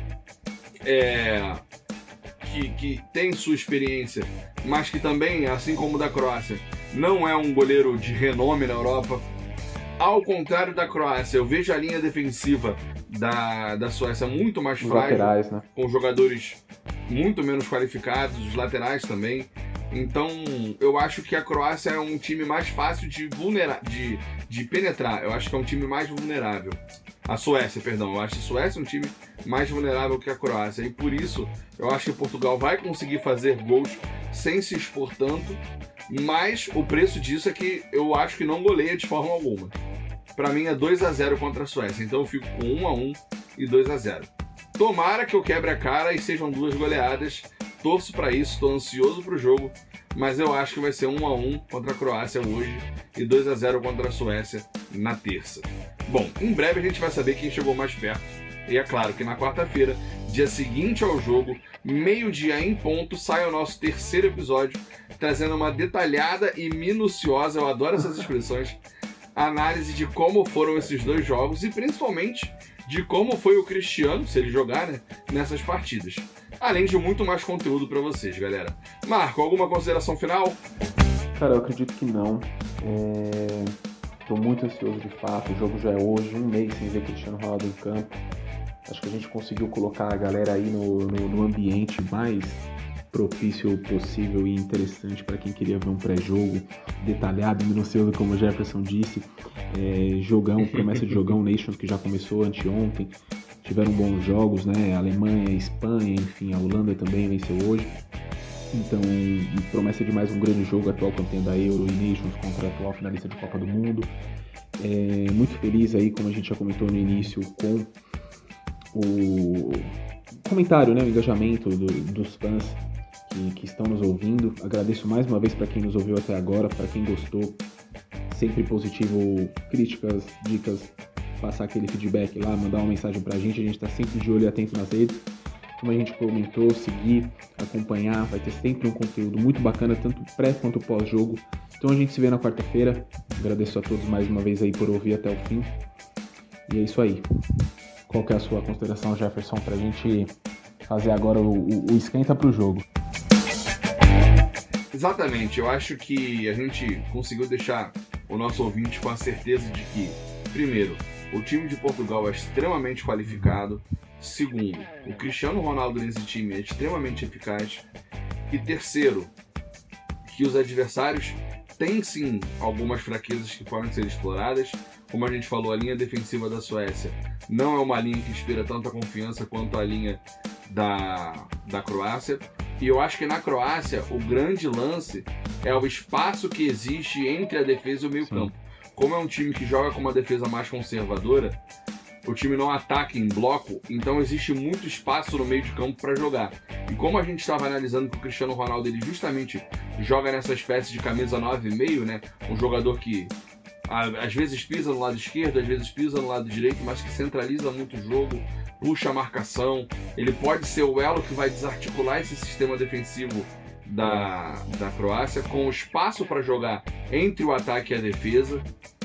que tem sua experiência, mas que também, assim como o da Croácia, não é um goleiro de renome na Europa. Ao contrário da Croácia, eu vejo a linha defensiva da Suécia muito mais frágil, laterais, né? Com jogadores muito menos qualificados, os laterais também. Então, eu acho que a Croácia é um time mais fácil de penetrar. Eu acho que é um time mais vulnerável. A Suécia, perdão. Eu acho que a Suécia é um time mais vulnerável que a Croácia. E por isso, eu acho que Portugal vai conseguir fazer gols sem se expor tanto. Mas o preço disso é que eu acho que não goleia de forma alguma. Para mim é 2-0 contra a Suécia. Então eu fico com 1-1 e 2-0. Tomara que eu quebre a cara e sejam 2 goleadas. Torço para isso, estou ansioso para o jogo. Mas eu acho que vai ser 1-1 contra a Croácia hoje e 2-0 contra a Suécia na terça. Bom, em breve a gente vai saber quem chegou mais perto. E é claro que na quarta-feira, dia seguinte ao jogo, meio-dia em ponto, sai o nosso terceiro episódio, trazendo uma detalhada e minuciosa, eu adoro essas expressões, análise de como foram esses 2 jogos e principalmente de como foi o Cristiano, se ele jogar, né, nessas partidas. Além de muito mais conteúdo para vocês, galera. Marco, alguma consideração final? Cara, eu acredito que não. Tô muito ansioso de fato. O jogo já é hoje, 1 mês sem ver Cristiano Ronaldo em campo. Acho que a gente conseguiu colocar a galera aí no ambiente mais propício possível e interessante para quem queria ver um pré-jogo detalhado, minucioso, como o Jefferson disse. Jogão, promessa de jogão, Nations, que já começou anteontem. Tiveram bons jogos, né? A Alemanha, a Espanha, enfim, a Holanda também venceu hoje. Então, promessa de mais um grande jogo, atual campeão da Euro e Nations contra a atual finalista de Copa do Mundo. Muito feliz aí, como a gente já comentou no início, com o comentário, né? O engajamento dos fãs que estão nos ouvindo. Agradeço mais uma vez para quem nos ouviu até agora, para quem gostou. Sempre positivo, críticas, dicas, passar aquele feedback lá, mandar uma mensagem pra gente tá sempre de olho e atento nas redes. Como a gente comentou, seguir, acompanhar, vai ter sempre um conteúdo muito bacana, tanto pré quanto pós-jogo. Então a gente se vê na quarta-feira. Agradeço a todos mais uma vez aí por ouvir até o fim. E é isso aí. Qual que é a sua consideração, Jefferson, pra gente fazer agora o esquenta pro jogo? Exatamente, eu acho que a gente conseguiu deixar o nosso ouvinte com a certeza de que, primeiro, o time de Portugal é extremamente qualificado. Segundo, o Cristiano Ronaldo nesse time é extremamente eficaz. E terceiro, que os adversários têm sim algumas fraquezas que podem ser exploradas. Como a gente falou, a linha defensiva da Suécia não é uma linha que inspira tanta confiança quanto a linha da Croácia. E eu acho que na Croácia o grande lance é o espaço que existe entre a defesa e o meio-campo. Como é um time que joga com uma defesa mais conservadora, o time não ataca em bloco, então existe muito espaço no meio de campo para jogar. E como a gente estava analisando que o Cristiano Ronaldo ele justamente joga nessa espécie de camisa 9,5, né? Um jogador que às vezes pisa no lado esquerdo, às vezes pisa no lado direito, mas que centraliza muito o jogo, puxa a marcação. Ele pode ser o elo que vai desarticular esse sistema defensivo da Croácia, com espaço para jogar entre o ataque e a defesa.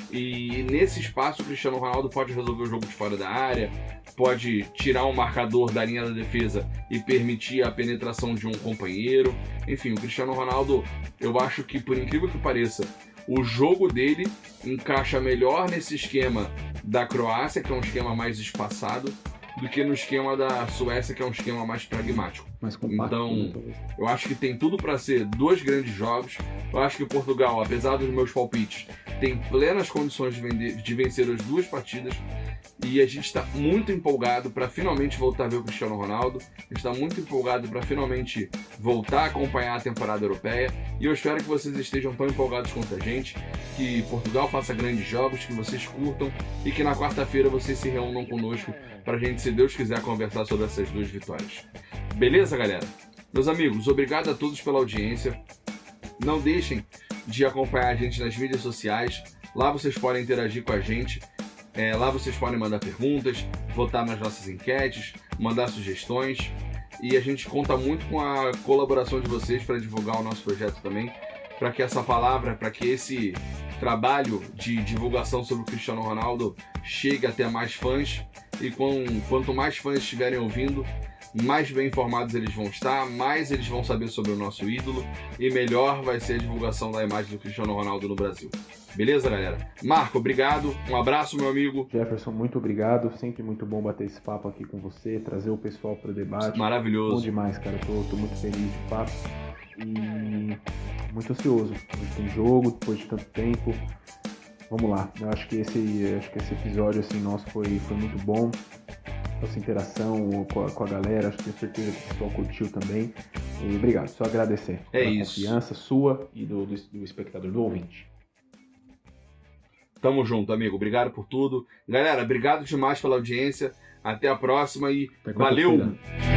E nesse espaço o Cristiano Ronaldo pode resolver o jogo de fora da área, pode tirar um marcador da linha da defesa e permitir a penetração de um companheiro. Enfim, o Cristiano Ronaldo, eu acho que, por incrível que pareça, o jogo dele encaixa melhor nesse esquema da Croácia, que é um esquema mais espaçado, do que no esquema da Suécia, que é um esquema mais pragmático. Mais compacto, então, eu acho que tem tudo para ser dois grandes jogos. Eu acho que Portugal, apesar dos meus palpites, tem plenas condições de vencer as duas partidas. E a gente está muito empolgado para finalmente voltar a ver o Cristiano Ronaldo. A gente está muito empolgado para finalmente voltar a acompanhar a temporada europeia. E eu espero que vocês estejam tão empolgados quanto a gente, que Portugal faça grandes jogos, que vocês curtam e que na quarta-feira vocês se reúnam conosco para a gente, se Deus quiser, conversar sobre essas duas vitórias. Beleza, galera? Meus amigos, obrigado a todos pela audiência. Não deixem de acompanhar a gente nas mídias sociais. Lá vocês podem interagir com a gente. Lá vocês podem mandar perguntas, votar nas nossas enquetes, mandar sugestões. E a gente conta muito com a colaboração de vocês para divulgar o nosso projeto também, para que essa palavra, para que esse trabalho de divulgação sobre o Cristiano Ronaldo chegue até mais fãs. E quanto mais fãs estiverem ouvindo, mais bem informados eles vão estar, mais eles vão saber sobre o nosso ídolo e melhor vai ser a divulgação da imagem do Cristiano Ronaldo no Brasil. Beleza, galera? Marco, obrigado. Um abraço, meu amigo. Jefferson, muito obrigado. Sempre muito bom bater esse papo aqui com você, trazer o pessoal para o debate. Maravilhoso. Bom demais, cara. Tô muito feliz de fato e muito ansioso. Tem jogo depois de tanto tempo. Vamos lá. Eu acho que esse episódio assim, nosso foi muito bom. Essa interação com a galera, acho que tenho certeza que o pessoal curtiu também. E obrigado, só agradecer pela confiança sua e do espectador, do ouvinte. Tamo junto, amigo. Obrigado por tudo. Galera, obrigado demais pela audiência. Até a próxima e valeu!